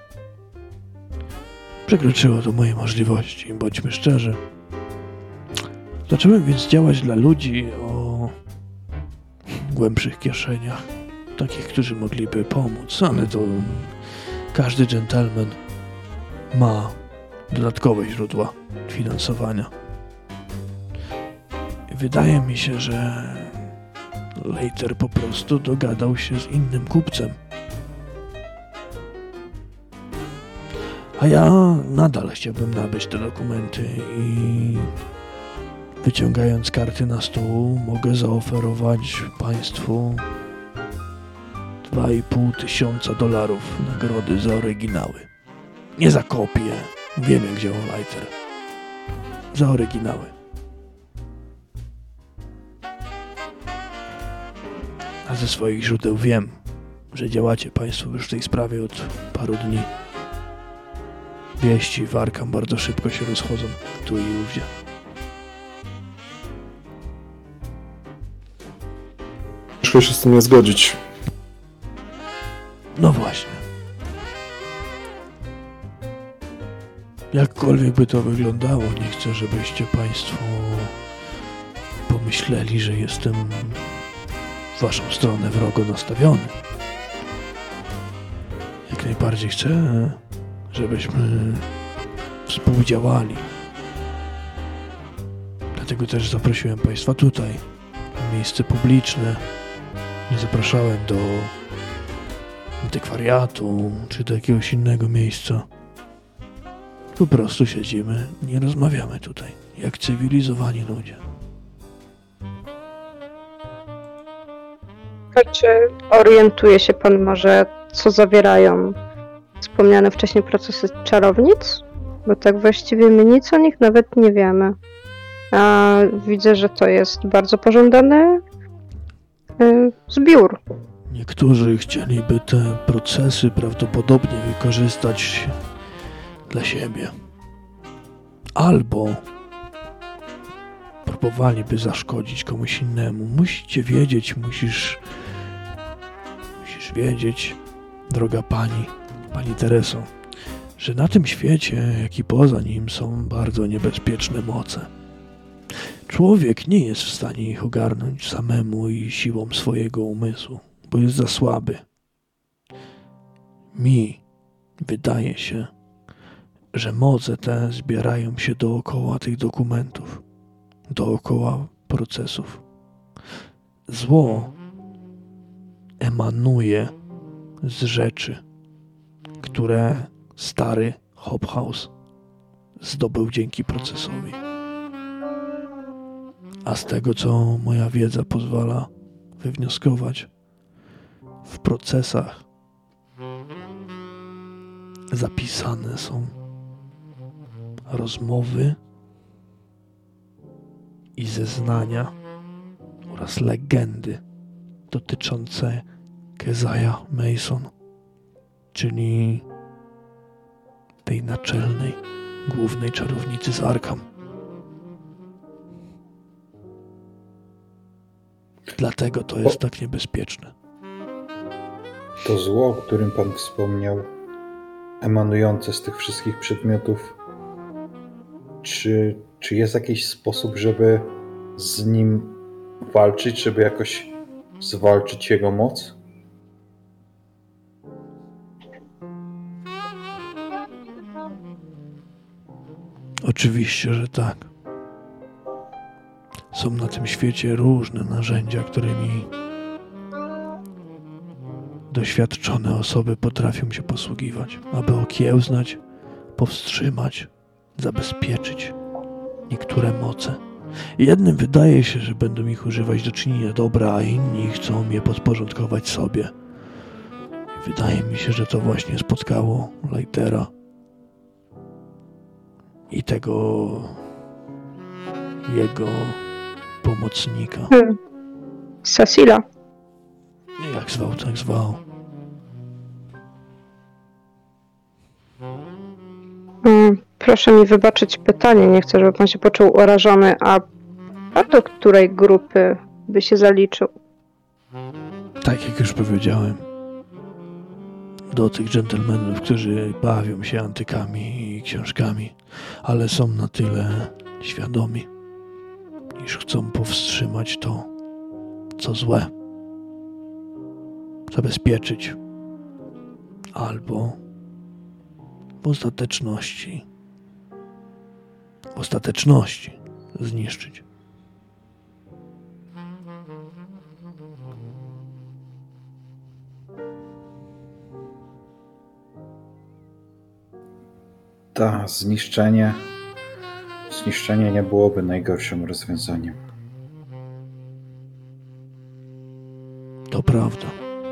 przekroczyło to moje możliwości, bądźmy szczerzy. Zacząłem więc działać dla ludzi o głębszych kieszeniach, takich, którzy mogliby pomóc, ale to każdy dżentelmen ma dodatkowe źródła finansowania. Wydaje mi się, że Lighter po prostu dogadał się z innym kupcem. A ja nadal chciałbym nabyć te dokumenty i wyciągając karty na stół mogę zaoferować państwu dwa i pół tysiąca dolarów nagrody za oryginały. Nie za kopie. Wiem, jak działa Lighter. Za oryginały. A ze swoich źródeł wiem, że działacie państwo już w tej sprawie od paru dni. Wieści w Arkham bardzo szybko się rozchodzą, tu i ówdzie. Ciężko się z tym nie zgodzić. No właśnie. Jakkolwiek by to wyglądało, nie chcę, żebyście państwo pomyśleli, że jestem w waszą stronę wrogo nastawiony. Jak najbardziej chcę, żebyśmy współdziałali. Dlatego też zaprosiłem państwa tutaj, w miejsce publiczne. Nie zapraszałem do antykwariatu czy do jakiegoś innego miejsca. Po prostu siedzimy, nie rozmawiamy tutaj, jak cywilizowani ludzie. A czy orientuje się pan może, co zawierają wspomniane wcześniej procesy czarownic? Bo tak właściwie my nic o nich nawet nie wiemy. A widzę, że to jest bardzo pożądany y, zbiór. Niektórzy chcieliby te procesy prawdopodobnie wykorzystać dla siebie. Albo próbowaliby zaszkodzić komuś innemu. Musicie wiedzieć, musisz... Musisz wiedzieć, droga pani, pani Tereso, że na tym świecie, jak i poza nim, są bardzo niebezpieczne moce. Człowiek nie jest w stanie ich ogarnąć samemu i siłą swojego umysłu, bo jest za słaby. Mi wydaje się, że moce te zbierają się dookoła tych dokumentów, dookoła procesów. Zło emanuje z rzeczy, które stary Hobhouse zdobył dzięki procesowi. A z tego, co moja wiedza pozwala wywnioskować, w procesach zapisane są rozmowy i zeznania oraz legendy dotyczące Keziah Mason, czyli tej naczelnej, głównej czarownicy z Arkham. Dlatego to jest tak niebezpieczne. To zło, o którym pan wspomniał, emanujące z tych wszystkich przedmiotów, czy, czy jest jakiś sposób, żeby z nim walczyć, żeby jakoś zwalczyć jego moc? Oczywiście, że tak. Są na tym świecie różne narzędzia, którymi doświadczone osoby potrafią się posługiwać, aby okiełznać, powstrzymać, zabezpieczyć niektóre moce. Jednym wydaje się, że będą ich używać do czynienia dobra, a inni chcą je podporządkować sobie. Wydaje mi się, że to właśnie spotkało Lightera i tego jego pomocnika. Hmm. Cecila. Jak zwał, tak zwał. Hmm. Proszę mi wybaczyć pytanie, nie chcę, żeby pan się poczuł urażony, a pan do której grupy by się zaliczył? Tak jak już powiedziałem, do tych dżentelmenów, którzy bawią się antykami i książkami, ale są na tyle świadomi, iż chcą powstrzymać to, co złe, zabezpieczyć, albo w ostateczności, w ostateczności zniszczyć. Ta, zniszczenie. Zniszczenie nie byłoby najgorszym rozwiązaniem. To prawda.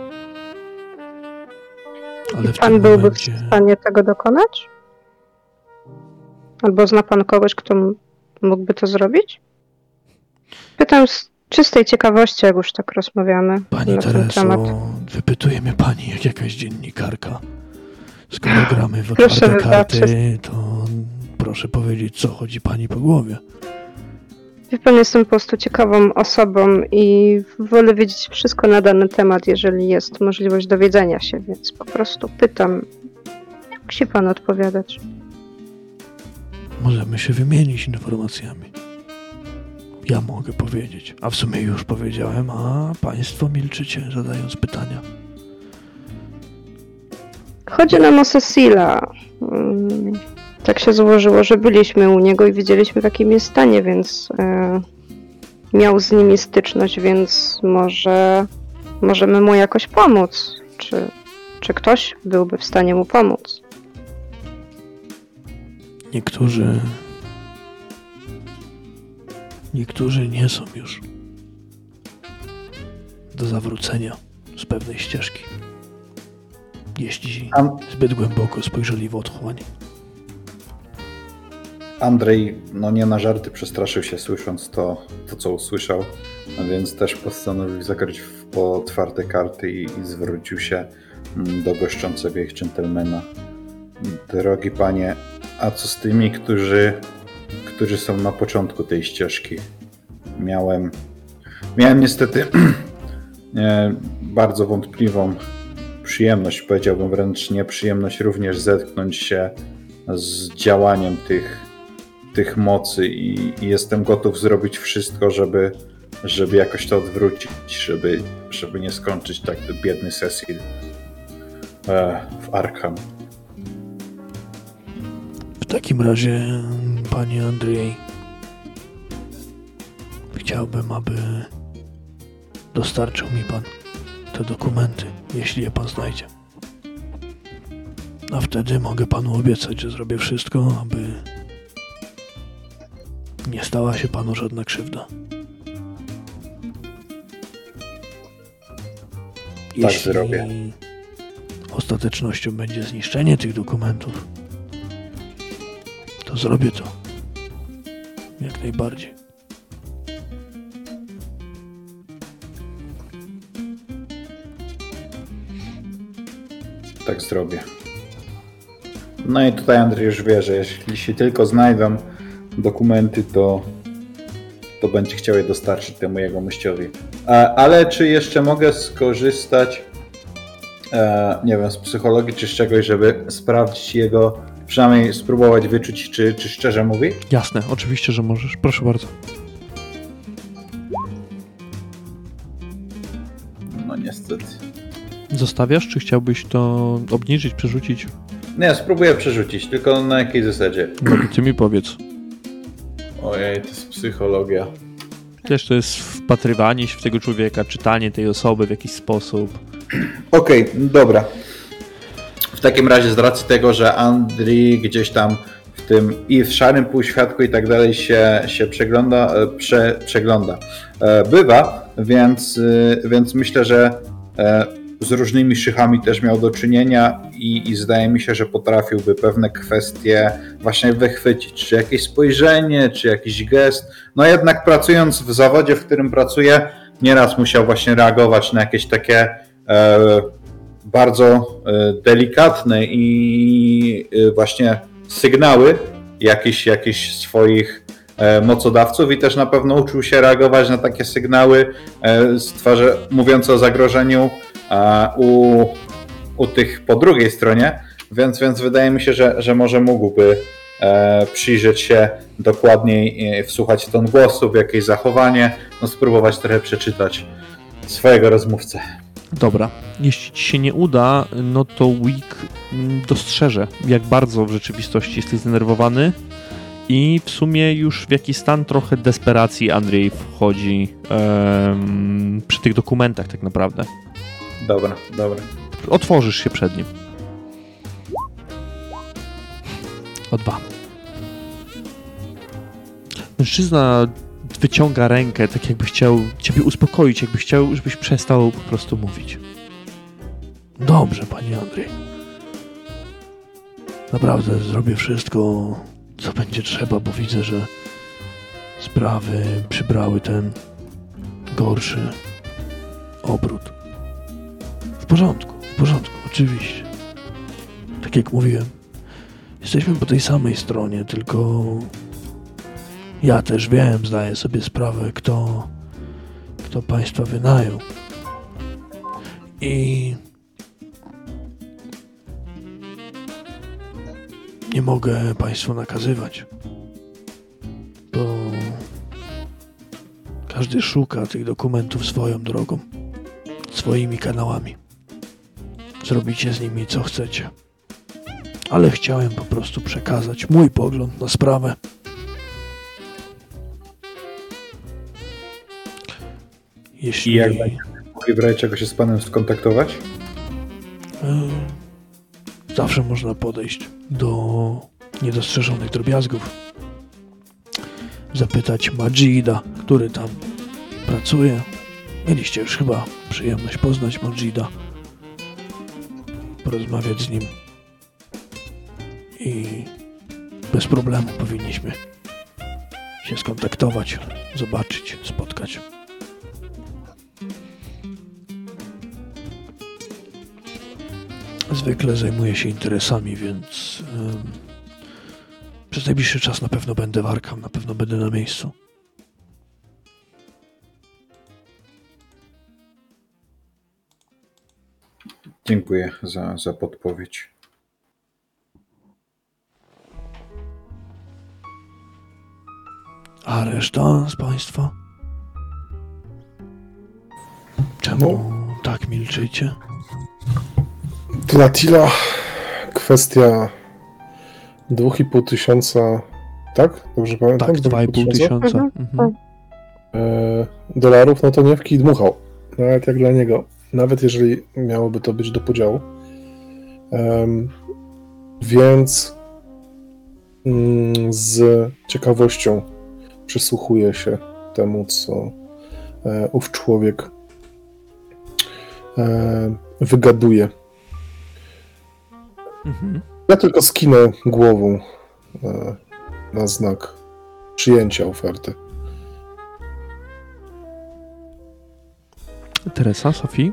Ale w Pan tym byłby momencie... w stanie tego dokonać? Albo zna pan kogoś, kto m- mógłby to zrobić? Pytam z czystej ciekawości, jak już tak rozmawiamy Pani na ten Tereso, temat. wypytuje mnie pani jak jakaś dziennikarka. Skoro gramy w Proszę otwarte karty, wybaczyć. to proszę powiedzieć, co chodzi pani po głowie. Wie pan, jestem po prostu ciekawą osobą i wolę wiedzieć wszystko na dany temat, jeżeli jest możliwość dowiedzenia się, więc po prostu pytam, jak musi pan odpowiadać. możemy się wymienić informacjami. Ja mogę powiedzieć, a w sumie już powiedziałem, a państwo milczycie, zadając pytania. Chodzi nam o Cecila. Mm, Tak się złożyło, że byliśmy u niego i widzieliśmy w jakim jest stanie, więc e, miał z nimi styczność, więc może możemy mu jakoś pomóc. Czy, czy ktoś byłby w stanie mu pomóc? Niektórzy... Niektórzy nie są już do zawrócenia z pewnej ścieżki. Jeśli An- zbyt głęboko spojrzeli w otchłań. Andrzej, no nie na żarty, przestraszył się słysząc to, to co usłyszał, a więc też postanowił zagrać w otwarte karty i, i zwrócił się mm, do goszczącego ich dżentelmena. Drogi panie, a co z tymi, którzy, którzy są na początku tej ścieżki? Miałem, miałem niestety nie, bardzo wątpliwą przyjemność, powiedziałbym wręcz nieprzyjemność również zetknąć się z działaniem tych, tych mocy i, i jestem gotów zrobić wszystko, żeby, żeby jakoś to odwrócić, żeby, żeby nie skończyć tak biedny Cecil e, w Arkham. W takim razie, panie Andrzej, chciałbym, aby dostarczył mi pan te dokumenty, jeśli je pan znajdzie. A wtedy mogę panu obiecać, że zrobię wszystko, aby nie stała się panu żadna krzywda. Tak Jeśli zrobię. ostatecznością będzie zniszczenie tych dokumentów, to zrobię to. Jak najbardziej. Tak zrobię. No i tutaj Andrzej już wie, że jeśli się tylko znajdą dokumenty, to, to będzie chciał je dostarczyć temu jegomościowi. E, ale czy jeszcze mogę skorzystać, e, nie wiem, z psychologii czy z czegoś, żeby sprawdzić jego, przynajmniej spróbować wyczuć, czy, czy szczerze mówi? Jasne, oczywiście, że możesz. Proszę bardzo. No niestety. Zostawiasz, czy chciałbyś to obniżyć, przerzucić? Nie, spróbuję przerzucić, tylko na jakiej zasadzie? No ty mi powiedz. Ojej, to jest psychologia. Też to jest wpatrywanie się w tego człowieka, czytanie tej osoby w jakiś sposób. Okej, okay, dobra. W takim razie z racji tego, że Andrzej gdzieś tam w tym i w szarym półświadku i tak dalej się, się przegląda, prze, przegląda, bywa, więc, więc myślę, że z różnymi szychami też miał do czynienia i, i zdaje mi się, że potrafiłby pewne kwestie właśnie wychwycić, czy jakieś spojrzenie, czy jakiś gest. No jednak pracując w zawodzie, w którym pracuje, nieraz musiał właśnie reagować na jakieś takie e, bardzo e, delikatne i e, właśnie sygnały jakichś, jakichś swoich e, mocodawców i też na pewno uczył się reagować na takie sygnały e, stwarza, mówiące o zagrożeniu U, u tych po drugiej stronie, więc, więc wydaje mi się, że, że może mógłby e, przyjrzeć się dokładniej, e, wsłuchać ton głosu, w jakieś zachowanie, no spróbować trochę przeczytać swojego rozmówcę. Dobra, jeśli ci się nie uda, no to Wick dostrzeże, jak bardzo w rzeczywistości jesteś zdenerwowany i w sumie już w jakiś stan trochę desperacji Andrzej wchodzi em, przy tych dokumentach tak naprawdę. Dobra, dobra. Otworzysz się przed nim. O dwa. Mężczyzna wyciąga rękę, tak jakby chciał ciebie uspokoić, jakby chciał, żebyś przestał po prostu mówić. Dobrze, panie Andrzej. Naprawdę zrobię wszystko, co będzie trzeba, bo widzę, że sprawy przybrały ten gorszy obrót. W porządku, w porządku, oczywiście. Tak jak mówiłem, jesteśmy po tej samej stronie, tylko ja też wiem, zdaję sobie sprawę, kto, kto państwa wynajął. I nie mogę państwu nakazywać, bo każdy szuka tych dokumentów swoją drogą, swoimi kanałami. Zrobicie z nimi co chcecie. Ale chciałem po prostu przekazać mój pogląd na sprawę. Jeśli... I jak mogli w razie czego się z panem skontaktować? Yy, zawsze można podejść do niedostrzeżonych drobiazgów. Zapytać Majida, który tam pracuje. Mieliście już chyba przyjemność poznać Majida. Porozmawiać z nim. I bez problemu powinniśmy się skontaktować, zobaczyć, spotkać. Zwykle zajmuję się interesami, więc um, przez najbliższy czas na pewno będę w Arkham, na pewno będę na miejscu. Dziękuję za, za podpowiedź. A reszta z państwa? Czemu No. tak milczycie? Dla Tila kwestia dwóch i pół tysiąca, tak? Dobrze pamiętam? Tak, dwa i pół tysiąca. Mhm. Mhm. E, dolarów, no to nie w kij dmuchał. Nawet jak dla niego. Nawet jeżeli miałoby to być do podziału. Em, więc mm, z ciekawością przysłuchuję się temu, co e, ów człowiek e, wygaduje. Mhm. Ja tylko skinę głową e, na znak przyjęcia oferty. Teresa, Sofii?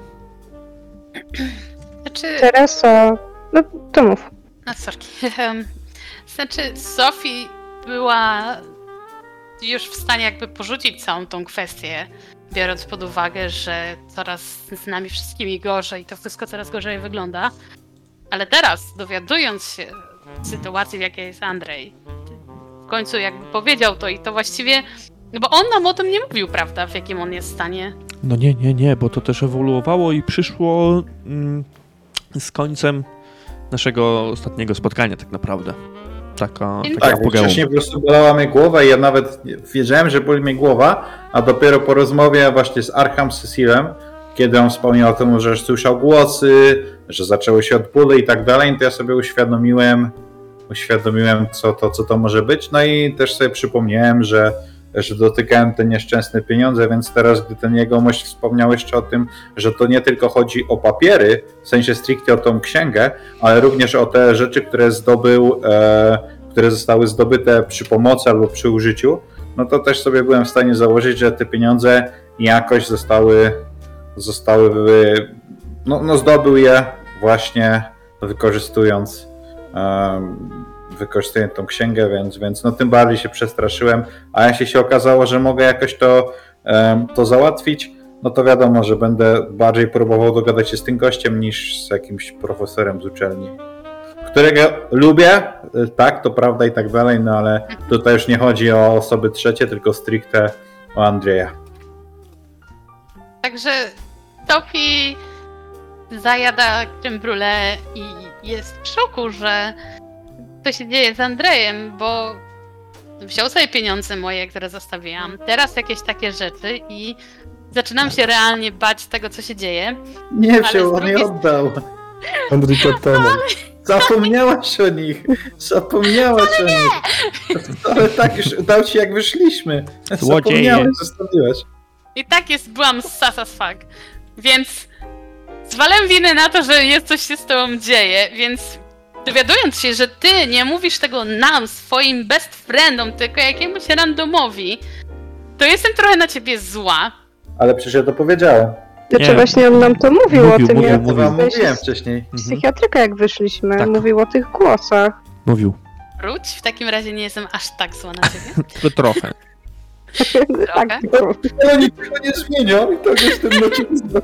Znaczy, Teresa, no to mów. a sorki. Znaczy, Sophie była już w stanie jakby porzucić całą tą kwestię, biorąc pod uwagę, że coraz z nami wszystkimi gorzej i to wszystko coraz gorzej wygląda. Ale teraz, dowiadując się sytuacji, w jakiej jest Andrzej, w końcu jakby powiedział to i to właściwie, no bo on nam o tym nie mówił, prawda, w jakim on jest stanie. No nie, nie, nie, bo to też ewoluowało i przyszło mm, z końcem naszego ostatniego spotkania tak naprawdę. Taka, Tak, taka Tak, bo apogeum. wcześniej po prostu bolała mnie głowa i ja nawet wiedziałem, że boli mnie głowa, a dopiero po rozmowie właśnie z Arkham Cecilem, kiedy on wspomniał o tym, że słyszał głosy, że zaczęły się od bólu i tak dalej, to ja sobie uświadomiłem, uświadomiłem co to, co to może być, no i też sobie przypomniałem, że, że dotykałem te nieszczęsne pieniądze, więc teraz, gdy ten jegomość wspomniał jeszcze o tym, że to nie tylko chodzi o papiery, w sensie stricte o tą księgę, ale również o te rzeczy, które zdobył, e, które zostały zdobyte przy pomocy albo przy użyciu, no to też sobie byłem w stanie założyć, że te pieniądze jakoś zostały, zostały no, no zdobył je właśnie wykorzystując um, wykorzystując tą księgę, więc, więc no tym bardziej się przestraszyłem, a jeśli się okazało, że mogę jakoś to, um, to załatwić, no to wiadomo, że będę bardziej próbował dogadać się z tym gościem niż z jakimś profesorem z uczelni, którego lubię, tak, to prawda i tak dalej, no ale tutaj już nie chodzi o osoby trzecie, tylko stricte o Andrzeja. Także Sophie zajada crème brûlée i jest w szoku, że to się dzieje z Andrejem, bo wziął sobie pieniądze moje, które zostawiłam, teraz jakieś takie rzeczy i zaczynam się realnie bać tego, co się dzieje. Nie Ale wziął, z on drugiej je oddał. Andrzej Totemo. Zapomniałaś o nich. Zapomniałaś o nich. Ale tak już dał ci jak wyszliśmy. Złodzieje. Zapomniałaś, zostawiłaś. I tak jest, byłam sus as fuck. Więc zwalę winę na to, że jest coś się z tobą dzieje, więc dowiadując się, że ty nie mówisz tego nam, swoim best friendom, tylko jakiemuś randomowi, to jestem trochę na ciebie zła. Ale przecież ja to powiedziałem. Znaczy Nie. właśnie on nam to mówił, Mówił, o tym, mówił, jak To wam mówił. mówiłem wcześniej. Mhm. psychiatryka jak wyszliśmy, Tak. mówił o tych głosach. Mówił. Wróć, w takim razie nie jestem aż tak zła na ciebie. Tylko trochę. tak, tylko. Ale niczego nie zmieniał i tak jestem na ciebie zła.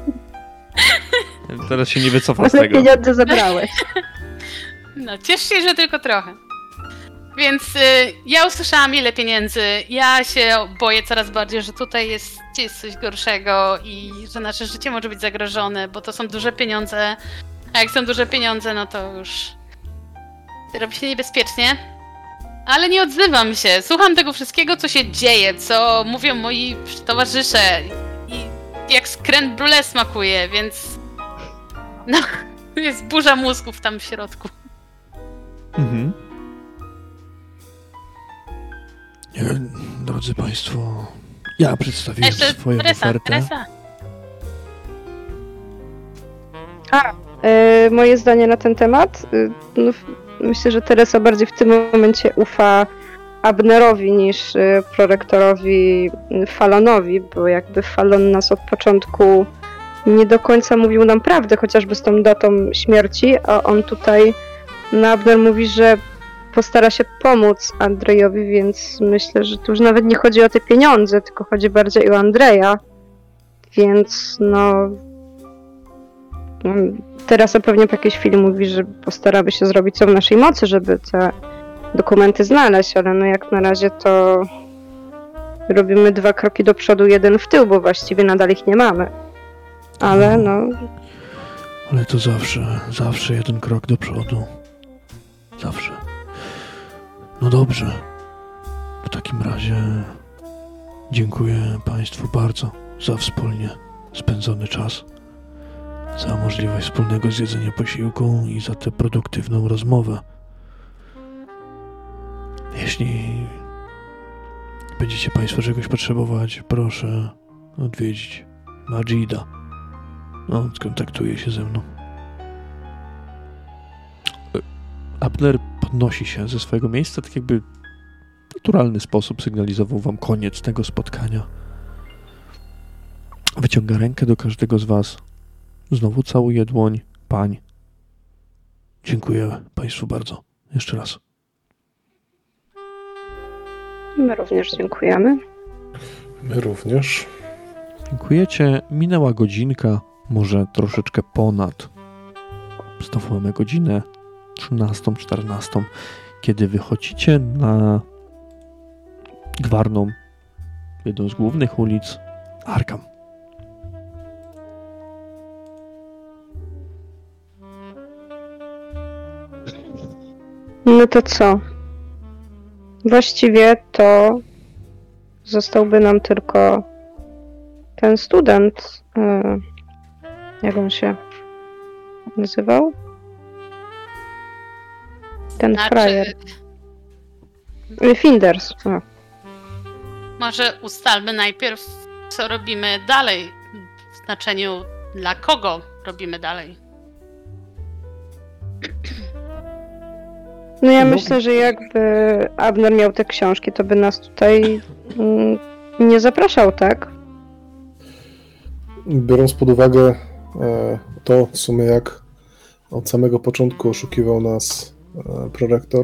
Teraz się nie wycofa z Ale tego. pieniądze zabrałeś. No, ciesz się, że tylko trochę. Więc y, ja usłyszałam ile pieniędzy. Ja się boję coraz bardziej, że tutaj jest, jest coś gorszego i że nasze życie może być zagrożone, bo to są duże pieniądze. A jak są duże pieniądze, no to już robi się niebezpiecznie. Ale nie odzywam się. Słucham tego wszystkiego, co się dzieje, co mówią moi towarzysze. I jak z crème brûlée smakuje, więc... No, jest burza mózgów tam w środku. Mhm. Nie, drodzy Państwo, ja przedstawiłem Jeszcze swoją Teresa, ofertę. Teresa. A, e, moje zdanie na ten temat? E, no, f- myślę, że Teresa bardziej w tym momencie ufa Abnerowi niż e, prorektorowi m, Falonowi, bo jakby Falon nas od początku nie do końca mówił nam prawdę, chociażby z tą datą śmierci, a on tutaj, no Abner mówi, że postara się pomóc Andrejowi, więc myślę, że tu już nawet nie chodzi o te pieniądze, tylko chodzi bardziej o Andreja, więc no... Teresa pewnie po jakiejś chwili mówi, że postaramy się zrobić co w naszej mocy, żeby te dokumenty znaleźć, ale no jak na razie to robimy dwa kroki do przodu, jeden w tył, bo właściwie nadal ich nie mamy. Ale no... Ale to zawsze, zawsze jeden krok do przodu. Zawsze. No dobrze. W takim razie dziękuję Państwu bardzo za wspólnie spędzony czas, za możliwość wspólnego zjedzenia posiłku i za tę produktywną rozmowę. Jeśli będziecie Państwo czegoś potrzebować, proszę odwiedzić Majida. On skontaktuje się ze mną. Abner podnosi się ze swojego miejsca, tak jakby w naturalny sposób sygnalizował wam koniec tego spotkania. Wyciąga rękę do każdego z was. Znowu całuje dłoń. Pań. Dziękuję Państwu bardzo. Jeszcze raz. My również dziękujemy. My również. Dziękujecie. Minęła godzinka, może troszeczkę ponad. Znowu mamy godzinę trzynastą, czternastą, kiedy wychodzicie na gwarną, jedną z głównych ulic Arkham. No to co? Właściwie to zostałby nam tylko ten student. Yy, jak on się nazywał? Ten Znaczy, frajer. Yy, Finders. O. może ustalmy najpierw, co robimy dalej. W znaczeniu, dla kogo robimy dalej. No ja No. myślę, że jakby Abner miał te książki, to by nas tutaj mm, nie zapraszał, tak? Biorąc pod uwagę e, to w sumie jak od samego początku oszukiwał nas e, prorektor.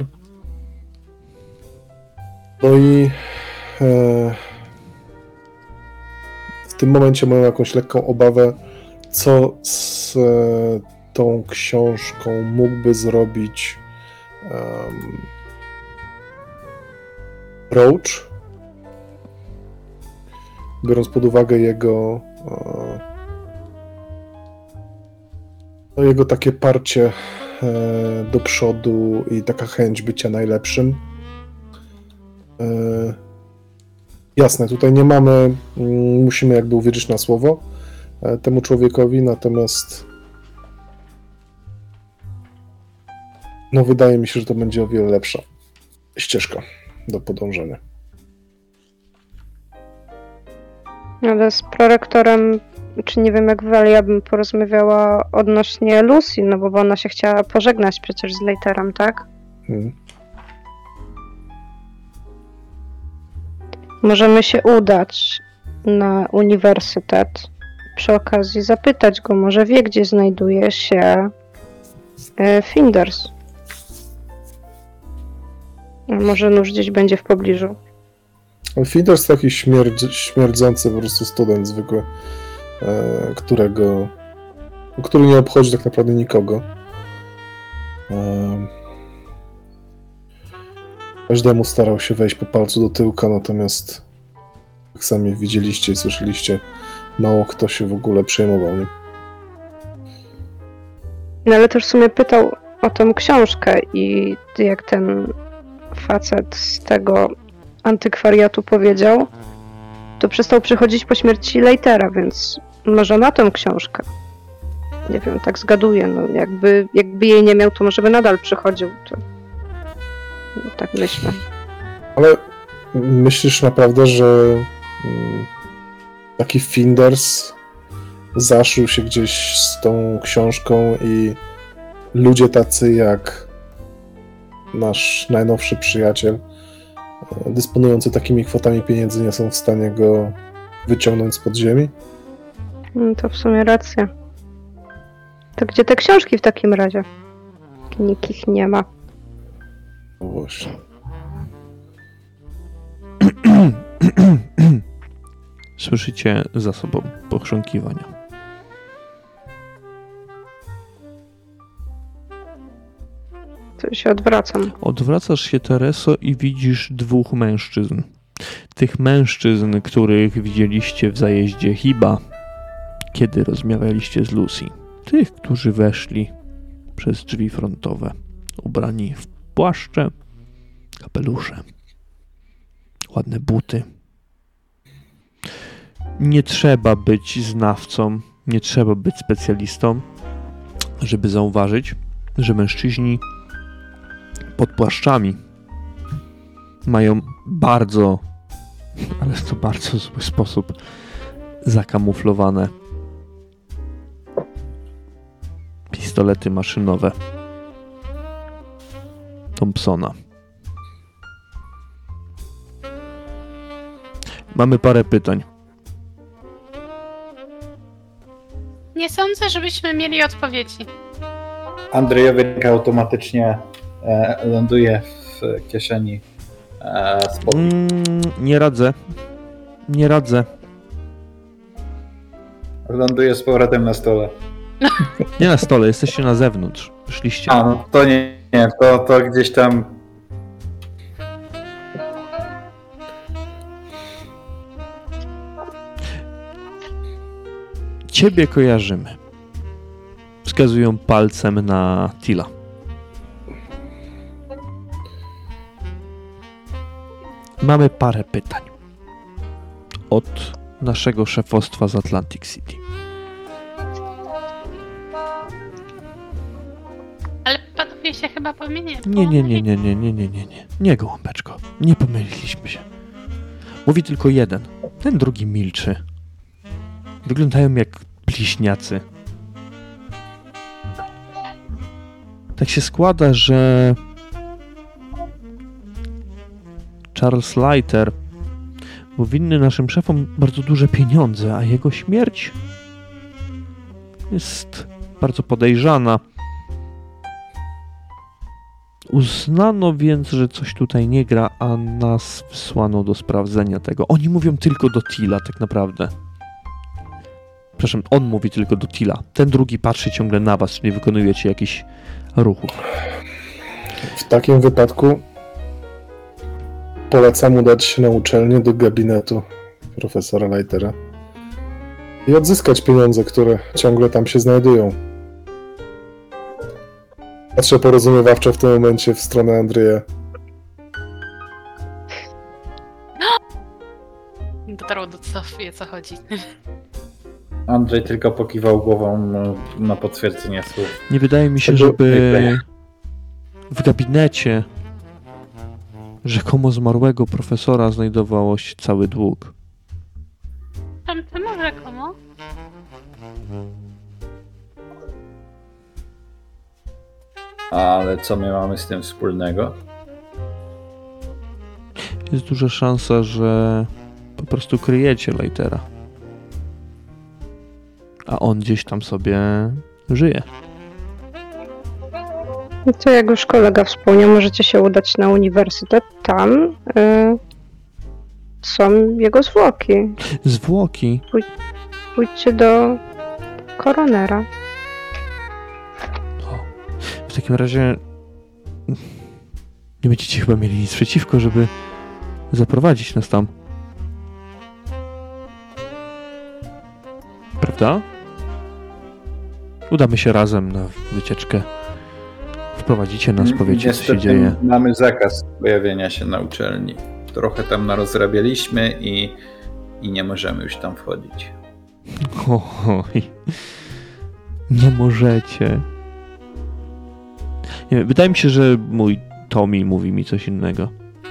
No i e, w tym momencie mam jakąś lekką obawę, co z e, tą książką mógłby zrobić um, Roach, biorąc pod uwagę jego e, no, jego takie parcie e, do przodu i taka chęć bycia najlepszym. E, jasne, tutaj nie mamy, mm, musimy jakby uwierzyć na słowo e, temu człowiekowi, natomiast no wydaje mi się, że to będzie o wiele lepsza ścieżka do podążenia. Ale z prorektorem, czy nie wiem jak Vel, ja bym porozmawiała odnośnie Lucy, no bo ona się chciała pożegnać przecież z Leiterem, tak? Hmm. Możemy się udać na uniwersytet. Przy okazji zapytać go, może wie, gdzie znajduje się e, Finders. A może nóż gdzieś będzie w pobliżu. Finders to taki śmierdz, śmierdzący po prostu student zwykły, e, którego, który nie obchodzi tak naprawdę nikogo. E, Każdemu starał się wejść po palcu do tyłka, natomiast jak sami widzieliście i słyszeliście, mało kto się w ogóle przejmował nim. No ale też w sumie pytał o tą książkę i jak ten facet z tego antykwariatu powiedział, to przestał przychodzić po śmierci Leitera, więc może na tą książkę. Nie wiem, tak zgaduję, no jakby, jakby jej nie miał, to może by nadal przychodził. To... No, tak myślę. Ale myślisz naprawdę, że mm, taki Finders zaszył się gdzieś z tą książką i ludzie tacy jak nasz najnowszy przyjaciel, dysponujący takimi kwotami pieniędzy, nie są w stanie go wyciągnąć z podziemi? No, to w sumie racja. To gdzie te książki w takim razie? Nikt ich nie ma. No właśnie. Słyszycie za sobą pochrząkiwania. To się odwracam. Odwracasz się, Tereso, i widzisz dwóch mężczyzn. Tych mężczyzn, których widzieliście w zajeździe Hiba, kiedy rozmawialiście z Lucy. Tych, którzy weszli przez drzwi frontowe, ubrani w płaszcze, kapelusze, ładne buty. Nie trzeba być znawcą, nie trzeba być specjalistą, żeby zauważyć, że mężczyźni pod płaszczami mają bardzo, ale w to bardzo zły sposób, zakamuflowane pistolety maszynowe Thompsona. Mamy parę pytań. Nie sądzę, żebyśmy mieli odpowiedzi. Andrejowi automatycznie e, ląduje w kieszeni e, spodni. Mm, nie radzę. Nie radzę. Ląduje z powrotem na stole. Nie na stole, jesteście na zewnątrz. Szliście. A, no to nie, nie to, to gdzieś tam. Ciebie kojarzymy. Wskazują palcem na Tila. Mamy parę pytań od naszego szefostwa z Atlantic City. Ale panowie się chyba pomylili. Nie, nie, nie, nie, nie, nie, nie, nie, nie. Nie, gołąbeczko. Nie pomyliliśmy się. Mówi tylko jeden. Ten drugi milczy. Wyglądają jak bliźniacy. Tak się składa, że Charles Leiter był winny naszym szefom bardzo duże pieniądze, a jego śmierć jest bardzo podejrzana. Uznano więc, że coś tutaj nie gra, a nas wysłano do sprawdzenia tego. Oni mówią tylko do Tila, tak naprawdę. Przepraszam, on mówi tylko do Tila. Ten drugi patrzy ciągle na was, czyli wykonujecie jakiś ruchów. W takim wypadku polecam udać się na uczelnię do gabinetu profesora Leitera i odzyskać pieniądze, które ciągle tam się znajdują. Patrzę porozumiewawczo w tym momencie w stronę Andrzeja. Dotarło do co, wie co chodzi. Andrzej tylko pokiwał głową na potwierdzenie słów. Nie wydaje mi się, To żeby w gabinecie rzekomo zmarłego profesora znajdowało się cały dług. Tam ty może komu? Ale co my mamy z tym wspólnego? Jest duża szansa, że po prostu kryjecie Leitera. A on gdzieś tam sobie żyje. No to jak już kolega wspomniał, możecie się udać na uniwersytet. Tam y, są jego zwłoki. Zwłoki. Pójdźcie do koronera. O, w takim razie Nie będziecie chyba mieli nic przeciwko, żeby zaprowadzić nas tam. Prawda? Udamy się razem na wycieczkę. Wprowadzicie nas, powiecie, co się dzieje. Mamy zakaz pojawienia się na uczelni. Trochę tam narozrabialiśmy i, i nie możemy już tam wchodzić. Oj, nie możecie. Nie wiem, wydaje mi się, że mój Tommy mówi mi coś innego.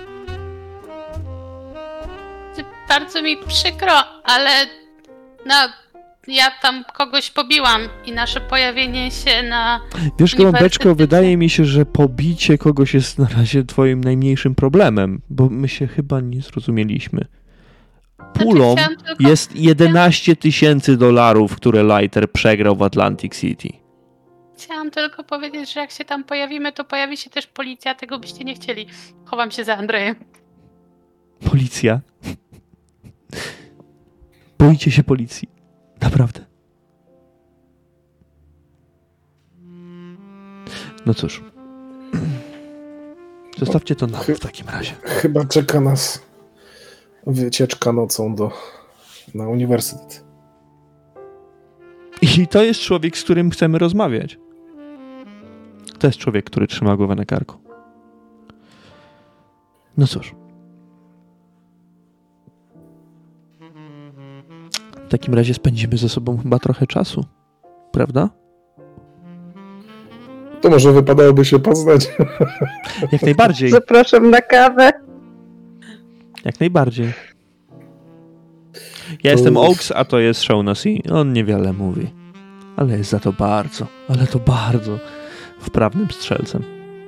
Bardzo mi przykro, ale no, ja tam kogoś pobiłam i nasze pojawienie się na Wiesz, Gołąbeczko, uniwersytecie- wydaje mi się, że pobicie kogoś jest na razie twoim najmniejszym problemem, bo my się chyba nie zrozumieliśmy. Pulą Znaczy, chciałam tylko- jest jedenaście tysięcy dolarów, które Lighter przegrał w Atlantic City. Chciałam tylko powiedzieć, że jak się tam pojawimy, to pojawi się też policja, tego byście nie chcieli. Chowam się za Andrejem. Policja. Boicie się policji. Naprawdę. No cóż. Zostawcie to nam w takim razie. Chyba czeka nas wycieczka nocą do, na uniwersytet. I to jest człowiek, z którym chcemy rozmawiać. To jest człowiek, który trzyma głowę na karku. No cóż. W takim razie spędzimy ze sobą chyba trochę czasu. Prawda? To może wypadałoby się poznać. Jak najbardziej. Zapraszam na kawę. Jak najbardziej. Ja To- jestem Oaks, a to jest Shaughnessy. On niewiele mówi. Ale jest za to bardzo, ale to bardzo wprawnym strzelcem.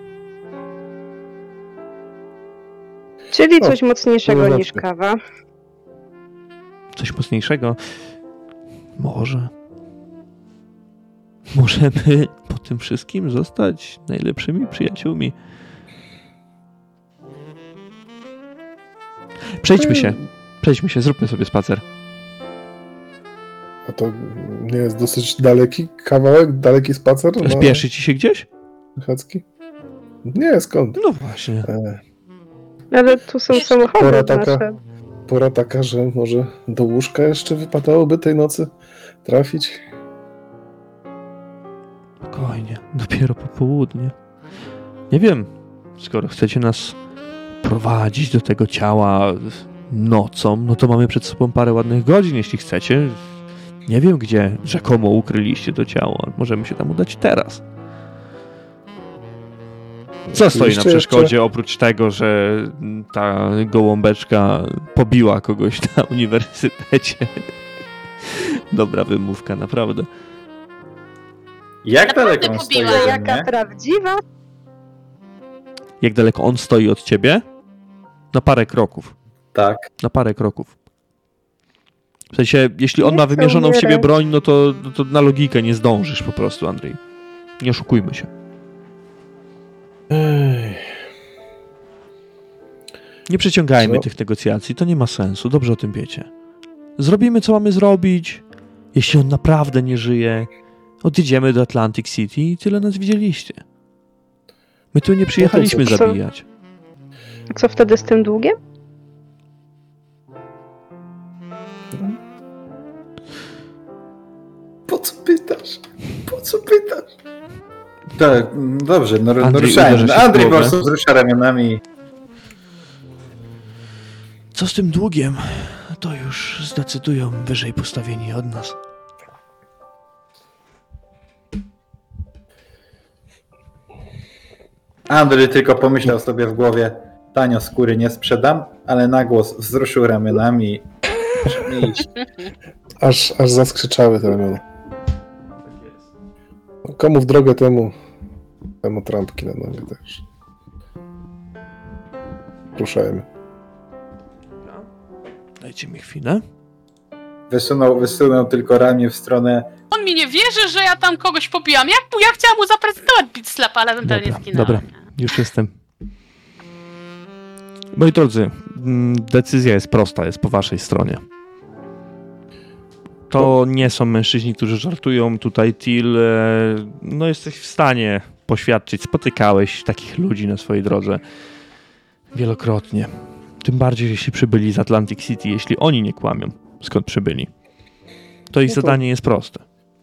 Czyli O, coś mocniejszego to niż racja. kawa. Coś mocniejszego? Może. Możemy po tym wszystkim zostać najlepszymi przyjaciółmi. Przejdźmy się. Przejdźmy się, zróbmy sobie spacer. A to nie jest dosyć daleki kawałek, daleki spacer? na Spieszy ci się gdzieś? Chadzki? Nie, skąd? No właśnie. E, Ale tu są Wiesz, samochody pora taka. nasze. pora taka, że może do łóżka jeszcze wypadałoby tej nocy trafić. Spokojnie, dopiero po południu. Nie wiem, skoro chcecie nas prowadzić do tego ciała nocą, no to mamy przed sobą parę ładnych godzin, jeśli chcecie. Nie wiem, gdzie rzekomo ukryliście to ciało. Możemy się tam udać teraz. Co stoi na Jeszcze- przeszkodzie, jeszcze- oprócz tego, że ta gołąbeczka pobiła kogoś na uniwersytecie? Dobra wymówka, naprawdę. Jak Naprawdę daleko on stoi pobiła. ode Jaka mnie? prawdziwa? Jak daleko on stoi od ciebie? Na parę kroków. Tak. Na parę kroków. W sensie, jeśli on Nie ma chcę wymierzoną w ciebie umierać. broń, no to, no to na logikę nie zdążysz po prostu, Andrzej. Nie oszukujmy się. Ej, Nie przeciągajmy Co? tych negocjacji, to nie ma sensu, dobrze o tym wiecie. Zrobimy, co mamy zrobić. Jeśli on naprawdę nie żyje, odjedziemy do Atlantic City i tyle nas widzieliście. My tu nie przyjechaliśmy co? zabijać. Co wtedy z tym długiem? Po co pytasz? Po co pytasz? Tak, mm, dobrze, no, no Andrzej ruszajmy. uderza się w Andrzej po głowę. prostu wzrusza ramionami. Co z tym długiem? To już zdecydują wyżej postawieni od nas. Andrzej tylko pomyślał sobie w głowie, tanio skóry nie sprzedam, ale na głos wzruszył ramionami. Musimy iść. aż, aż zaskrzyczały te ramiona. No, komu w drogę, temu temu trampki na nogę też. Ruszajmy. Dajcie mi chwilę. Wysunął, wysunął tylko ramię w stronę. On mi nie wierzy, że ja tam kogoś pobijam. Jak ja chciałam mu zaprezentować beat slapa, ale ewentualnie Dobra, zginęłam. dobra. Już jestem. Moi drodzy, mm, decyzja jest prosta, jest po waszej stronie. To nie są mężczyźni, którzy żartują. Tutaj Till, e, no jesteś w stanie poświadczyć, spotykałeś takich ludzi na swojej drodze wielokrotnie. Tym bardziej, jeśli przybyli z Atlantic City, jeśli oni nie kłamią, skąd przybyli. To ich No to- zadanie jest proste.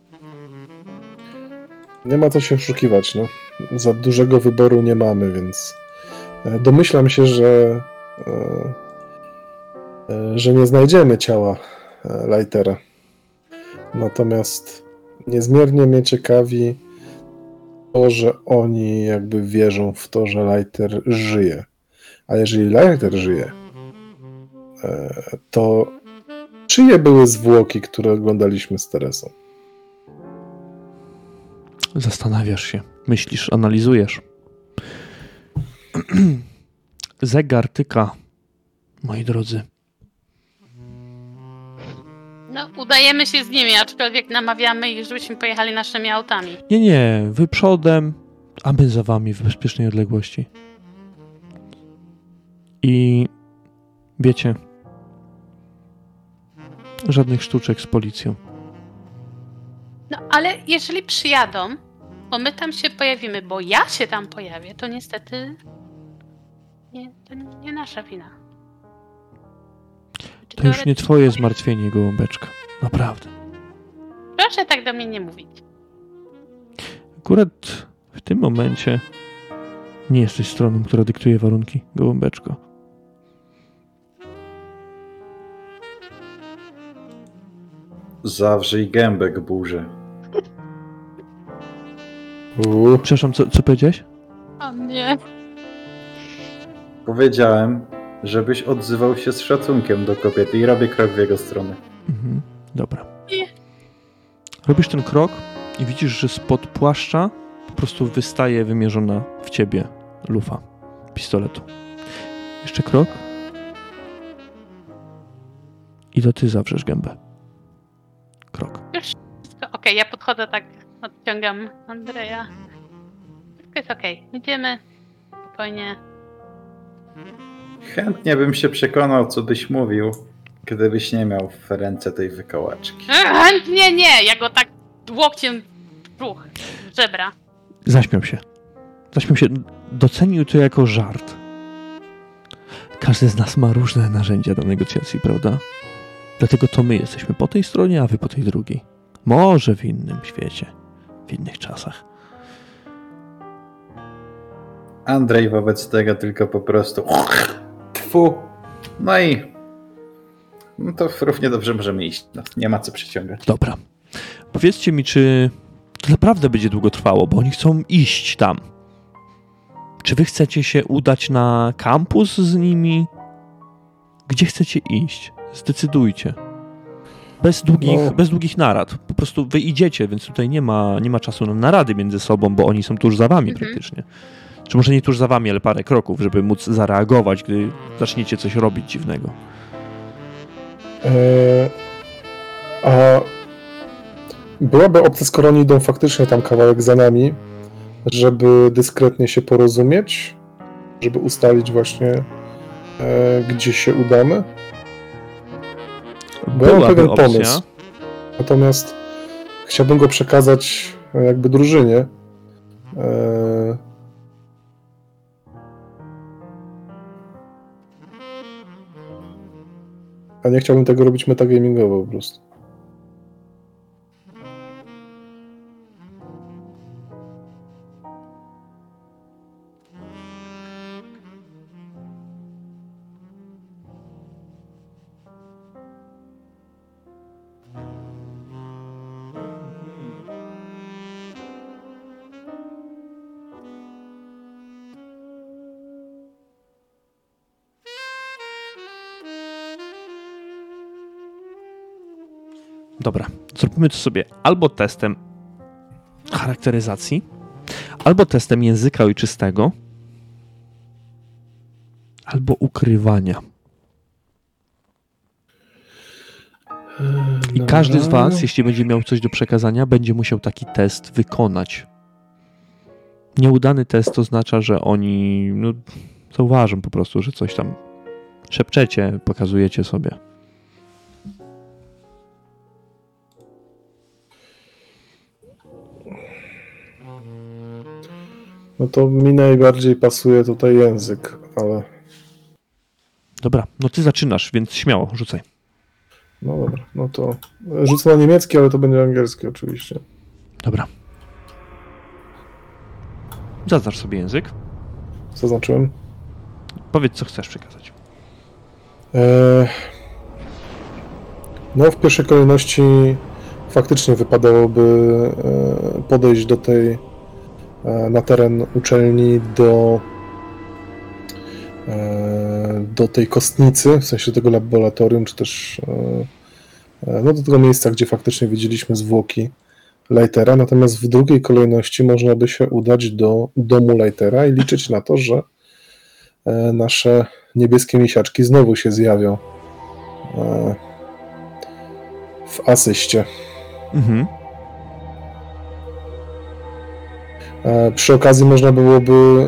Nie ma co się oszukiwać, no. Za dużego wyboru nie mamy, więc e, domyślam się, że e, e, że nie znajdziemy ciała e, Lightera. Natomiast niezmiernie mnie ciekawi to, że oni jakby wierzą w to, że Lighter żyje. A jeżeli Lighter żyje, e, to czyje były zwłoki, które oglądaliśmy z Teresą? Zastanawiasz się, myślisz, analizujesz. Zegar tyka, moi drodzy. No, udajemy się z nimi, aczkolwiek namawiamy ich, żebyśmy pojechali naszymi autami. Nie, nie, wy przodem, a my za wami w bezpiecznej odległości. I wiecie, żadnych sztuczek z policją. No, ale jeżeli przyjadą, bo my tam się pojawimy, bo ja się tam pojawię, to niestety nie, to nie nasza wina. To już nie twoje zmartwienie, gołąbeczka. Naprawdę. Proszę tak do mnie nie mówić. Akurat w tym momencie nie jesteś stroną, która dyktuje warunki, gołąbeczko. Zawrzyj gębę, gburze. Uuu, Przepraszam, co, co powiedziałeś? O nie. Powiedziałem, żebyś odzywał się z szacunkiem do kobiety i robię krok w jego stronę. Mhm, dobra. Nie. Robisz ten krok i widzisz, że spod płaszcza po prostu wystaje wymierzona w ciebie lufa pistoletu. Jeszcze krok. I to ty zawrzesz gębę. Krok. Wszystko okej, ja podchodzę tak, odciągam Andrzeja. Wszystko jest okej, idziemy. Spokojnie. Chętnie bym się przekonał, co byś mówił, gdybyś nie miał w ręce tej wykołaczki. Ech, nie, nie, ja go tak łokciem w brzuch, w żebra. Zaśmiał się. Zaśmiał się. Docenił to jako żart. Każdy z nas ma różne narzędzia do negocjacji, prawda? Dlatego to my jesteśmy po tej stronie, a wy po tej drugiej. Może w innym świecie, w innych czasach. Andrzej wobec tego tylko po prostu tfu. No i no to równie dobrze możemy iść. No, nie ma co przyciągać. Dobra. Powiedzcie mi, czy to naprawdę będzie długo trwało, bo oni chcą iść tam. Czy wy chcecie się udać na kampus z nimi? Gdzie chcecie iść? Zdecydujcie. Bez długich, No. bez długich narad. Po prostu wy idziecie, więc tutaj nie ma, nie ma czasu na narady między sobą, bo oni są tuż za wami Mhm. praktycznie. Czy może nie tuż za wami, ale parę kroków, żeby móc zareagować, gdy zaczniecie coś robić dziwnego. e, a byłaby opcja, skoro oni idą faktycznie tam kawałek za nami, żeby dyskretnie się porozumieć, żeby ustalić właśnie, e, gdzie się udamy? Bo ja mam Byłaby pewien opcja. pomysł. Natomiast chciałbym go przekazać e, jakby drużynie. E, A nie chciałbym tego robić metagamingowo po prostu. Dobra, zrobimy to sobie albo testem charakteryzacji, albo testem języka ojczystego, albo ukrywania. I każdy z was, jeśli będzie miał coś do przekazania, będzie musiał taki test wykonać. Nieudany test oznacza, że oni no, zauważą po prostu, że coś tam szepczecie, pokazujecie sobie. No to mi najbardziej pasuje tutaj język, ale... Dobra, no ty zaczynasz, więc śmiało, rzucaj. No dobra, no to rzucę na niemiecki, ale to będzie angielski oczywiście. Dobra. Zaznacz sobie język. Zaznaczyłem. Powiedz, co chcesz przekazać. Eee, no w pierwszej kolejności faktycznie wypadałoby e, podejść do tej, e, na teren uczelni do e, do tej kostnicy, w sensie tego laboratorium, czy też e, no do tego miejsca, gdzie faktycznie widzieliśmy zwłoki Leitera, natomiast w drugiej kolejności można by się udać do domu Leitera i liczyć na to, że e, nasze niebieskie misiaczki znowu się zjawią e, w asyście. Mhm. E, przy okazji można byłoby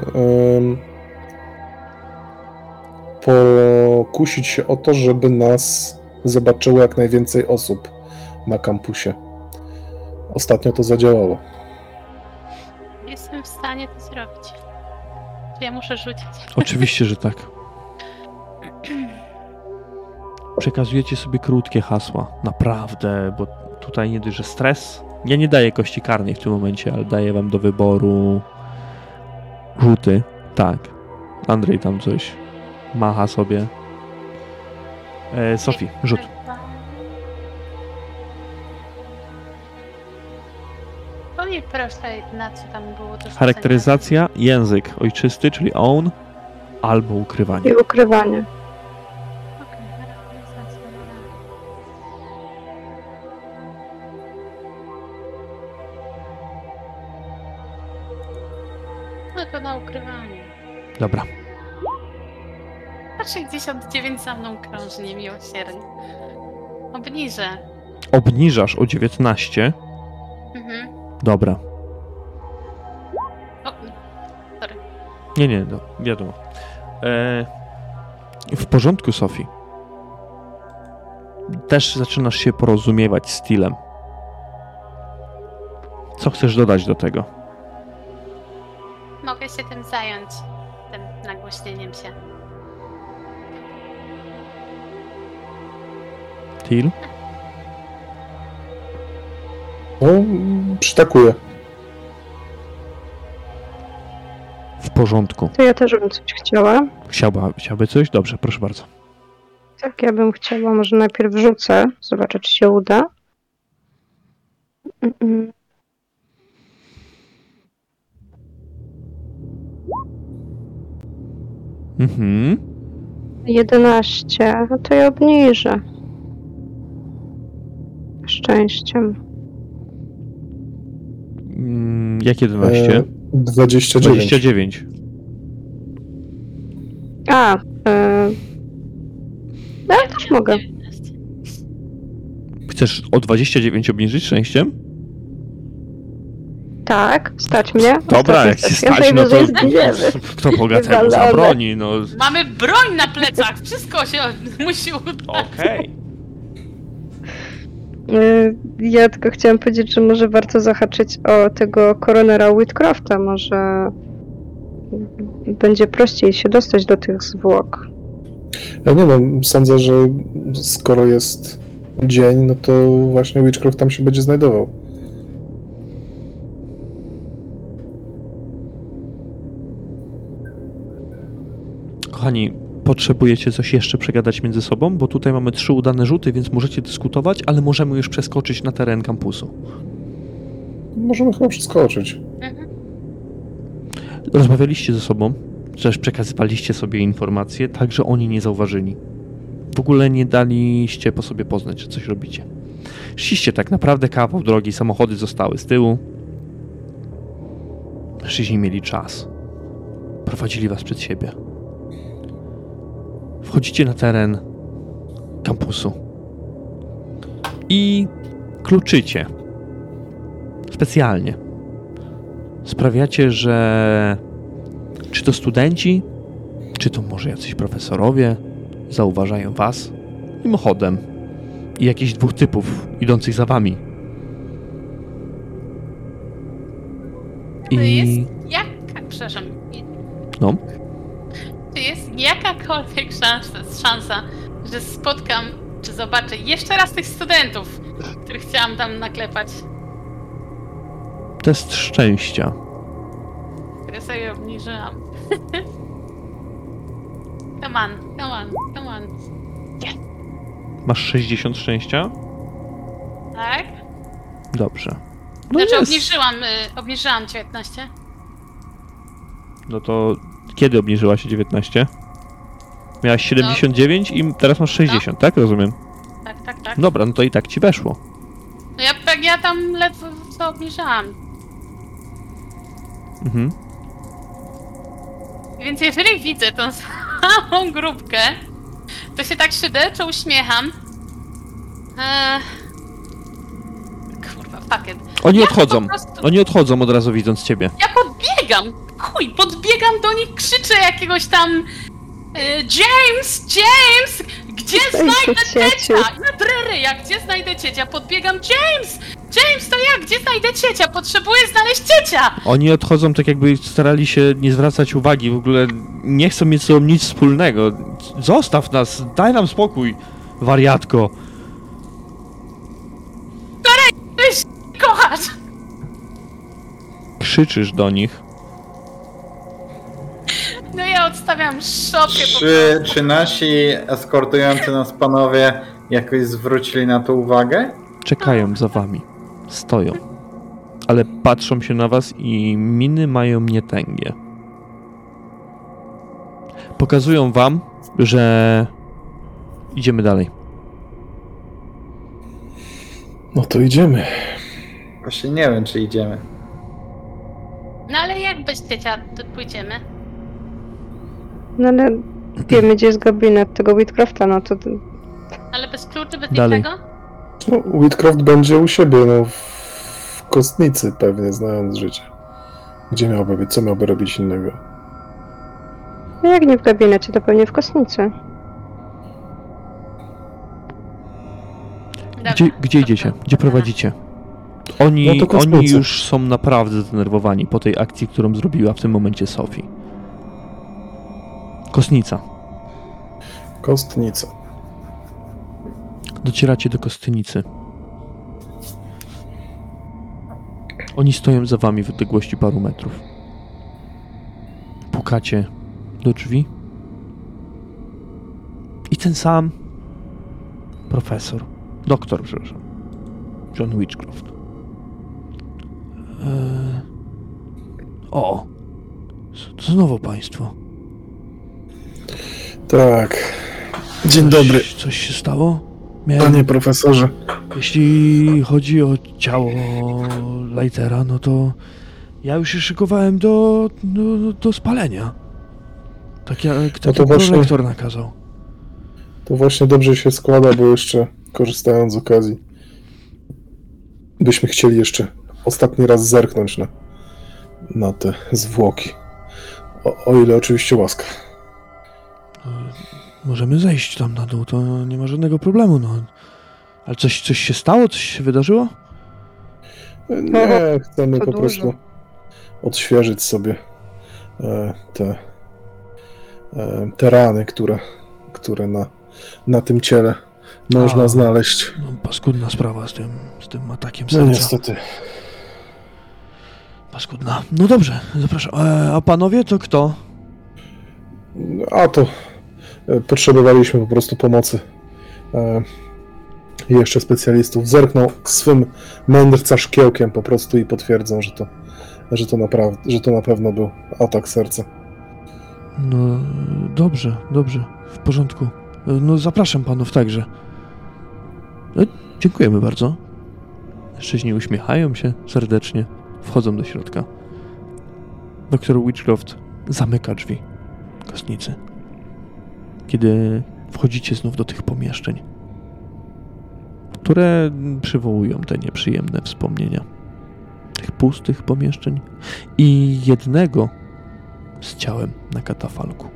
e, pokusić się o to, żeby nas zobaczyło jak najwięcej osób na kampusie. Ostatnio to zadziałało. Jestem w stanie to zrobić. To ja muszę rzucić. Oczywiście, że tak. Przekazujecie sobie krótkie hasła. Naprawdę, bo tutaj nie dość, że stres. Ja nie daję kości karnej w tym momencie, ale daję wam do wyboru rzuty. Tak. Andrzej tam coś macha sobie. E, Sofii, rzut. Powiem proszę, na co tam było to Charakteryzacja, język ojczysty, czyli own, albo ukrywanie. I ukrywanie. Okej, charakteryzacja. No to na ukrywanie. Dobra. sześćdziesiąt dziewięć za mną krąży niemiłosiernie. Obniżę. Obniżasz o dziewiętnaście. Mhm. Dobra. O, sorry. Nie, nie, no, wiadomo. E, w porządku, Sofii. Też zaczynasz się porozumiewać stylem. Co chcesz dodać do tego? Mogę się tym zająć. Tym nagłośnieniem się. Til? No, przytakuję. W porządku. To ja też bym coś chciała. Chciałba, chciałby coś? Dobrze, proszę bardzo. Tak, ja bym chciała, może najpierw rzucę, zobaczę, czy się uda. Mm-mm. Mhm. jedenaście, no to ja obniżę. Szczęściem. Mm, jak jedenaście? E, dwadzieścia dziewięć. dwadzieścia dziewięć. A, yy... no ja też mogę. Chcesz o dwadzieścia dziewięć obniżyć szczęściem? Tak, stać mnie. Dobra, Ostatnią jak się sesję, stać, no to najwyżej zginiemy. kto bogatemu Wywalone. zabroni, no. Mamy broń na plecach! Wszystko się musi udać. Okej. Yy, Ja tylko chciałam powiedzieć, że może warto zahaczyć o tego koronera Whitcrofta. Może będzie prościej się dostać do tych zwłok. Ja nie wiem, sądzę, że skoro jest dzień, no to właśnie Witchcraft tam się będzie znajdował. Kochani, potrzebujecie coś jeszcze przegadać między sobą? Bo tutaj mamy trzy udane rzuty, więc możecie dyskutować, ale możemy już przeskoczyć na teren kampusu. Możemy chyba przeskoczyć. Mhm. Rozmawialiście ze sobą, też przekazywaliście sobie informacje, tak że oni nie zauważyli. W ogóle nie daliście po sobie poznać, że coś robicie. Szliście tak naprawdę kawał drogi, samochody zostały z tyłu. Mężczyźni mieli czas. Prowadzili was przed siebie. Wchodzicie na teren kampusu i kluczycie. Specjalnie. Sprawiacie, że czy to studenci, czy to może jacyś profesorowie zauważają was mimochodem i jakichś dwóch typów idących za wami. To I jest jaka, przepraszam, przepraszam. No. Czy jest jakakolwiek szansa, szansa, że spotkam, czy zobaczę jeszcze raz tych studentów, których chciałam tam naklepać, Test szczęścia. które sobie obniżyłam? Come on, come on, come on. Masz sześćdziesiąt szczęścia? Tak? Dobrze. No Znaczy jest. obniżyłam, y, obniżyłam dziewiętnaście. No to kiedy obniżyła się dziewiętnaście? Miałaś siedemdziesiąt dziewięć i teraz masz sześćdziesiąt, tak? Rozumiem. Tak, tak, tak. Dobra, no to i tak ci weszło. No ja, ja tam ledwo co obniżałam. Mhm. Więc jeżeli widzę tą samą grupkę, to się tak szyderczo uśmiecham. Eee... Kurwa, fuck it. Oni Ja odchodzą. po prostu- Oni odchodzą od razu widząc ciebie. Ja podbiegam! Chuj, podbiegam do nich, krzyczę jakiegoś tam... e, James! James! Gdzie znajdę cieciu. ciecia? Na dreryja, gdzie znajdę ciecia? Podbiegam, James! James, to ja! Gdzie znajdę ciecia? Potrzebuję znaleźć ciecia! Oni odchodzą tak jakby starali się nie zwracać uwagi, w ogóle nie chcą mieć z sobą nic wspólnego. Zostaw nas, daj nam spokój, wariatko. Weź, kochasz! Krzyczysz do nich. No ja odstawiam szopkę po Czy, czy nasi eskortujący nas panowie jakoś zwrócili na to uwagę? Czekają za wami. Stoją. Ale patrzą się na was i miny mają nietęgie. Pokazują wam, że idziemy dalej. No to idziemy. Właśnie nie wiem, czy idziemy. No ale jak bez ciecia to pójdziemy? No ale wiemy, gdzie jest gabinet tego Whitcrafta, no to... Ale bez kluczy, bez Dalej. niczego? No, Whitcroft będzie u siebie, no w kostnicy pewnie, znając życie. Gdzie miałby być? Co miałby robić innego? No jak nie w gabinecie, to pewnie w kostnicy. Dobra, Gdzie, gdzie to- idziecie? to- Gdzie to- prowadzicie? Oni, No to kosmicy. oni już są naprawdę zdenerwowani po tej akcji, którą zrobiła w tym momencie Sophie. Kostnica. Kostnica. Docieracie do kostnicy. Oni stoją za wami w odległości paru metrów. Pukacie do drzwi. I ten sam profesor, doktor, przepraszam, John Witchcroft. Eee... O! To znowu państwo. Tak. Dzień Coś- dobry, Coś się stało? Miałem... panie profesorze. Jeśli chodzi o ciało Lightera, no to ja już się szykowałem do, do, do spalenia. Tak jak No taki to właśnie- prorektor nakazał. To właśnie dobrze się składa, bo jeszcze korzystając z okazji, byśmy chcieli jeszcze ostatni raz zerknąć na, na te zwłoki. O, o ile oczywiście łaska. Możemy zejść tam na dół, to nie ma żadnego problemu, no. Ale coś, coś się stało? Coś się wydarzyło? Nie, chcemy to po dużo. prostu odświeżyć sobie e, te, e, te rany, które, które na, na tym ciele można A. znaleźć. No, paskudna sprawa z tym, z tym atakiem No serca. niestety. Paskudna. No dobrze, zapraszam. E, a panowie to kto? A to e, potrzebowaliśmy po prostu pomocy. E, jeszcze specjalistów. Zerknął swym mędrca szkiełkiem po prostu i potwierdzą, że to, że to naprawdę, że to na pewno był atak serca. No dobrze, dobrze, w porządku. No zapraszam panów także. E, dziękujemy bardzo. Mężczyźni uśmiechają się serdecznie, wchodzą do środka. Doktor Witchcroft zamyka drzwi kostnicy. Kiedy wchodzicie znów do tych pomieszczeń, które przywołują te nieprzyjemne wspomnienia. Tych pustych pomieszczeń i jednego z ciałem na katafalku.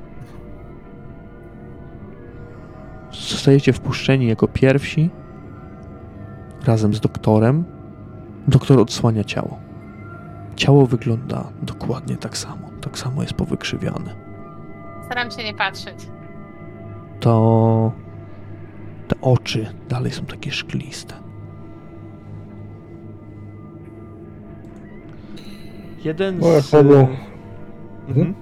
Zostajecie wpuszczeni jako pierwsi razem z doktorem. Doktor odsłania ciało. Ciało wygląda dokładnie tak samo. tak samo jest powykrzywiane. Staram się nie patrzeć. To te oczy dalej są takie szkliste. Jeden No, jak z... mogą. Mhm.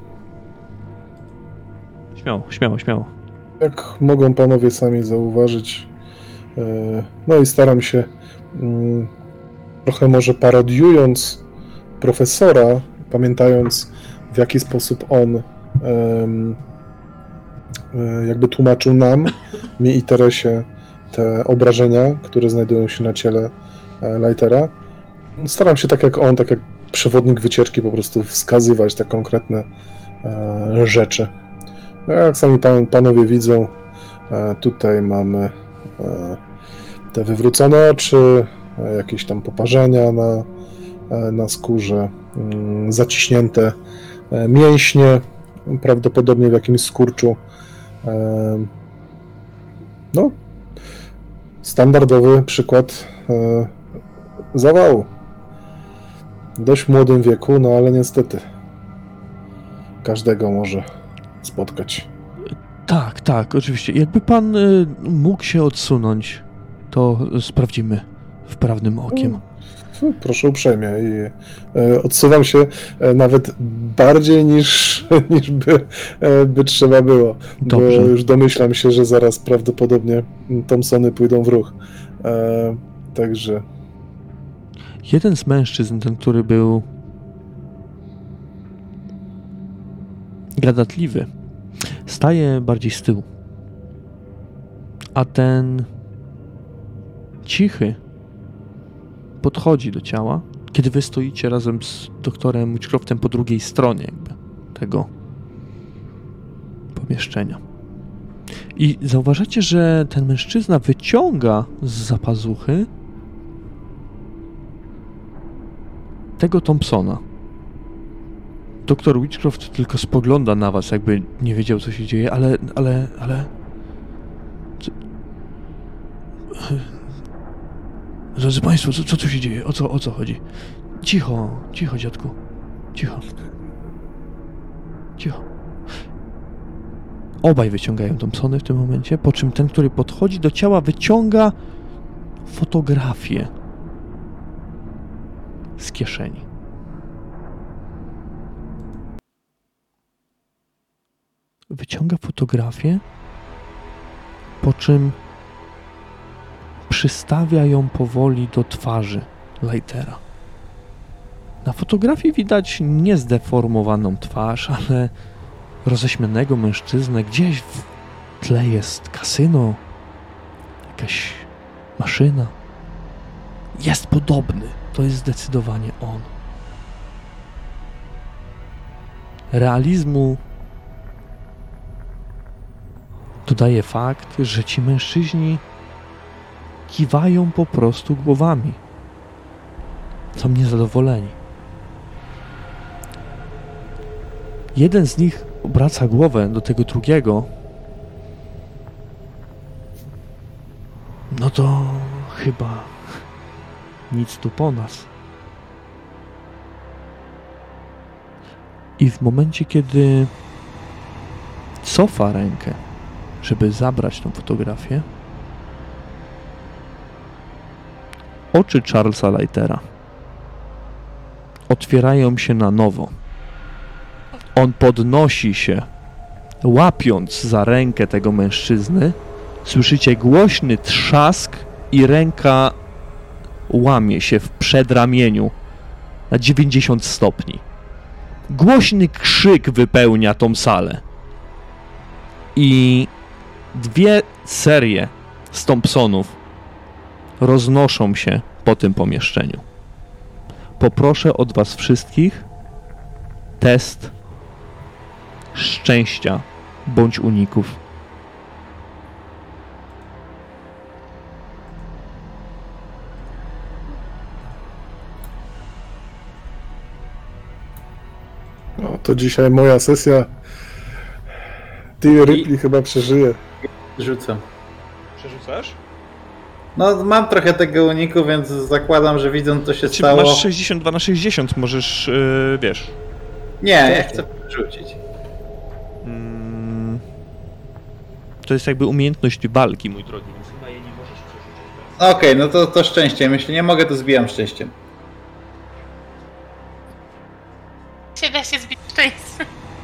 Śmiało, śmiało, śmiało. Jak mogą panowie sami zauważyć, e, no i staram się mm, trochę może parodiując profesora, pamiętając w jaki sposób on em, e, jakby tłumaczył nam, mi i Teresie, te obrażenia, które znajdują się na ciele e, Lightera. Staram się tak jak on, tak jak przewodnik wycieczki po prostu wskazywać te konkretne e, rzeczy. No, jak sami pan, panowie widzą, e, tutaj mamy e, te wywrócone oczy, e, jakieś tam poparzenia na, e, na skórze, mm, zaciśnięte e, mięśnie, prawdopodobnie w jakimś skurczu. E, no, standardowy przykład e, zawału. W dość młodym wieku, no ale niestety każdego może spotkać. Tak, tak, oczywiście. Jakby pan y, mógł się odsunąć, to sprawdzimy wprawnym okiem. Proszę uprzejmie. I e, odsuwam się e, nawet bardziej niż, niż by, e, by trzeba było. Dobrze. Bo już domyślam się, że zaraz prawdopodobnie Thompsony pójdą w ruch. E, także Jeden z mężczyzn, ten, który był gadatliwy, staje bardziej z tyłu. A ten cichy podchodzi do ciała, kiedy wy stoicie razem z doktorem Witchcroftem po drugiej stronie jakby tego pomieszczenia. I zauważacie, że ten mężczyzna wyciąga z zapazuchy tego Thompsona. Doktor Witchcroft tylko spogląda na was, jakby nie wiedział, co się dzieje, ale, ale, ale... Co... Drodzy Państwo, co, co tu się dzieje? O co, o co chodzi? Cicho, cicho, dziadku. Cicho. Cicho. Obaj wyciągają Thompsony w tym momencie, po czym ten, który podchodzi do ciała, wyciąga fotografię z kieszeni. Wyciąga fotografię, po czym przystawia ją powoli do twarzy Lightera. Na fotografii widać niezdeformowaną twarz, ale roześmianego mężczyznę. Gdzieś w tle jest kasyno, jakaś maszyna. Jest podobny. To jest zdecydowanie on. Realizmu dodaje fakt, że ci mężczyźni kiwają po prostu głowami. Są niezadowoleni. Jeden z nich obraca głowę do tego drugiego. No to chyba nic tu po nas. I w momencie, kiedy cofa rękę, żeby zabrać tą fotografię, oczy Charlesa Lightera otwierają się na nowo. On podnosi się, łapiąc za rękę tego mężczyzny. Słyszycie głośny trzask i ręka łamie się w przedramieniu na dziewięćdziesiąt stopni. Głośny krzyk wypełnia tą salę. I dwie serie z Thompsonów roznoszą się po tym pomieszczeniu. Poproszę od was wszystkich test szczęścia bądź uników. no, to dzisiaj moja sesja. Ty Ripley chyba przeżyje. Rzucam. Przerzucasz? No, mam trochę tego uniku, więc zakładam, że widząc, co się Czy stało... masz sześćdziesiąt dwa na sześćdziesiąt, możesz, yy, wiesz... Nie, ja chcę rzucić. Mm, to jest jakby umiejętność walki, mój drogi, więc chyba jej nie możesz przerzucić. Okej, okay, no to, to szczęście. Jeśli nie mogę, to zbijam szczęściem. Się da się zbić szczęście.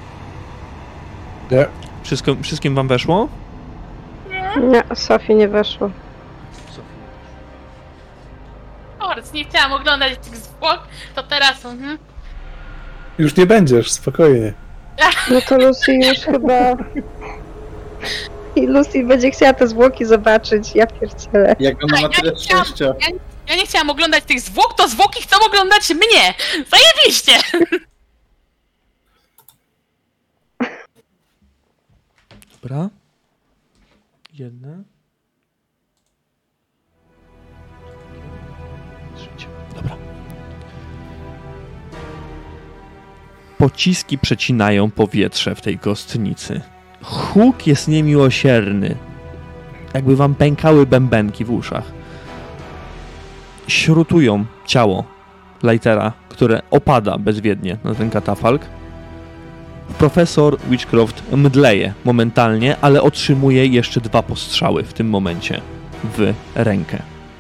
Nie. Wszystko, wszystkim wam weszło? Nie, Sofii nie weszło. Ors, nie chciałam oglądać tych zwłok, to teraz... Mhm. Już nie będziesz, spokojnie. No to Lucy już chyba... I Lucy będzie chciała te zwłoki zobaczyć, ja pierdzielę. Jak ona ma Ja tyle nie chciałam- szczęścia. Ja, ja nie chciałam oglądać tych zwłok, to zwłoki chcą oglądać mnie! Zajebiście! Dobra. Jedna. Trzecie. Dobra. Pociski przecinają powietrze w tej kostnicy. Huk jest niemiłosierny. Jakby wam pękały bębenki w uszach. Śrutują ciało Lightera, które opada bezwiednie na ten katafalk. Profesor Witchcroft mdleje momentalnie, ale otrzymuje jeszcze dwa postrzały w tym momencie w rękę.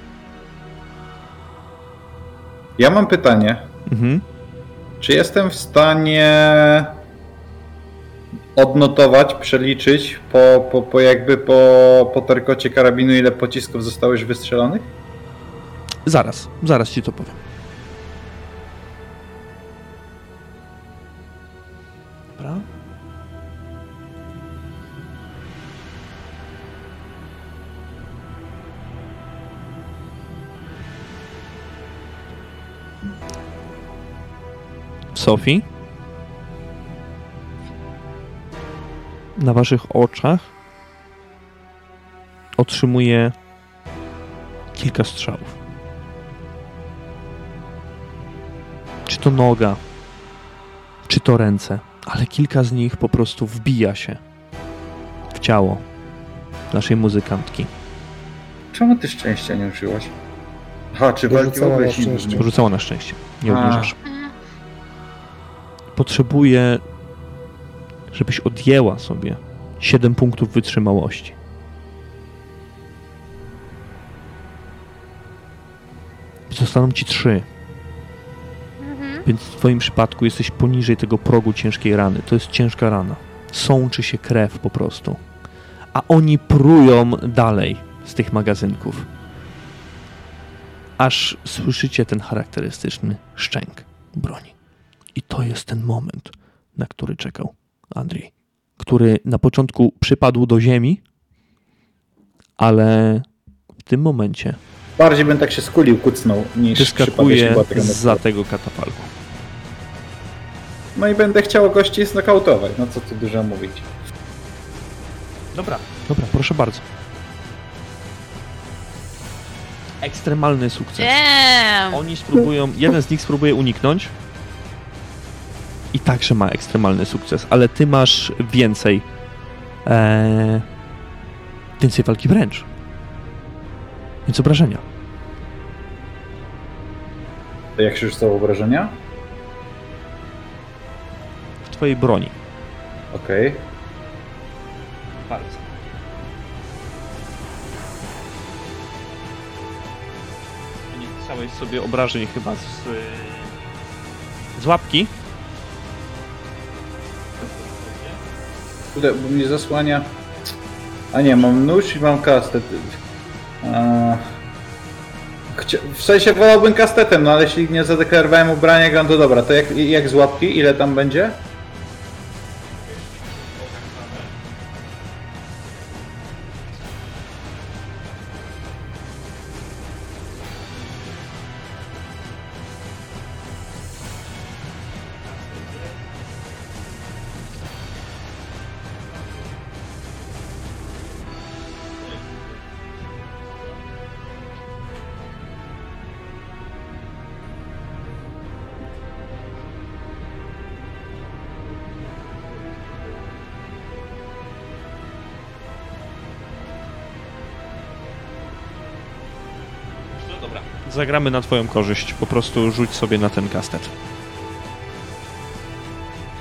Ja mam pytanie. Mhm. Czy jestem w stanie odnotować, przeliczyć po, po, po jakby po, po terkocie karabinu, ile pocisków zostało już wystrzelanych? Zaraz, zaraz ci to powiem. Dobra. Sophie? Na waszych oczach otrzymuje kilka strzałów. Czy to noga, czy to ręce, ale kilka z nich po prostu wbija się w ciało naszej muzykantki. Czemu ty szczęścia nie użyłaś? Aha, czy walki w Porzucała ogóle na się nie szczęście. użyła? Porzucała na szczęście, nie A. obniżasz. Potrzebuję, żebyś odjęła sobie siedem punktów wytrzymałości. Zostaną ci trzy. Więc w twoim przypadku jesteś poniżej tego progu ciężkiej rany. To jest ciężka rana. Sączy się krew po prostu. A oni prują dalej z tych magazynków. Aż słyszycie ten charakterystyczny szczęk broni. I to jest ten moment, na który czekał Andrzej. Który na początku przypadł do ziemi, ale w tym momencie Bardziej bym tak się skulił, kucnął, niż przypadek wyskakuje była tego za metoda. tego katafalku. No i będę chciał gości znokautować, no co tu dużo mówić. Dobra. Dobra, proszę bardzo. Ekstremalny sukces. Damn! Oni spróbują, jeden z nich spróbuje uniknąć i także ma ekstremalny sukces, ale ty masz więcej ee, więcej walki wręcz. Więc obrażenia. To jak się już są obrażenia? W twojej broni. Okej. Okay. Bardzo. Nie pisałeś sobie obrażeń chyba z, z łapki. Kurde, bo mnie zasłania... A nie, mam nóż i mam kastet. A... Chcia... W sensie wolałbym kastetem, no ale jeśli nie zadeklarowałem ubrania, gram to dobra. To jak, jak z łapki? Ile tam będzie? No dobra. Zagramy na twoją korzyść. Po prostu rzuć sobie na ten kastet.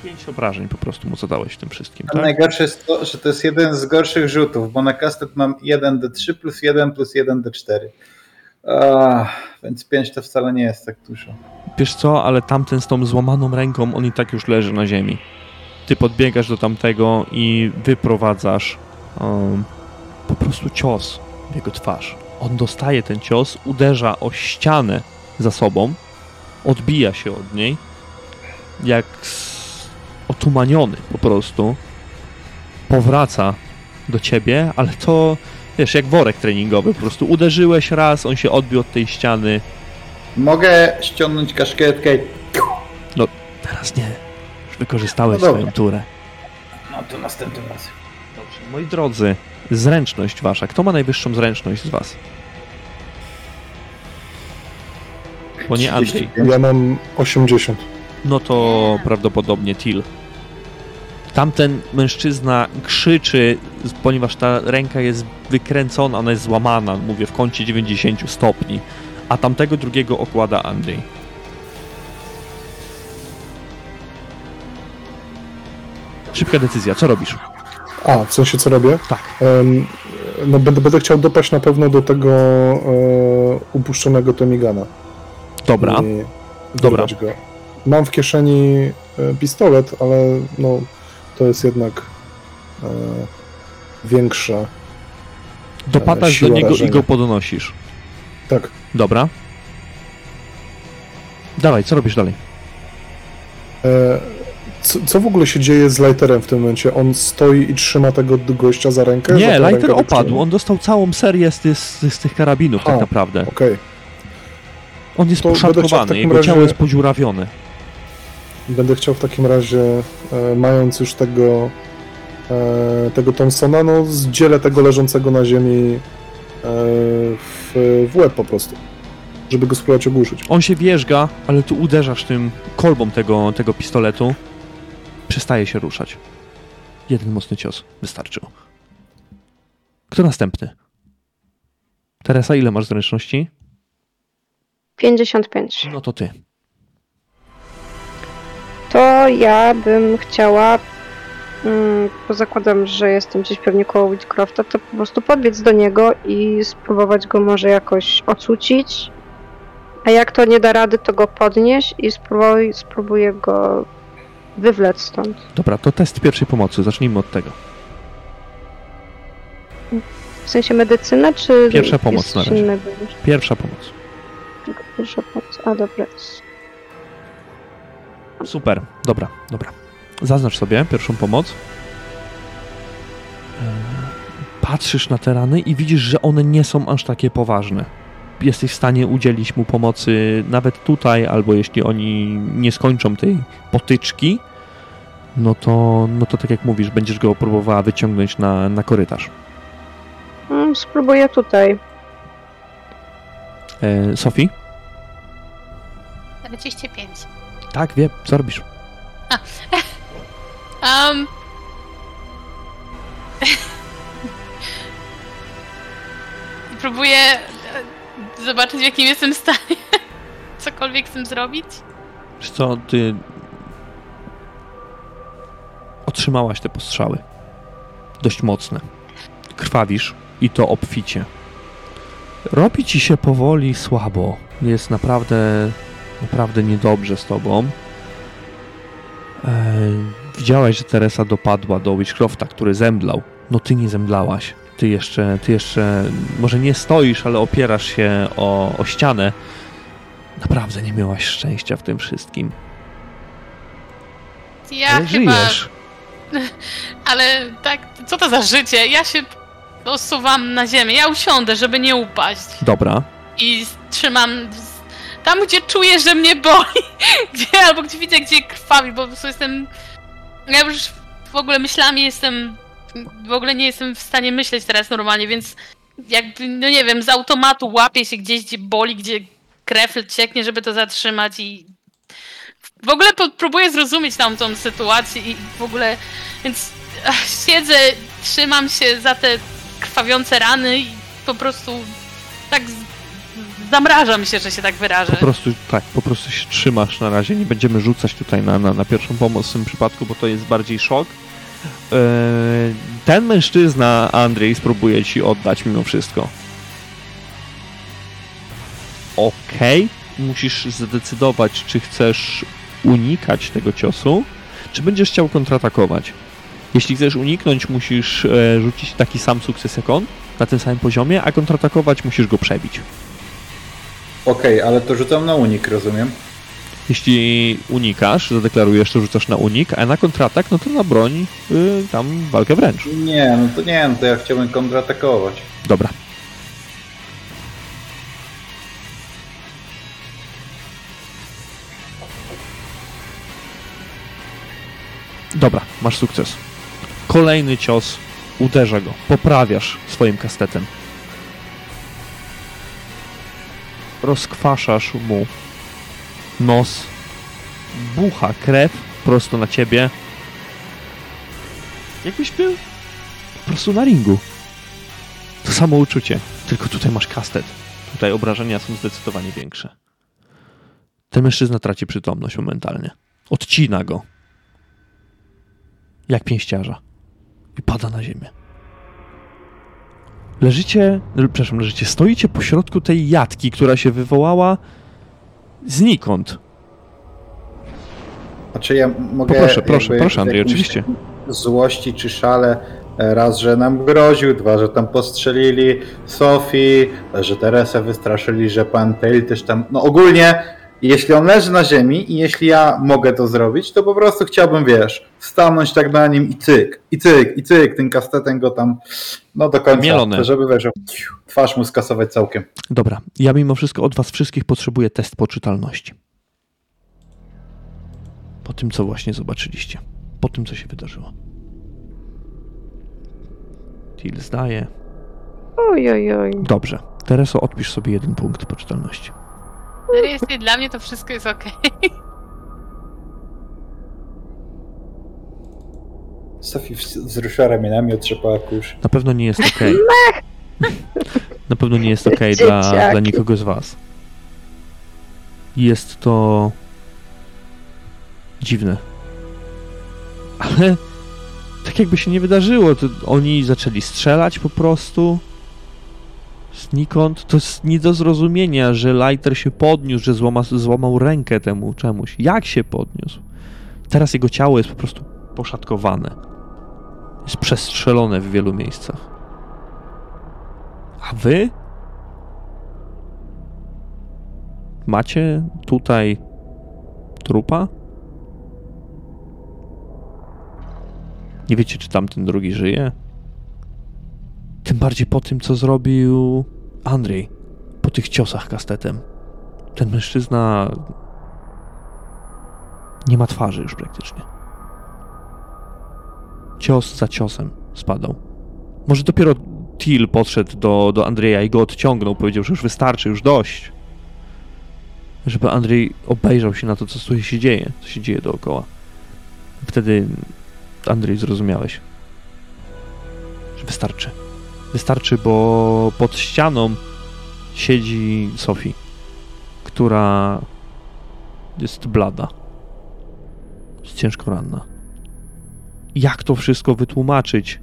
Pięć obrażeń po prostu mu zadałeś w tym wszystkim, A tak? najgorsze jest to, że to jest jeden z gorszych rzutów, bo na kastet mam jeden d trzy plus jeden plus jeden d cztery. Ah, więc pięć to wcale nie jest tak dużo. Wiesz co, ale tamten z tą złamaną ręką, on i tak już leży na ziemi. Ty podbiegasz do tamtego i wyprowadzasz um, po prostu cios w jego twarz. On dostaje ten cios, uderza o ścianę za sobą, odbija się od niej, jak s- otumaniony po prostu. Powraca do ciebie, ale to, wiesz, jak worek treningowy. Po prostu uderzyłeś raz, on się odbił od tej ściany. Mogę ściągnąć kaszkietkę i... Teraz nie. Już wykorzystałeś No dobra. swoją turę. No to następnym razem. Dobrze. Moi drodzy, zręczność wasza. Kto ma najwyższą zręczność z was? Bo nie Andrzej. trzydzieści pięć. Ja mam osiemdziesiąt. No to prawdopodobnie Til. Tamten mężczyzna krzyczy, ponieważ ta ręka jest wykręcona, ona jest złamana, mówię, w kącie dziewięćdziesiąt stopni, a tamtego drugiego okłada Andrzej. Szybka decyzja, co robisz? A, w sensie co robię? Tak. Em, no będę, będę chciał dopaść na pewno do tego e, upuszczonego Tomigana. Dobra, I dobra. wyrwać go. Mam w kieszeni e, pistolet, ale no to jest jednak e, większa. Dopadasz do siła niego rażenia. i go podnosisz. Tak. Dobra. Dawaj, co robisz dalej? E, co, co w ogóle się dzieje z Lighterem w tym momencie? On stoi i trzyma tego gościa za rękę? Za Nie, tę Lighter rękę opadł, wytrzyma? on dostał całą serię z, tych- z, z tych karabinów Aha. tak naprawdę. Okej. On jest To będę chciał w poszatkowany, takim jego razie- ciało jest podziurawione. Będę chciał w takim razie, e, mając już tego e, tego Thompsona, no zdzielę tego leżącego na ziemi e, w, w łeb po prostu, żeby go spróbować ogłuszyć. On się wierzga, ale tu uderzasz tym kolbą tego, tego pistoletu. Przestaje się ruszać. Jeden mocny cios wystarczył. Kto następny? Teresa, ile masz zręczności? pięćdziesiąt pięć. No to ty. To ja bym chciała, mm, bo zakładam, że jestem gdzieś pewnie koło Whitcrofta, to po prostu podbiec do niego i spróbować go może jakoś ocucić. A jak to nie da rady, to go podnieść i spróbuj, spróbuję go wywlec stąd. Dobra, to test pierwszej pomocy. Zacznijmy od tego. W sensie medycyna, czy Pierwsza pomoc jest na coś razie. innego? Pierwsza pomoc. Tylko Pierwsza pomoc. A dobra. Super, dobra, dobra. Zaznacz sobie pierwszą pomoc. Eee, Patrzysz na te rany i widzisz, że one nie są aż takie poważne. Jesteś w stanie udzielić mu pomocy nawet tutaj, albo jeśli oni nie skończą tej potyczki, no to, no to tak jak mówisz, będziesz go próbowała wyciągnąć na, na korytarz. Mm, spróbuję tutaj. Eee, Sofii? dwadzieścia pięć. Tak, wiem, co robisz? Um. Próbuję e, zobaczyć, w jakim jestem stanie. Cokolwiek z tym zrobić. Wiesz co, ty otrzymałaś te postrzały. Dość mocne. Krwawisz i to obficie. Robi ci się powoli słabo. Jest naprawdę, naprawdę niedobrze z tobą. Eee, widziałaś, że Teresa dopadła do Witchcrofta, który zemdlał. No ty nie zemdlałaś. Ty jeszcze, ty jeszcze, może nie stoisz, ale opierasz się o, o ścianę. Naprawdę nie miałaś szczęścia w tym wszystkim. Ja Ale chyba. żyjesz. Ale tak, co to za życie? Ja się osuwam na ziemię. Ja usiądę, żeby nie upaść. Dobra. I trzymam tam, gdzie czuję, że mnie boli. Gdzie, albo gdzie widzę, gdzie krwawi, bo po prostu jestem. Ja już w ogóle myślami jestem. W ogóle nie jestem w stanie myśleć teraz normalnie, więc jakby, no nie wiem, z automatu łapię się gdzieś, gdzie boli, gdzie krew cieknie, żeby to zatrzymać i w ogóle po- próbuję zrozumieć tam tą sytuację i w ogóle, więc ach, siedzę, trzymam się za te krwawiące rany i po prostu tak z- zamrażam się, że się tak wyrażę. Po prostu, tak, po prostu się trzymasz na razie. Nie będziemy rzucać tutaj na, na, na pierwszą pomoc w tym przypadku, bo to jest bardziej szok. Eee, ten mężczyzna, Andrzej, spróbuje ci oddać mimo wszystko. Okej. Okay. Musisz zdecydować, czy chcesz unikać tego ciosu, czy będziesz chciał kontratakować. Jeśli chcesz uniknąć, musisz e, rzucić taki sam sukces jak on, na tym samym poziomie, a kontratakować musisz go przebić. Okej, okay, ale to rzucam na unik, rozumiem? Jeśli unikasz, zadeklarujesz, to rzucasz na unik, a na kontratak, no to na broń, yy, tam walkę wręcz. Nie, no to nie, no to ja chciałbym kontratakować. Dobra. Dobra, masz sukces. Kolejny cios, uderza go, poprawiasz swoim kastetem. Rozkwaszasz mu nos, bucha krew prosto na ciebie. Jakbyś był po prostu na ringu. To samo uczucie, tylko tutaj masz kastet. Tutaj obrażenia są zdecydowanie większe. Ten mężczyzna traci przytomność momentalnie. Odcina go. Jak pięściarza. I pada na ziemię. Leżycie, przepraszam, leżycie, stoicie pośrodku tej jatki, która się wywołała znikąd. Znaczy ja mogę... Proszę, proszę, proszę Andrzej, oczywiście. Złości czy szale, raz, że nam groził, dwa, że tam postrzelili Sophie, że Teresę wystraszyli, że pan Tail też tam... No ogólnie, jeśli on leży na ziemi i jeśli ja mogę to zrobić, to po prostu chciałbym, wiesz, stanąć tak na nim i cyk, i cyk, i cyk, tym kastetem go tam, no do końca, Mielone. żeby, wiesz, twarz mu skasować całkiem. Dobra, ja mimo wszystko od was wszystkich potrzebuję test poczytalności. Po tym, co właśnie zobaczyliście. Po tym, co się wydarzyło. Till zdaje. Oj, oj, oj. Dobrze. Tereso, odpisz sobie jeden punkt poczytalności. Seriously, dla mnie to wszystko jest okej. Sophie wzruszyła ramionami, otrzepała kurz. Na pewno nie jest okej. Na pewno nie jest okej dla, dla nikogo z was. Jest to dziwne. Ale tak jakby się nie wydarzyło. To oni zaczęli strzelać po prostu. Znikąd. To jest nie do zrozumienia, że Lighter się podniósł, że złama, złamał rękę temu czemuś. Jak się podniósł? Teraz jego ciało jest po prostu poszatkowane. Jest przestrzelone w wielu miejscach. A wy? Macie tutaj trupa? Nie wiecie, czy tamten drugi żyje? Tym bardziej po tym, co zrobił Andrzej. Po tych ciosach kastetem. Ten mężczyzna nie ma twarzy już praktycznie. Cios za ciosem spadał. Może dopiero Till podszedł do, do Andrzeja i go odciągnął. Powiedział, że już wystarczy, już dość. Żeby Andrzej obejrzał się na to, co tu się dzieje. Co się dzieje dookoła. Wtedy, Andrzej, zrozumiałeś, że wystarczy. Wystarczy, bo pod ścianą siedzi Sophie, która jest blada. Jest ciężko ranna. Jak to wszystko wytłumaczyć?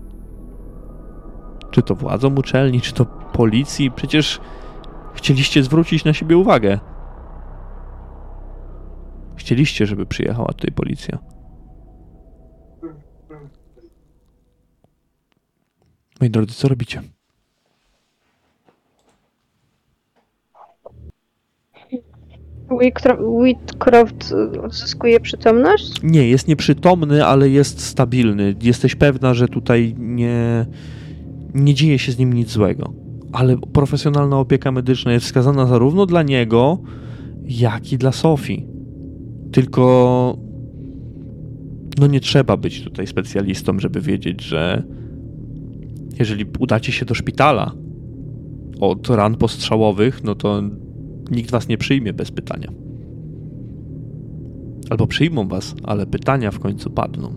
Czy to władzom uczelni, czy to policji? Przecież chcieliście zwrócić na siebie uwagę. Chcieliście, żeby przyjechała tutaj policja. Moi drodzy, co robicie? Whitcroft odzyskuje przytomność? Nie, jest nieprzytomny, ale jest stabilny. Jesteś pewna, że tutaj nie, nie dzieje się z nim nic złego. Ale profesjonalna opieka medyczna jest wskazana zarówno dla niego, jak i dla Sophie. Tylko no nie trzeba być tutaj specjalistą, żeby wiedzieć, że jeżeli udacie się do szpitala od ran postrzałowych, no to nikt was nie przyjmie bez pytania. Albo przyjmą was, ale pytania w końcu padną.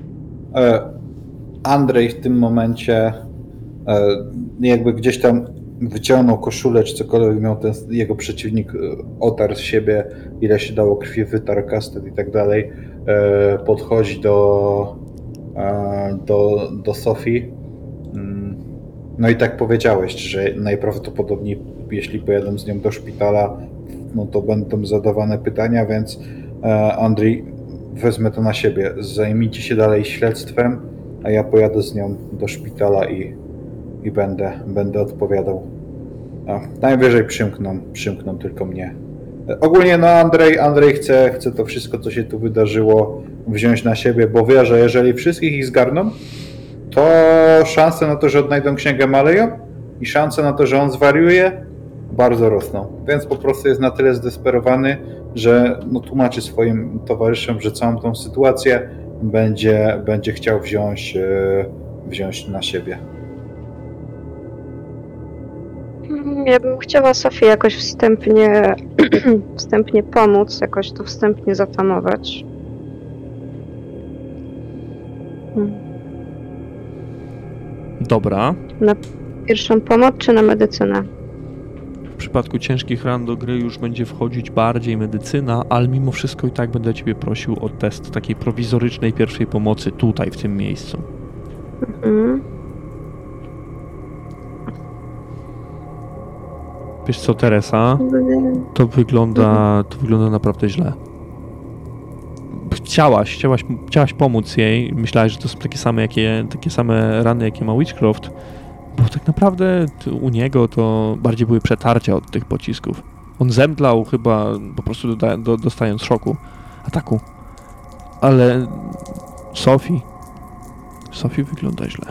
Andrzej w tym momencie jakby gdzieś tam wyciągnął koszulę, czy cokolwiek miał ten jego przeciwnik, otarł z siebie, ile się dało krwi, wytarł kastet i tak dalej, podchodzi do, do, do Sofii. No i tak powiedziałeś, że najprawdopodobniej jeśli pojadę z nią do szpitala, no to będą zadawane pytania, więc Andrzej, wezmę to na siebie. Zajmijcie się dalej śledztwem, a ja pojadę z nią do szpitala i, i będę, będę odpowiadał. A, najwyżej przymkną, przymkną tylko mnie. Ogólnie no Andrzej, Andrzej chce, chce to wszystko, co się tu wydarzyło, wziąć na siebie, bo wie, że jeżeli wszystkich ich zgarną, to szanse na to, że odnajdą księgę maleją i szanse na to, że on zwariuje, bardzo rosną. Więc po prostu jest na tyle zdesperowany, że no, tłumaczy swoim towarzyszom, że całą tą sytuację będzie, będzie chciał wziąć, wziąć na siebie. Ja bym chciała Sofii jakoś wstępnie, wstępnie pomóc, jakoś to wstępnie zatamować. Hmm. Dobra. Na pierwszą pomoc czy na medycynę? W przypadku ciężkich ran do gry już będzie wchodzić bardziej medycyna, ale mimo wszystko i tak będę ciebie prosił o test takiej prowizorycznej pierwszej pomocy tutaj, w tym miejscu. Mhm. Wiesz co, Teresa? To wygląda, to wygląda naprawdę źle. Chciałaś, chciałaś, chciałaś pomóc jej. Myślałaś, że to są takie same, jakie, takie same rany, jakie ma Witchcroft. Bo tak naprawdę u niego to bardziej były przetarcia od tych pocisków. On zemdlał chyba po prostu doda, do, dostając szoku, ataku. Ale Sophie... Sophie wygląda źle.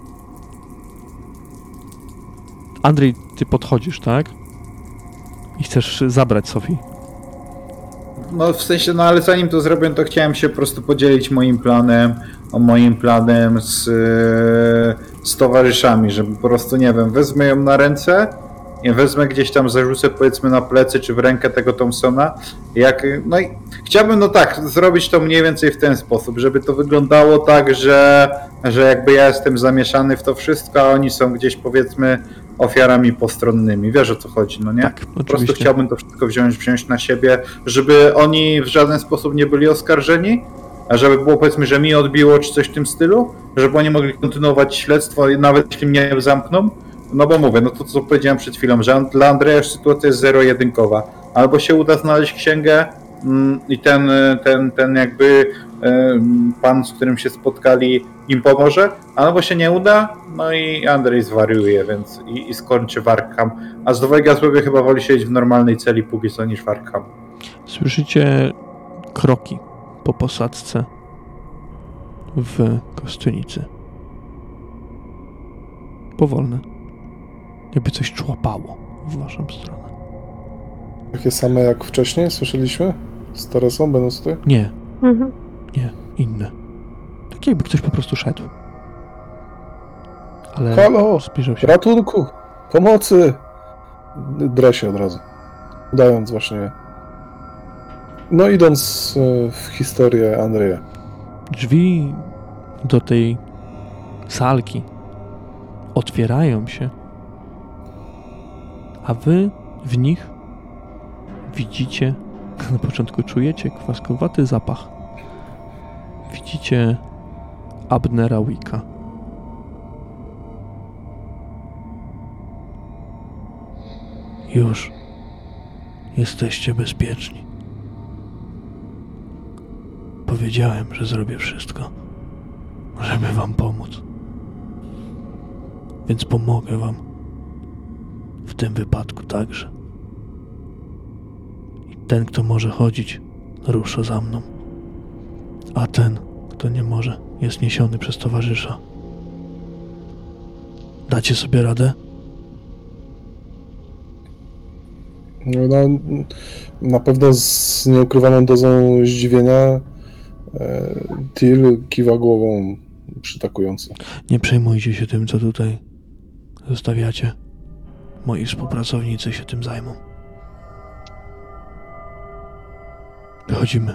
Andrzej, ty podchodzisz, tak? I chcesz zabrać Sophie. No w sensie, no ale zanim to zrobię, to chciałem się po prostu podzielić moim planem, o moim planem z, z towarzyszami, żeby po prostu, nie wiem, wezmę ją na ręce, nie wezmę gdzieś tam, zarzucę powiedzmy na plecy czy w rękę tego Thompsona. Jak, no i chciałbym, no tak, zrobić to mniej więcej w ten sposób, żeby to wyglądało tak, że, że jakby ja jestem zamieszany w to wszystko, a oni są gdzieś powiedzmy ofiarami postronnymi. Wiesz, o co chodzi, no nie? Tak, po oczywiście. prostu chciałbym to wszystko wziąć, wziąć na siebie, żeby oni w żaden sposób nie byli oskarżeni, a żeby było powiedzmy, że mi odbiło czy coś w tym stylu, żeby oni mogli kontynuować śledztwo, nawet jeśli mnie zamkną. No bo mówię, no to co powiedziałem przed chwilą, że dla Andrzeja już sytuacja jest zero-jedynkowa. Albo się uda znaleźć księgę mm, i ten, ten, ten jakby y, pan, z którym się spotkali, im pomoże, albo się nie uda, no i Andrzej zwariuje, więc i, i skończy w Arkham. A z dwojga złego chyba woli siedzieć w normalnej celi póki co niż w Arkham. Słyszycie kroki po posadzce w kostnicy. Powolne. Jakby coś człapało w waszą stronę. Takie same jak wcześniej słyszeliśmy? Z Teresą, będąc tutaj? Nie, Mhm. nie, inne. Tak jakby ktoś po prostu szedł. Ale Halo! zbliżał się. Ratunku! Pomocy! Drę się od razu. Udając właśnie... No idąc w historię Andrzeja. Drzwi do tej salki otwierają się, a wy w nich widzicie, na początku czujecie kwaskowaty zapach. Widzicie Abnera Wicka. Już jesteście bezpieczni. Powiedziałem, że zrobię wszystko, żeby wam pomóc. Więc pomogę wam. W tym wypadku także. I ten, kto może chodzić, rusza za mną. A ten, kto nie może, jest niesiony przez towarzysza. Dacie sobie radę? No, na, na pewno z nieukrywaną dozą zdziwienia e, Till kiwa głową przytakująco. Nie przejmujcie się tym, co tutaj zostawiacie. Moi współpracownicy się tym zajmą. Wychodzimy.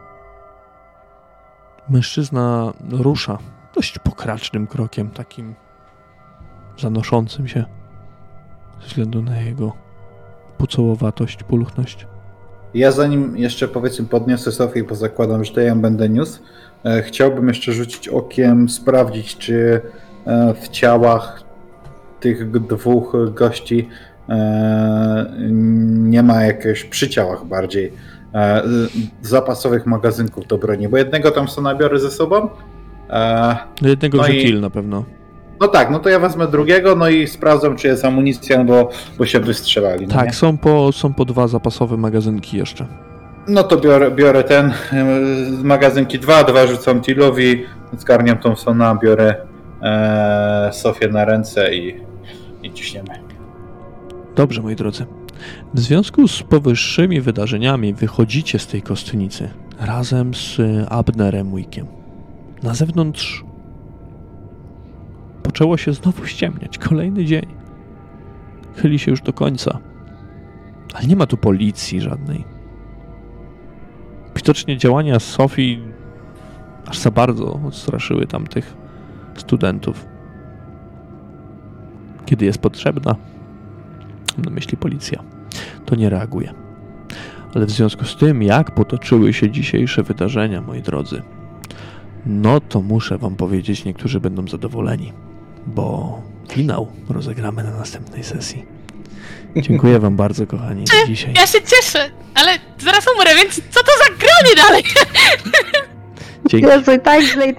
Mężczyzna rusza dość pokracznym krokiem, takim zanoszącym się. ze względu na jego pucołowatość, pulchność. Ja zanim jeszcze powiedzmy podniosę Sofię, bo zakładam, że to ja będę niósł, e, chciałbym jeszcze rzucić okiem, sprawdzić, czy e, w ciałach tych g- dwóch gości e, nie ma jakichś przy ciałach bardziej e, zapasowych magazynków do broni, bo jednego tam są nabiory ze sobą. E, Do jednego No no i- kill na pewno. no tak, no to ja wezmę drugiego, no i sprawdzam, czy jest amunicja, bo, bo się wystrzelali. No Tak, nie? są po, są po dwa zapasowe magazynki jeszcze. No to biorę, biorę ten, yy, magazynki dwa, dwa rzucam Tillowi, zgarniam Thompsona, biorę e, Sofię na ręce i, i ciśniemy. Dobrze, moi drodzy. W związku z powyższymi wydarzeniami wychodzicie z tej kostnicy razem z y, Abnerem Wickiem. Na zewnątrz poczęło się znowu ściemniać. Kolejny dzień. Chyli się już do końca. Ale nie ma tu policji żadnej. Widocznie działania Sofii aż za bardzo odstraszyły tamtych studentów. Kiedy jest potrzebna, mam na myśli policja, to nie reaguje. Ale w związku z tym, jak potoczyły się dzisiejsze wydarzenia, moi drodzy, no to muszę wam powiedzieć, niektórzy będą zadowoleni, bo finał rozegramy na następnej sesji. Dziękuję wam bardzo, kochani, za dzisiaj. Ja się cieszę, ale zaraz umrę, więc co to za granie dalej? Dzięki. Jezu, i tak źle, i